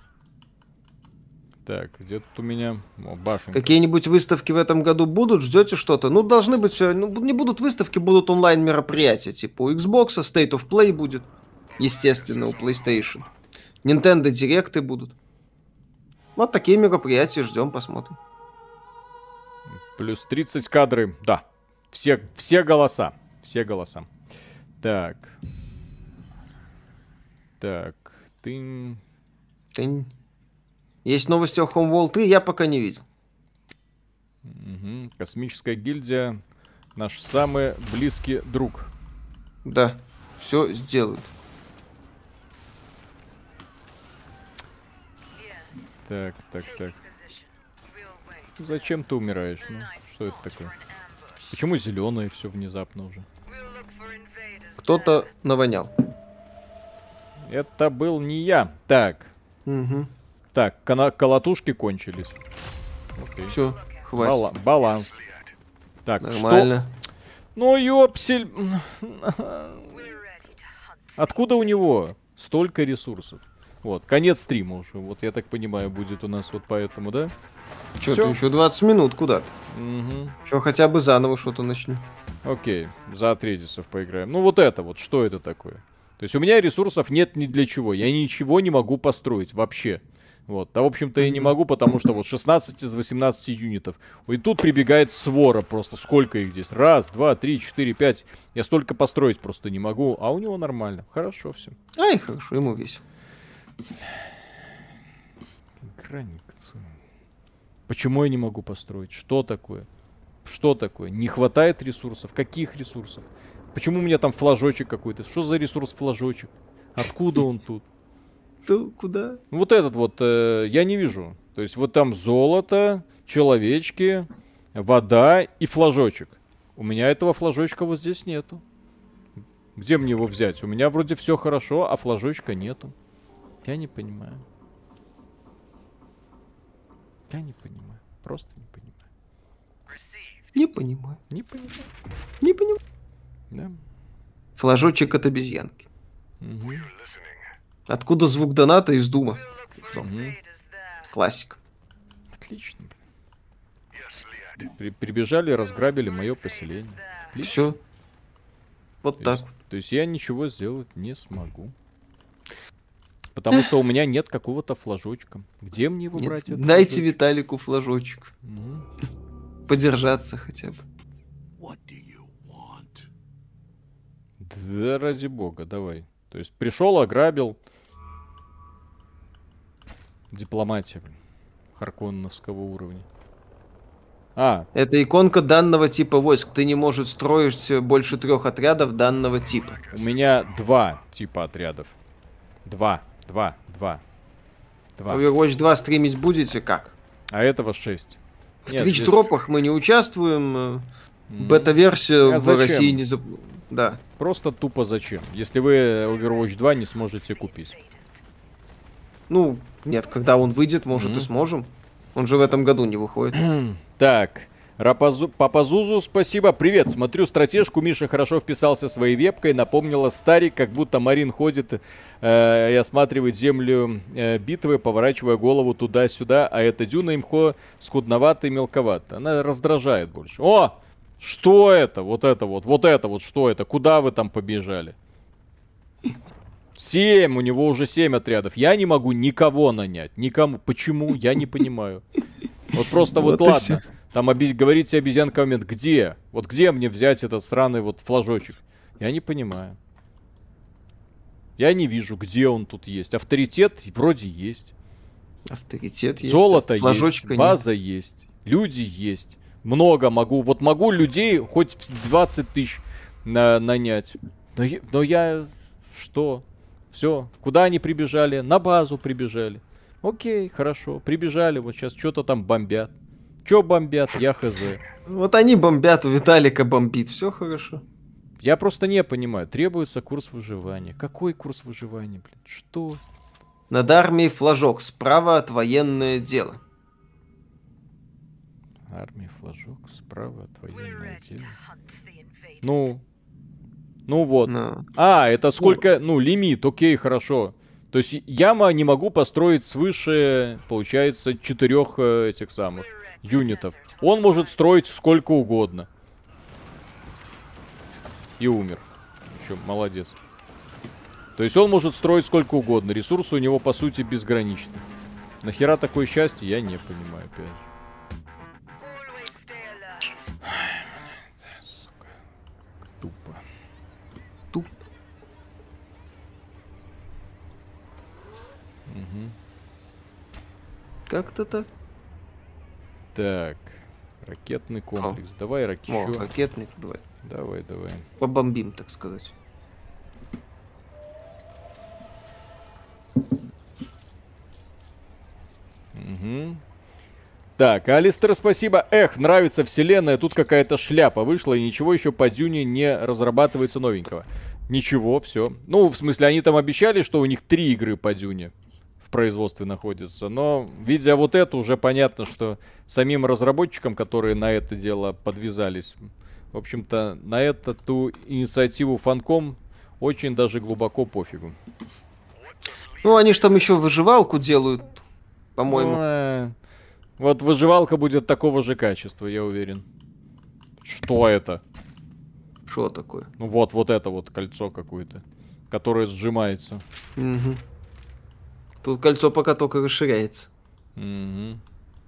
Так, где тут у меня О, башенка. Какие-нибудь выставки в этом году будут? Ждете что-то? Ну, должны быть все. Ну, не будут выставки, будут онлайн-мероприятия. Типа у Xbox, State of Play будет. Естественно, у PlayStation. Nintendo Direct'ы будут. Вот такие мероприятия ждем, посмотрим. Плюс тридцать кадры. Да. Все, все голоса. Все голоса. Так. Так. Ты... Тынь. Есть новости о Homeworld три, я пока не видел. Мгм. Космическая гильдия. Наш самый близкий друг. Да, все сделают. Так, так, так. Зачем ты умираешь? Ну, что это такое? Почему зеленое все внезапно уже? Кто-то навонял. Это был не я. Так. Угу. Так, кана- колотушки кончились. Окей. Все, хватит. Бала- баланс. Так, Нормально. что? Ну, ёпсель. Откуда у него столько ресурсов? Вот, конец стрима уже. Вот, я так понимаю, будет у нас вот поэтому, да? Что-то Всё. еще двадцать минут куда-то. Угу. Что, хотя бы заново что-то начнем. Окей, за Атрейдисов поиграем. Ну, вот это вот, что это такое? То есть у меня ресурсов нет ни для чего. Я ничего не могу построить вообще. Вот. А в общем-то я не могу, потому что вот шестнадцать из восемнадцати юнитов. И тут прибегает свора просто. Сколько их здесь? Раз, два, три, четыре, пять. Я столько построить просто не могу. А у него нормально. Хорошо все. Ай, хорошо, ему весело. Почему я не могу построить? Что такое? Что такое? Не хватает ресурсов? Каких ресурсов? Почему у меня там флажочек какой-то? Что за ресурс флажочек? Откуда он тут? То куда? Вот этот вот э, я не вижу. То есть вот там золото, человечки, вода и флажочек. У меня этого флажочка вот здесь нету. Где мне его взять? У меня вроде все хорошо, а флажочка нету. Я не понимаю. Я не понимаю. Просто не понимаю. Не понимаю. Не понимаю. Не понимаю. Да. Флажочек от обезьянки. Угу. Откуда звук доната из Дума? Что? Угу. Классика. Отлично. При прибежали, разграбили мое поселение. Все. Вот то так. Есть, то есть я ничего сделать не смогу. Потому что у меня нет какого-то флажочка. Где мне его Нет, брать? дайте флажочек? Виталику флажочек. Угу. Подержаться хотя бы. Да ради бога, давай. То есть пришел, ограбил. Дипломатия, блин. Харконновского уровня. А. Это иконка данного типа войск. Ты не можешь строить больше трех отрядов данного типа. У меня два типа отрядов. Два. Два. Два. Два. Overwatch два стримить будете как? А этого шесть. В твич-дропах здесь... мы не участвуем. Mm. Бета-версию а в зачем? России не зап... Да. Просто тупо зачем? Если вы Overwatch два не сможете купить. Ну, нет, когда он выйдет, может mm-hmm. и сможем. Он же в этом году не выходит. Так. Рапазу... Папазузу, спасибо. Привет, смотрю стратежку. Миша хорошо вписался своей вебкой. Напомнила старик, как будто Марин ходит э, и осматривает землю э, битвы, поворачивая голову туда-сюда. А эта дюна имхо скудновато и мелковато. Она раздражает больше. О! Что это? Вот это вот. Вот это вот. Что это? Куда вы там побежали? Семь. У него уже семь отрядов. Я не могу никого нанять. Никому. Почему? Я не понимаю. Вот просто вот, вот ладно. Там оби- говорите обезьянка момент, где? Вот где мне взять этот сраный вот флажочек? Я не понимаю. Я не вижу, где он тут есть. Авторитет вроде есть. Авторитет есть. Золото есть. База нет. Есть. Люди есть. Много могу. Вот могу людей хоть двадцать тысяч на- нанять. Но я, но я... Что? Все. Куда они прибежали? На базу прибежали. Окей, хорошо. Прибежали. Вот сейчас что-то там бомбят. Чё бомбят? Я хз. Вот они бомбят, у Виталика бомбит. Все хорошо. Я просто не понимаю. Требуется курс выживания. Какой курс выживания, блин? Что? Над армией флажок. Справа от военное дело. Армия флажок. Справа от военное дело. Ну. Ну вот. No. А, это сколько... Ну, лимит. Окей, хорошо. То есть я не могу построить свыше, получается, четырех этих самых юнитов. Он может строить сколько угодно. И умер. Еще молодец. То есть он может строить сколько угодно. Ресурсы у него, по сути, безграничны. Нахера такое счастье, я не понимаю, опять же. Сука. Тупо. Тупо. Угу. Как-то так. Так, ракетный комплекс. О. Давай ракетный. О, ракетный, давай. Давай, давай. Побомбим, так сказать. Угу. Так, Алистер, спасибо. Эх, нравится вселенная, тут какая-то шляпа вышла, и ничего еще по Дюне не разрабатывается новенького. Ничего, все. Ну, в смысле, они там обещали, что у них три игры по Дюне в производстве находятся, но, видя вот это, уже понятно, что самим разработчикам, которые на это дело подвязались, в общем-то, на эту инициативу Фанком очень даже глубоко пофигу. Ну, они же там еще выживалку делают, по-моему. Ну, э, вот выживалка будет такого же качества, я уверен. Что это? Что такое? Ну вот, вот это вот кольцо какое-то, которое сжимается. Угу. Тут кольцо пока только расширяется. Угу.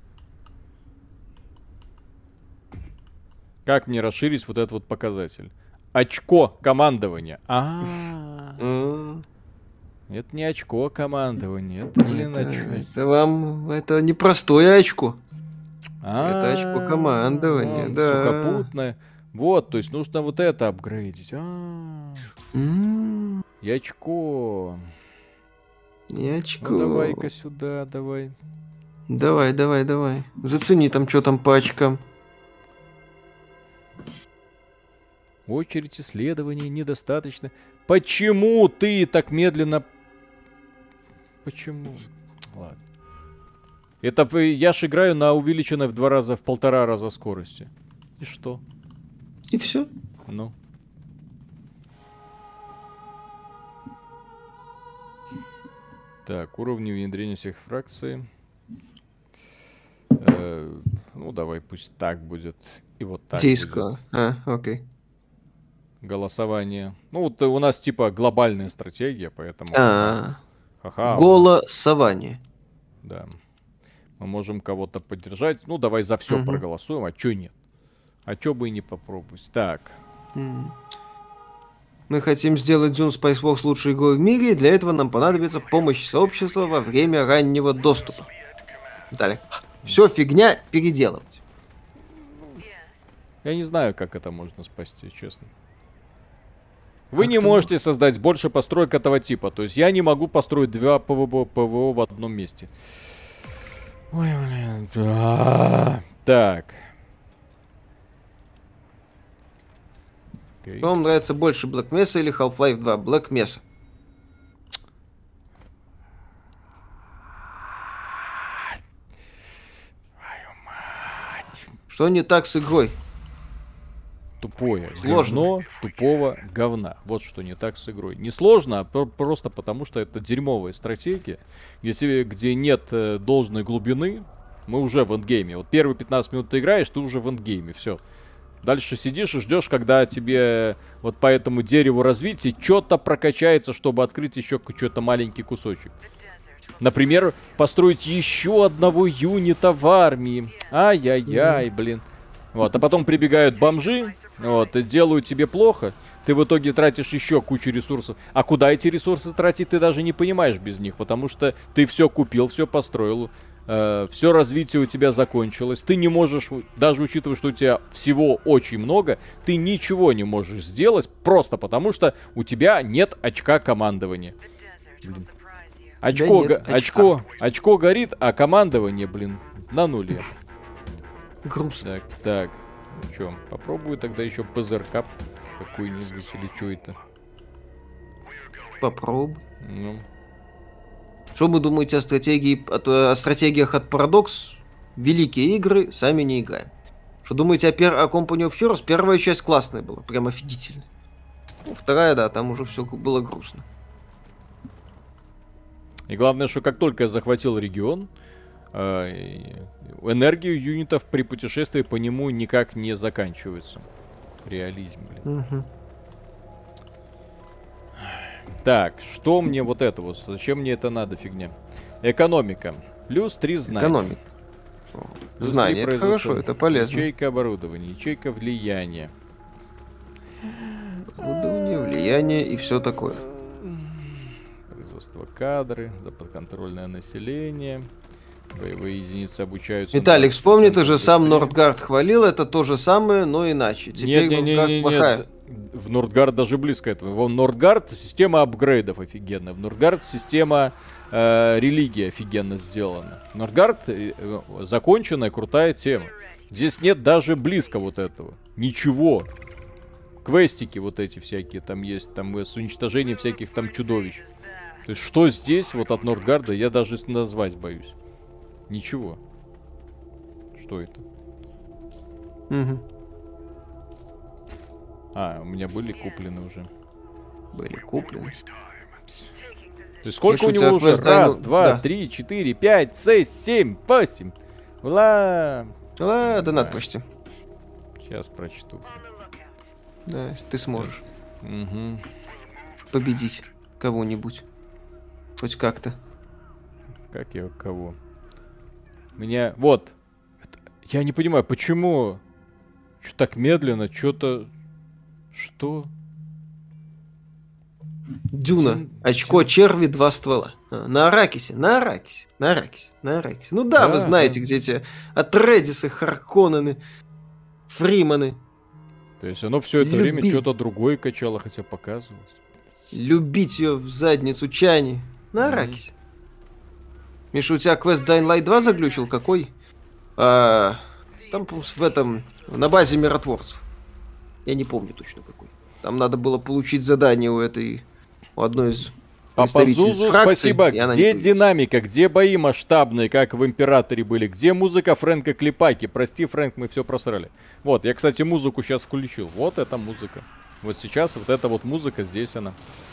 Как мне расширить вот этот вот показатель? Очко командования. А, это не очко командования, это, блин, это, очко. Это вам, это не простое очко. Это очко командования, да. Сухопутное. Вот, то есть нужно вот это апгрейдить. А, и очко. И очко. Ну давай-ка сюда, давай. Давай, давай, давай. Зацени там, что там по очкам. Очередь исследований недостаточно. Почему ты так медленно... Почему? Ладно. Это вы- я ж играю на увеличенной в два раза, в полтора раза скорости. И что? И все. Ну. Так, уровни внедрения всех фракций. Э, ну, давай, пусть так будет. И вот так Где будет. искала? А, окей. Голосование. Ну, вот у нас типа глобальная стратегия, поэтому... А, Ха-ха. голосование. Да. Мы можем кого-то поддержать. Ну, давай за все Мгм. проголосуем, а чё нет? А чё бы и не попробовать. Так. М. Мы хотим сделать Dune Spacewalks лучшей игрой в мире, и для этого нам понадобится помощь сообщества во время раннего доступа. Далее. Все фигня переделывать. Я не знаю, как это можно спасти, честно. Вы Как не это можете создать больше построек этого типа. То есть я не могу построить два ПВО, ПВО в одном месте. Ой, блин. Да. Так. Окей. Что вам нравится больше, Black Mesa или Half-Life два? Black Mesa. Что не так с игрой? Тупое Сложно. говно тупого говна. Вот что не так с игрой. Не сложно, а про- просто потому, что это дерьмовая стратегия, где, тебе- где нет э, должной глубины. Мы уже в эндгейме. Вот первые пятнадцать минут ты играешь, ты уже в эндгейме. Все. Дальше сидишь и ждешь, когда тебе вот по этому дереву развития что-то прокачается, чтобы открыть еще какой-то маленький кусочек. Например, построить еще одного юнита в армии. Ай-яй-яй, блин. Вот, а потом прибегают бомжи, вот, и делают тебе плохо. Ты в итоге тратишь еще кучу ресурсов. А куда эти ресурсы тратить, ты даже не понимаешь без них, потому что ты все купил, все построил, э, все развитие у тебя закончилось. Ты не можешь, даже учитывая, что у тебя всего очень много, ты ничего не можешь сделать, просто потому что у тебя нет очка командования. Блин. Очко, нет го- очка. очко, очко горит, а командование, блин, на нуле. Грустно. Так, так. Ну чё, попробую тогда еще ПЗРК какой-нибудь или что это. Попробуй. Ну, Что вы думаете о стратегии, о, о стратегиях от Paradox? Великие игры, сами не играем. Что думаете о, пер, о Company of Heroes? Первая часть классная была, прям офигительная. Ну, вторая, да, там уже все было грустно. и главное, что как только я захватил регион, э, и энергию юнитов при путешествии по нему никак не заканчивается. Реализм, блин. Мгм. Так, что мне вот это вот? Зачем мне это надо, фигня? Экономика. Плюс три знания. Экономика. Плюс Знания, три это производства. хорошо, это полезно. Ячейка оборудования, ячейка влияния. Оборудование, влияние и все такое. Производство кадры, за подконтрольное население. Боевые единицы обучаются... Виталик, на вспомни, ты же быстрее. сам Нордгард хвалил, это то же самое, но иначе. Теперь Нет, нет, Нордгард нет, плохая. нет. В Нордгард даже близко этого. Вон Нордгард система апгрейдов офигенная. В Нордгард система э, религии офигенно сделана. Нордгард э, э, законченная крутая тема. Здесь нет даже близко вот этого. Ничего. Квестики вот эти всякие там есть. Там э, с уничтожением всяких там чудовищ. То есть что здесь вот от Нордгарда я даже назвать боюсь. Ничего. Что это? Мгм. А, у меня были куплены уже. Были куплены. То есть сколько Видишь, у у него тебя уже? квест Раз, дайну- два, да. три, четыре, пять, шесть, семь, восемь. Ла. Ладно, Да. надо почти. Сейчас прочту. Да, ты сможешь Угу. победить кого-нибудь. Хоть как-то. Как я кого? Меня... Вот. Это- Я не понимаю, почему... Что так медленно, что-то... Что? Дюна. Тим- Очко черви, два ствола. А, на Аракисе, на Аракисе, на Аракисе, на Аракисе. Ну да, Да, вы знаете, да. где эти Атредисы, Харконнены, Фриманы. То есть оно все это время Люби. что-то другое качало, хотя показывалось. Любить ее в задницу Чани. На Мгм. Аракисе. Миша, у тебя квест Dying Light два заглючил? Какой? А, там в этом, на базе миротворцев. Я не помню точно какой. Там надо было получить задание у этой, у одной из Папа Зузу, спасибо. Где появится. Динамика, где бои масштабные, как в Императоре были? Где музыка Фрэнка Клипаки? Прости, Фрэнк, мы все просрали. Вот, я, кстати, музыку сейчас включил. Вот эта музыка. Вот сейчас вот эта вот музыка, здесь она.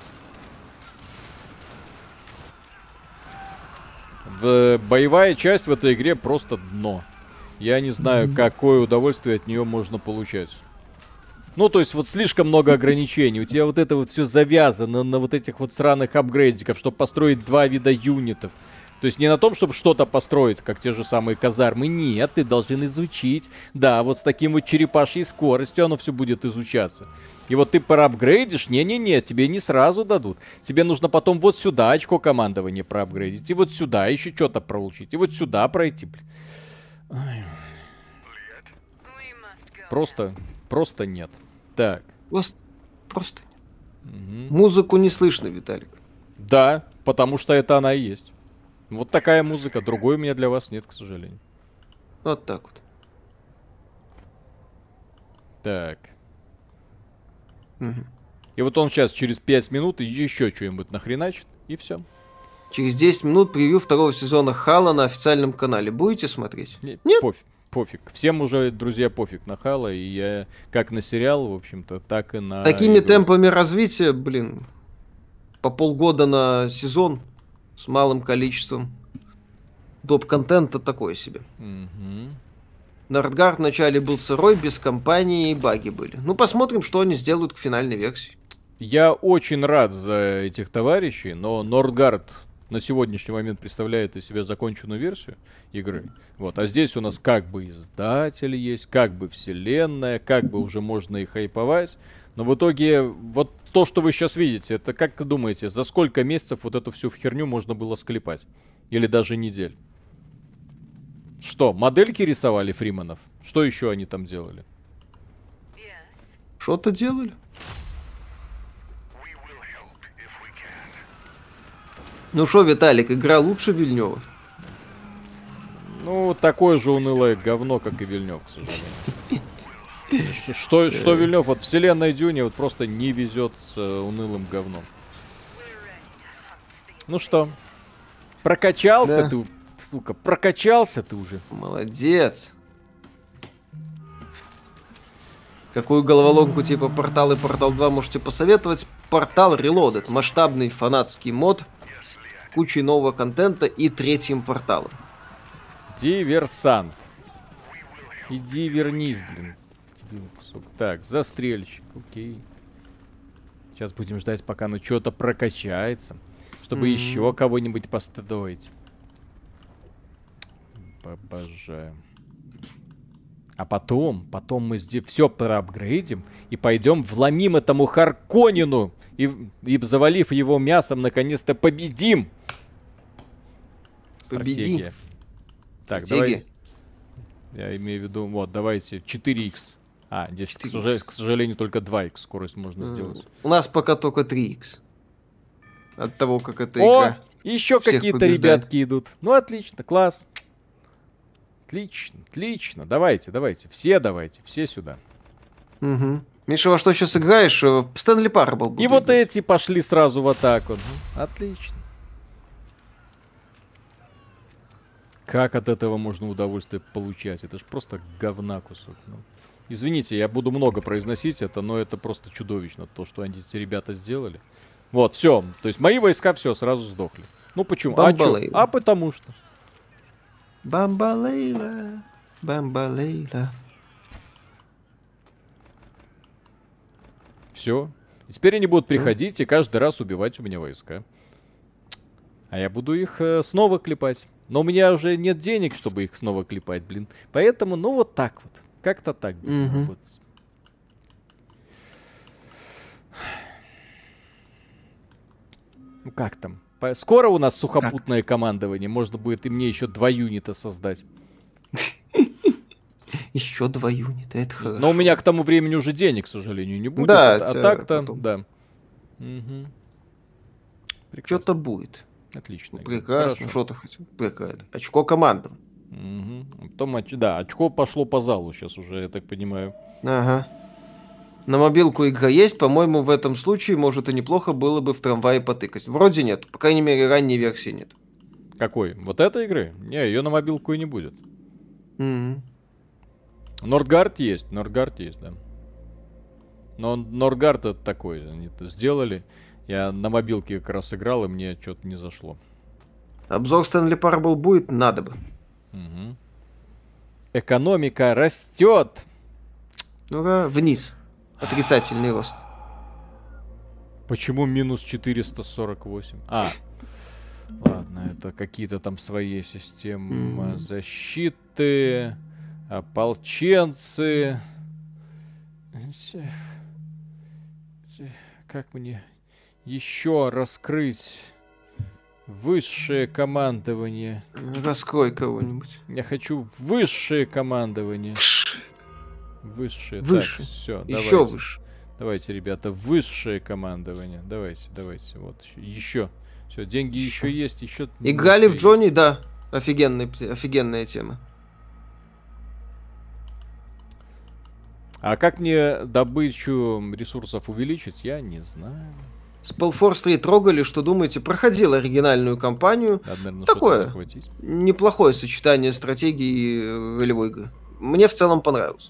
В, боевая часть в этой игре просто дно. Я не знаю, mm-hmm. какое удовольствие от нее можно получать. Ну, то есть, вот слишком много ограничений. У тебя вот это вот все завязано на вот этих вот сраных апгрейдиков, чтобы построить два вида юнитов. То есть, не на том, чтобы что-то построить, как те же самые казармы. Нет, ты должен изучить. Да, вот с таким вот черепашьей скоростью оно все будет изучаться. И вот ты проапгрейдишь, не-не-не, тебе не сразу дадут. Тебе нужно потом вот сюда очко командования проапгрейдить, и вот сюда еще что-то проучить, и вот сюда пройти. Ай. Просто, просто нет. Так. Просто, просто. Угу. Музыку не слышно, Виталик. Да, потому что это она и есть. Вот такая музыка, другой у меня для вас нет, к сожалению. Вот так вот. Так. Угу. И вот он сейчас через пять минут еще что-нибудь нахреначит, и все. Через десять минут превью второго сезона Хала на официальном канале. Будете смотреть? Не, Нет? Пофиг, пофиг. Всем уже, друзья, пофиг на Хала. И я как на сериал, в общем-то, так и на... Такими игру. темпами развития, блин, по полгода на сезон с малым количеством доп-контента такое себе. Угу. Нордгард вначале был сырой, без кампании и баги были. Ну, посмотрим, что они сделают к финальной версии. Я очень рад за этих товарищей, но Нордгард на сегодняшний момент представляет из себя законченную версию игры. Вот. А здесь у нас как бы издатель есть, как бы вселенная, как бы уже можно и хайповать. Но в итоге вот то, что вы сейчас видите, это как вы думаете, за сколько месяцев вот эту всю херню можно было склепать? Или даже недель? Что, модельки рисовали Фриманов? Что еще они там делали? Что-то делали? Ну что, Виталик, игра лучше Вильнёва? Ну, такое же унылое говно, как и Вильнёв, к сожалению. Что, что Вильнёв от вселенной Дюни вот просто не везет с унылым говном. Ну что, прокачался ты, сука, прокачался ты уже. Молодец. Какую головоломку типа Портал и Портал два можете посоветовать? Портал Reloaded. Масштабный фанатский мод. Кучей нового контента и третьим порталом. Диверсант. Иди вернись, блин. Так, застрельщик, окей. Сейчас будем ждать, пока ну что-то прокачается. Чтобы mm-hmm. еще кого-нибудь построить. Обожаю. А потом, потом мы здесь все проапгрейдим и пойдем вломим этому Харконину. И, и завалив его мясом, наконец-то победим. Победи. Так, давай. Я имею в виду, вот, давайте четыре икс. А, здесь, к, сожалению, к сожалению, только два икс скорость можно mm. сделать. У нас пока только три икс. От того, как эта О, игра. Еще какие-то ребятки идут. Ну, отлично, класс. Отлично, отлично. Давайте, давайте. Все давайте, все сюда. Угу. Миша, во что сейчас играешь? В Стэнли Парабл. И вот играть. Эти пошли сразу в атаку. Отлично. Как от этого можно удовольствие получать? Это ж просто говна кусок. Ну. Извините, я буду много произносить это, но это просто чудовищно, то, что они, эти ребята сделали. Вот, все. То есть мои войска все сразу сдохли. Ну почему? А, чё? А потому что. Бамбалейла, бамбалейла. Все. И теперь они будут приходить и каждый раз убивать у меня войска. А я буду их э, снова клепать. Но у меня уже нет денег, чтобы их снова клепать, блин. Поэтому, ну вот так вот. Как-то так будем mm-hmm. работать. Ну как там? Скоро у нас сухопутное как? командование. Можно будет и мне еще два юнита создать. Еще два юнита, это хорошо. Но у меня к тому времени уже денег, к сожалению, не будет. Да, а, а так-то, да. Угу. Что-то будет. Отлично. Ну, прекрасно, что-то хотел. Прекрасно. Очко команды. Угу. Потом, да, очко пошло по залу сейчас уже, я так понимаю. Ага. На мобилку игра есть, по-моему, в этом случае, может, и неплохо было бы в трамвае потыкать. Вроде нет, по крайней мере, ранней версии нет. Какой? Вот этой игры? Не, ее на мобилку и не будет. Mm-hmm. Нордгард есть, Нордгард есть, да. Но Нордгард это такой, они это сделали. Я на мобилке как раз играл, и мне что-то не зашло. Обзор Stanley Parable будет? Надо бы. Угу. Экономика растет. Ну-ка, вниз. Отрицательный рост. Почему минус четыреста сорок восемь? А, ладно, это какие-то там свои системы mm. защиты, ополченцы. Как мне еще раскрыть высшее командование? Раскрой кого-нибудь. Я хочу высшее командование. Высшее. Выше. Так, все, еще давайте. выше. Давайте, ребята, высшее командование. Давайте, давайте. Вот еще. Все, деньги еще, еще есть, еще. Играли в Джонни, есть. Да. Офигенная, офигенная тема. А как мне добычу ресурсов увеличить, я не знаю. Spellforce три трогали, что думаете? Проходил оригинальную кампанию. Надо, наверное, такое неплохое сочетание стратегии и ролевой игры. Мне в целом понравилось.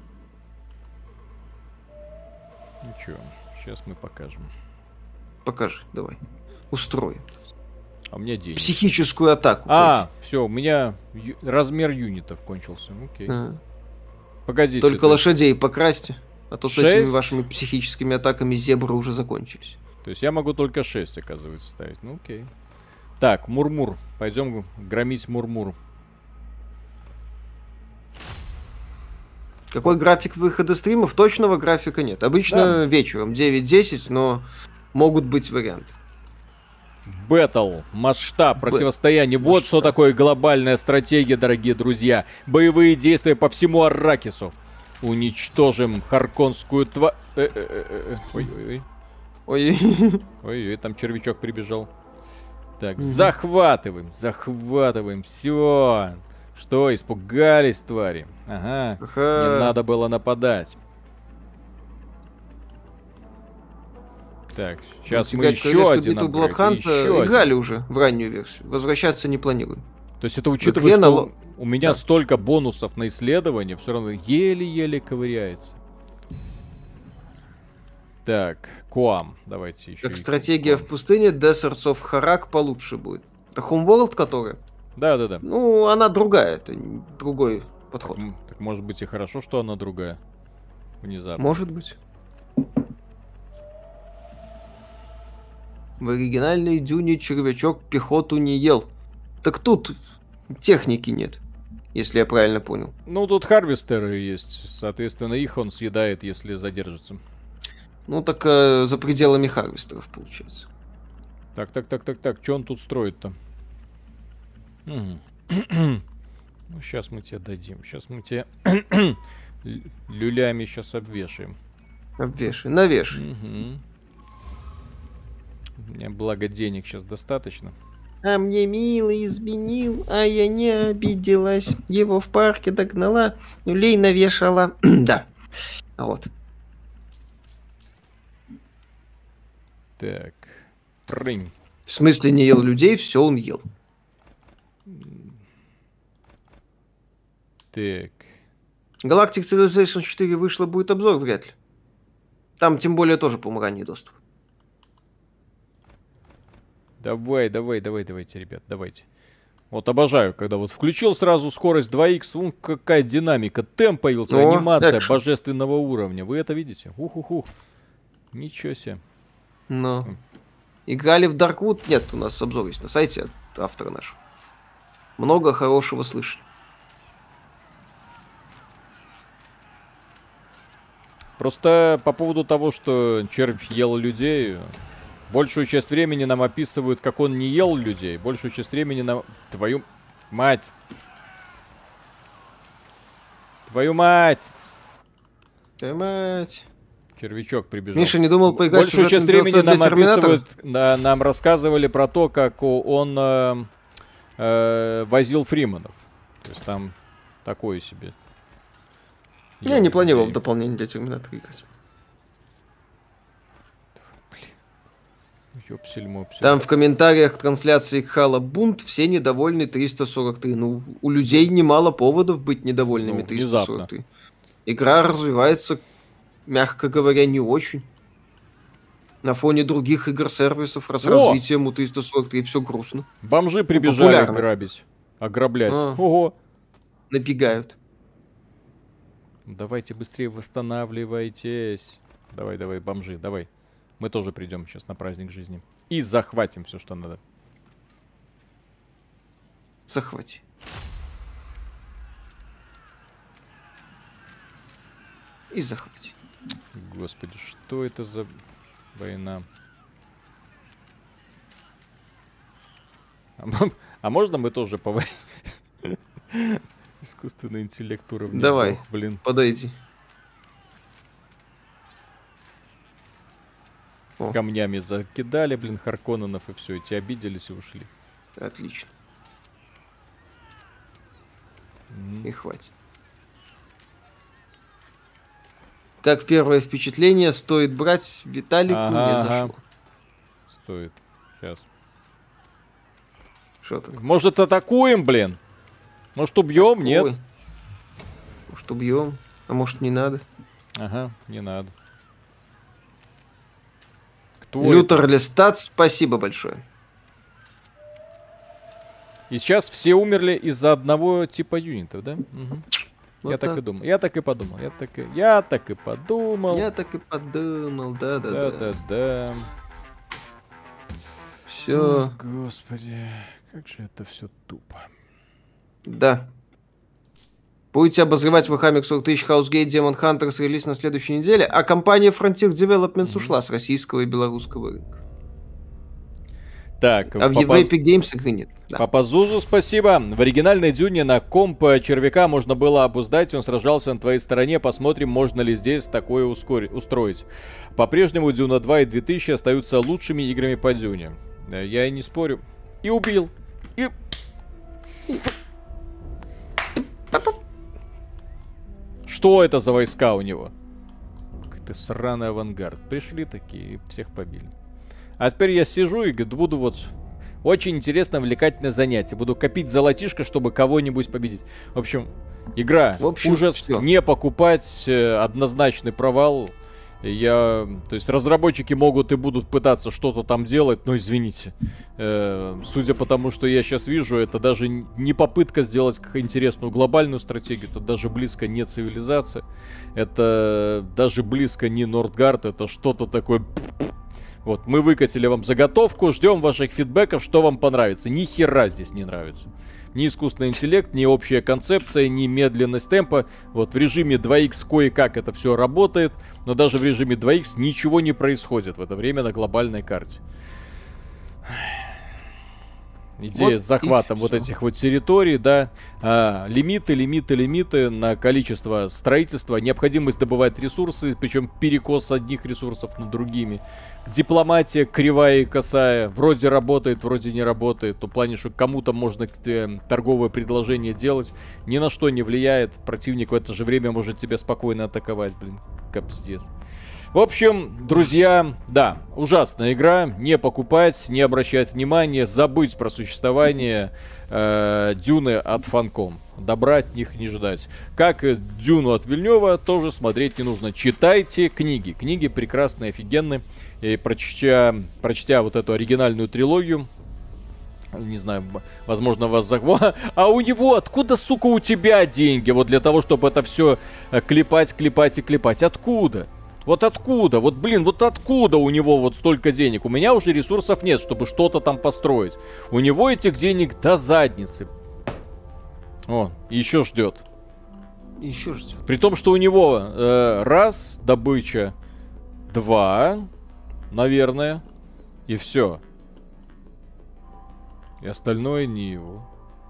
Ничего, сейчас мы покажем. Покажи, давай. Устрой. А у меня денег. Психическую атаку. А, все, у меня ю- размер юнитов кончился. Окей. А. Погодите. Только это... лошадей покрасьте, а то шесть? С этими вашими психическими атаками зебры уже закончились. То есть я могу только шесть, оказывается, ставить. Ну окей. Так, Мурмур. Пойдем громить Мурмур. Какой график выхода стримов? Точного графика нет. Обычно да. вечером девять-десять, но могут быть варианты. Бэтл, масштаб, противостояние. Вот что такое глобальная стратегия, дорогие друзья. Боевые действия по всему Арракису. Уничтожим Харконскую тва... Ой-ой-ой. Ой-ой. Ой-ой, там червячок прибежал. Так, захватываем, захватываем. Все. Что, испугались, твари? Ага, ага. Не надо было нападать. Так, сейчас мы еще один апгрейд, еще играли один. Уже в раннюю версию. Возвращаться не планируем. То есть это учитывая, что нал... у меня да. столько бонусов на исследование, все равно еле-еле ковыряется. Так, Куам, давайте еще. Как стратегия Куам. В пустыне, Deserts of Harak получше будет. Это Homeworld, которая? Да-да-да. Ну, она другая, это другой подход. Так, так может быть и хорошо, что она другая. Внезапно. Может быть. В оригинальной Дюне червячок пехоту не ел. Так тут техники нет, если я правильно понял. Ну, тут харвестеры есть, соответственно, их он съедает, если задержится. Ну, так э, за пределами харвестеров, получается. Так, так, так, так, так, что он тут строит-то? Угу. Ну, сейчас мы тебе дадим, сейчас мы тебе люлями сейчас обвешаем. Обвешай, навешай. Угу. У меня, благо, денег сейчас достаточно. А мне милый изменил, а я не обиделась. Его в парке догнала, люлей навешала. Да. Вот. Так. Прынь. В смысле не ел людей, все он ел. Так. Galactic Civilization четыре вышло, будет обзор вряд ли. Там тем более тоже, по-моему, ранний доступ. Давай, давай, давай, давайте, ребят, давайте. Вот обожаю, когда вот включил сразу скорость два икс, вон какая динамика, темп появился, О, анимация экшен. Божественного уровня. Вы это видите? Ух-ух-ух. Ничего себе. Но. Играли в Darkwood? Нет, у нас обзор есть на сайте от автора нашего. Много хорошего слышали. Просто по поводу того, что червь ел людей... Большую часть времени нам описывают, как он не ел людей. Большую часть времени нам... Твою мать! Твою мать! Твою мать! Червячок прибежал. Миша не думал поиграть. Большую часть времени нам описывают... Да, нам рассказывали про то, как он э, э, возил Фриманов. То есть там такое себе. Я не планировал в дополнение для Терминатора играть. Ёпсель-мопсель. Там в комментариях к трансляции Хала бунт, все недовольны триста сорок три. Ну, у людей немало поводов быть недовольными Ну, триста сорок три. Игра развивается, мягко говоря, не очень. На фоне других игр-сервисов с развитием у триста сорок три все грустно. Бомжи прибежали популярно. грабить, ограблять. А. Ого. Набегают. Давайте быстрее восстанавливайтесь. Давай, давай, бомжи, давай. Мы тоже придем сейчас на праздник жизни. И захватим все, что надо. Захвати. И захвати. Господи, что это за война? А, м- а можно мы тоже по войне? Искусственный интеллект уровня. Давай. Бог, блин. Подойди. О. Камнями закидали, блин, Харконненов, и все, эти обиделись и ушли. Отлично. Мгм. И хватит. Как первое впечатление, стоит брать, Виталику Ага, не ага. зашло. Стоит. Сейчас. Что такое? Может, атакуем, блин? Может, убьем? Нет. Ой. Может, убьем, а может, не надо. Ага, не надо. Кто Лютер это? Лестат, спасибо большое. И сейчас все умерли из-за одного типа юнитов, да? Мгм. Вот Я так. так. и думал. Я так и подумал. Я так и, я так и подумал. Я так и подумал, да-да-да. Да-да-да. Все, О, Господи, как же это все тупо. да. Будете обозревать Warhammer сорок тысяч, Housegate, Demon Hunters релиз на следующей неделе, а компания Frontier Developments ушла с российского и белорусского рынка. Так, А в Папа- Epic Games игры нет. Да. Папа Зузу, спасибо. В оригинальной Дюне на комп червяка можно было обуздать, он сражался на твоей стороне. Посмотрим, можно ли здесь такое ускори- устроить. По-прежнему Дюна два и две тысячи остаются лучшими играми по Дюне. Да, я и не спорю. И убил. И... Что это за войска у него? Какой-то сраный авангард. Пришли такие и всех побили. А теперь я сижу и говорю, буду вот... Очень интересно, увлекательное занятие. Буду копить золотишко, чтобы кого-нибудь победить. В общем, игра. В общем, Ужас. всё. Не покупать. э, Однозначный провал. Я... То есть разработчики могут и будут пытаться что-то там делать, но извините. Э, судя по тому, что я сейчас вижу, это даже н- не попытка сделать как интересную глобальную стратегию. Это даже близко не цивилизация. Это даже близко не Нордгард. Это что-то такое... Вот, мы выкатили вам заготовку, ждем ваших фидбэков, что вам понравится. Ни хера здесь не нравится. Ни искусственный интеллект, ни общая концепция, ни медленность темпа. Вот в режиме два икс кое-как это все работает, но даже в режиме два икс ничего не происходит в это время на глобальной карте. Идея Вот с захватом и вот всё. этих вот территорий, да, а, лимиты, лимиты, лимиты на количество строительства, необходимость добывать ресурсы, причем перекос одних ресурсов над другими. Дипломатия кривая и косая, вроде работает, вроде не работает, в том плане, что кому-то можно э, торговое предложение делать, ни на что не влияет, противник в это же время может тебя спокойно атаковать, блин, капздец. В общем, друзья, да, ужасная игра, не покупать, не обращать внимания, забыть про существование э, Дюны от Funcom. Добра от них не ждать. Как и Дюну от Вильнёва, тоже смотреть не нужно. Читайте книги. Книги прекрасные, офигенные. И прочтя, прочтя вот эту оригинальную трилогию, не знаю, возможно, вас захватит. А у него, откуда, сука, у тебя деньги? Вот для того, чтобы это все клепать, клепать и клепать. Откуда? Вот откуда? Вот, блин, вот откуда у него вот столько денег? У меня уже ресурсов нет, чтобы что-то там построить. У него этих денег до задницы. О, еще ждет. Еще ждет. При том, что у него э, раз добыча, два, наверное, и все. И остальное не его.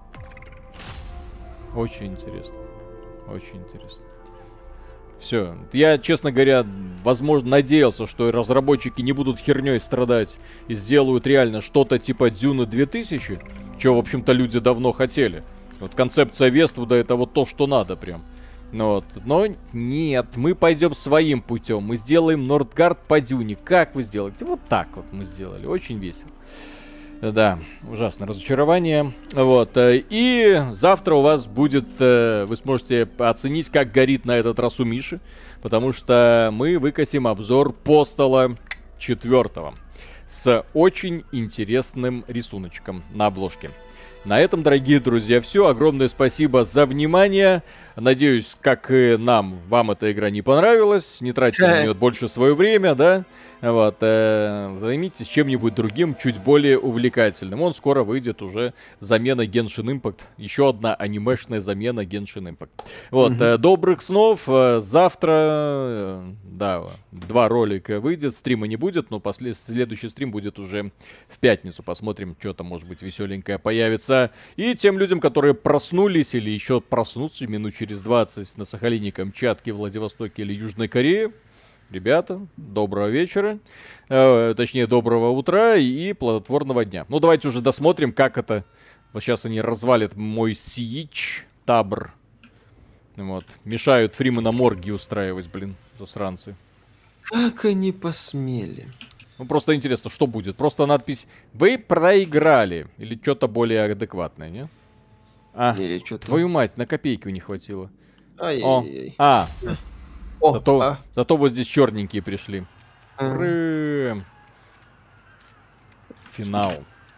Очень интересно. Очень интересно. Все. Я, честно говоря, возможно, надеялся, что разработчики не будут херней страдать и сделают реально что-то типа Дюны две тысячи, чего, в общем-то, люди давно хотели. Вот концепция Вествуда — это вот то, что надо прям. Ну вот. Но нет, мы пойдем своим путем. Мы сделаем Нордгард по дюне. Как вы сделаете? Вот так вот мы сделали. Очень весело. Да, ужасное разочарование. Вот. И завтра у вас будет... Вы сможете оценить, как горит на этот раз у Миши. Потому что мы выкатим обзор Постала четвертого. С очень интересным рисуночком на обложке. На этом, дорогие друзья, все. Огромное спасибо за внимание. Надеюсь, как и нам, вам эта игра не понравилась. Не тратьте на нее больше свое время, да? Вот, э, займитесь чем-нибудь другим, чуть более увлекательным. Он скоро выйдет уже замена Genshin Impact. Еще одна анимешная замена Genshin Impact. Вот, mm-hmm. э, добрых снов. Э, завтра, э, да, два ролика выйдет. Стрима не будет, но после, следующий стрим будет уже в пятницу. Посмотрим, что там, может быть, веселенькое появится. И тем людям, которые проснулись или еще проснутся минут через двадцать на Сахалине, Камчатке, Владивостоке или Южной Корее. Ребята, доброго вечера, э, точнее, доброго утра и плодотворного дня. Ну, давайте уже досмотрим, как это... Вот сейчас они развалят мой Сиич Табр. Вот. Мешают Фримена морги устраивать, блин, засранцы. Как они посмели? Ну, просто интересно, что будет? Просто надпись «Вы проиграли» или что-то более адекватное, не? А, или что-то... твою мать, на копейку не хватило. Ай-яй-яй. А, О, зато, а. зато вот здесь черненькие пришли. А. Финал.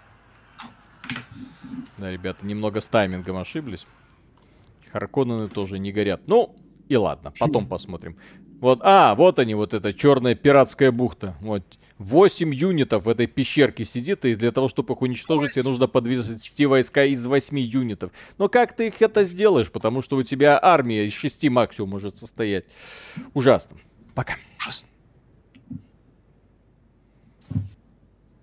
Да, ребята, немного с таймингом ошиблись. Харконнены тоже не горят. Ну, и ладно, потом посмотрим. Вот, а, вот они, вот эта черная пиратская бухта. Вот. восемь юнитов в этой пещерке сидит, и для того, чтобы их уничтожить, тебе нужно подвести войска из восьми юнитов. Но как ты их это сделаешь? Потому что у тебя армия из шести максимум может состоять. Ужасно. Пока. Ужасно.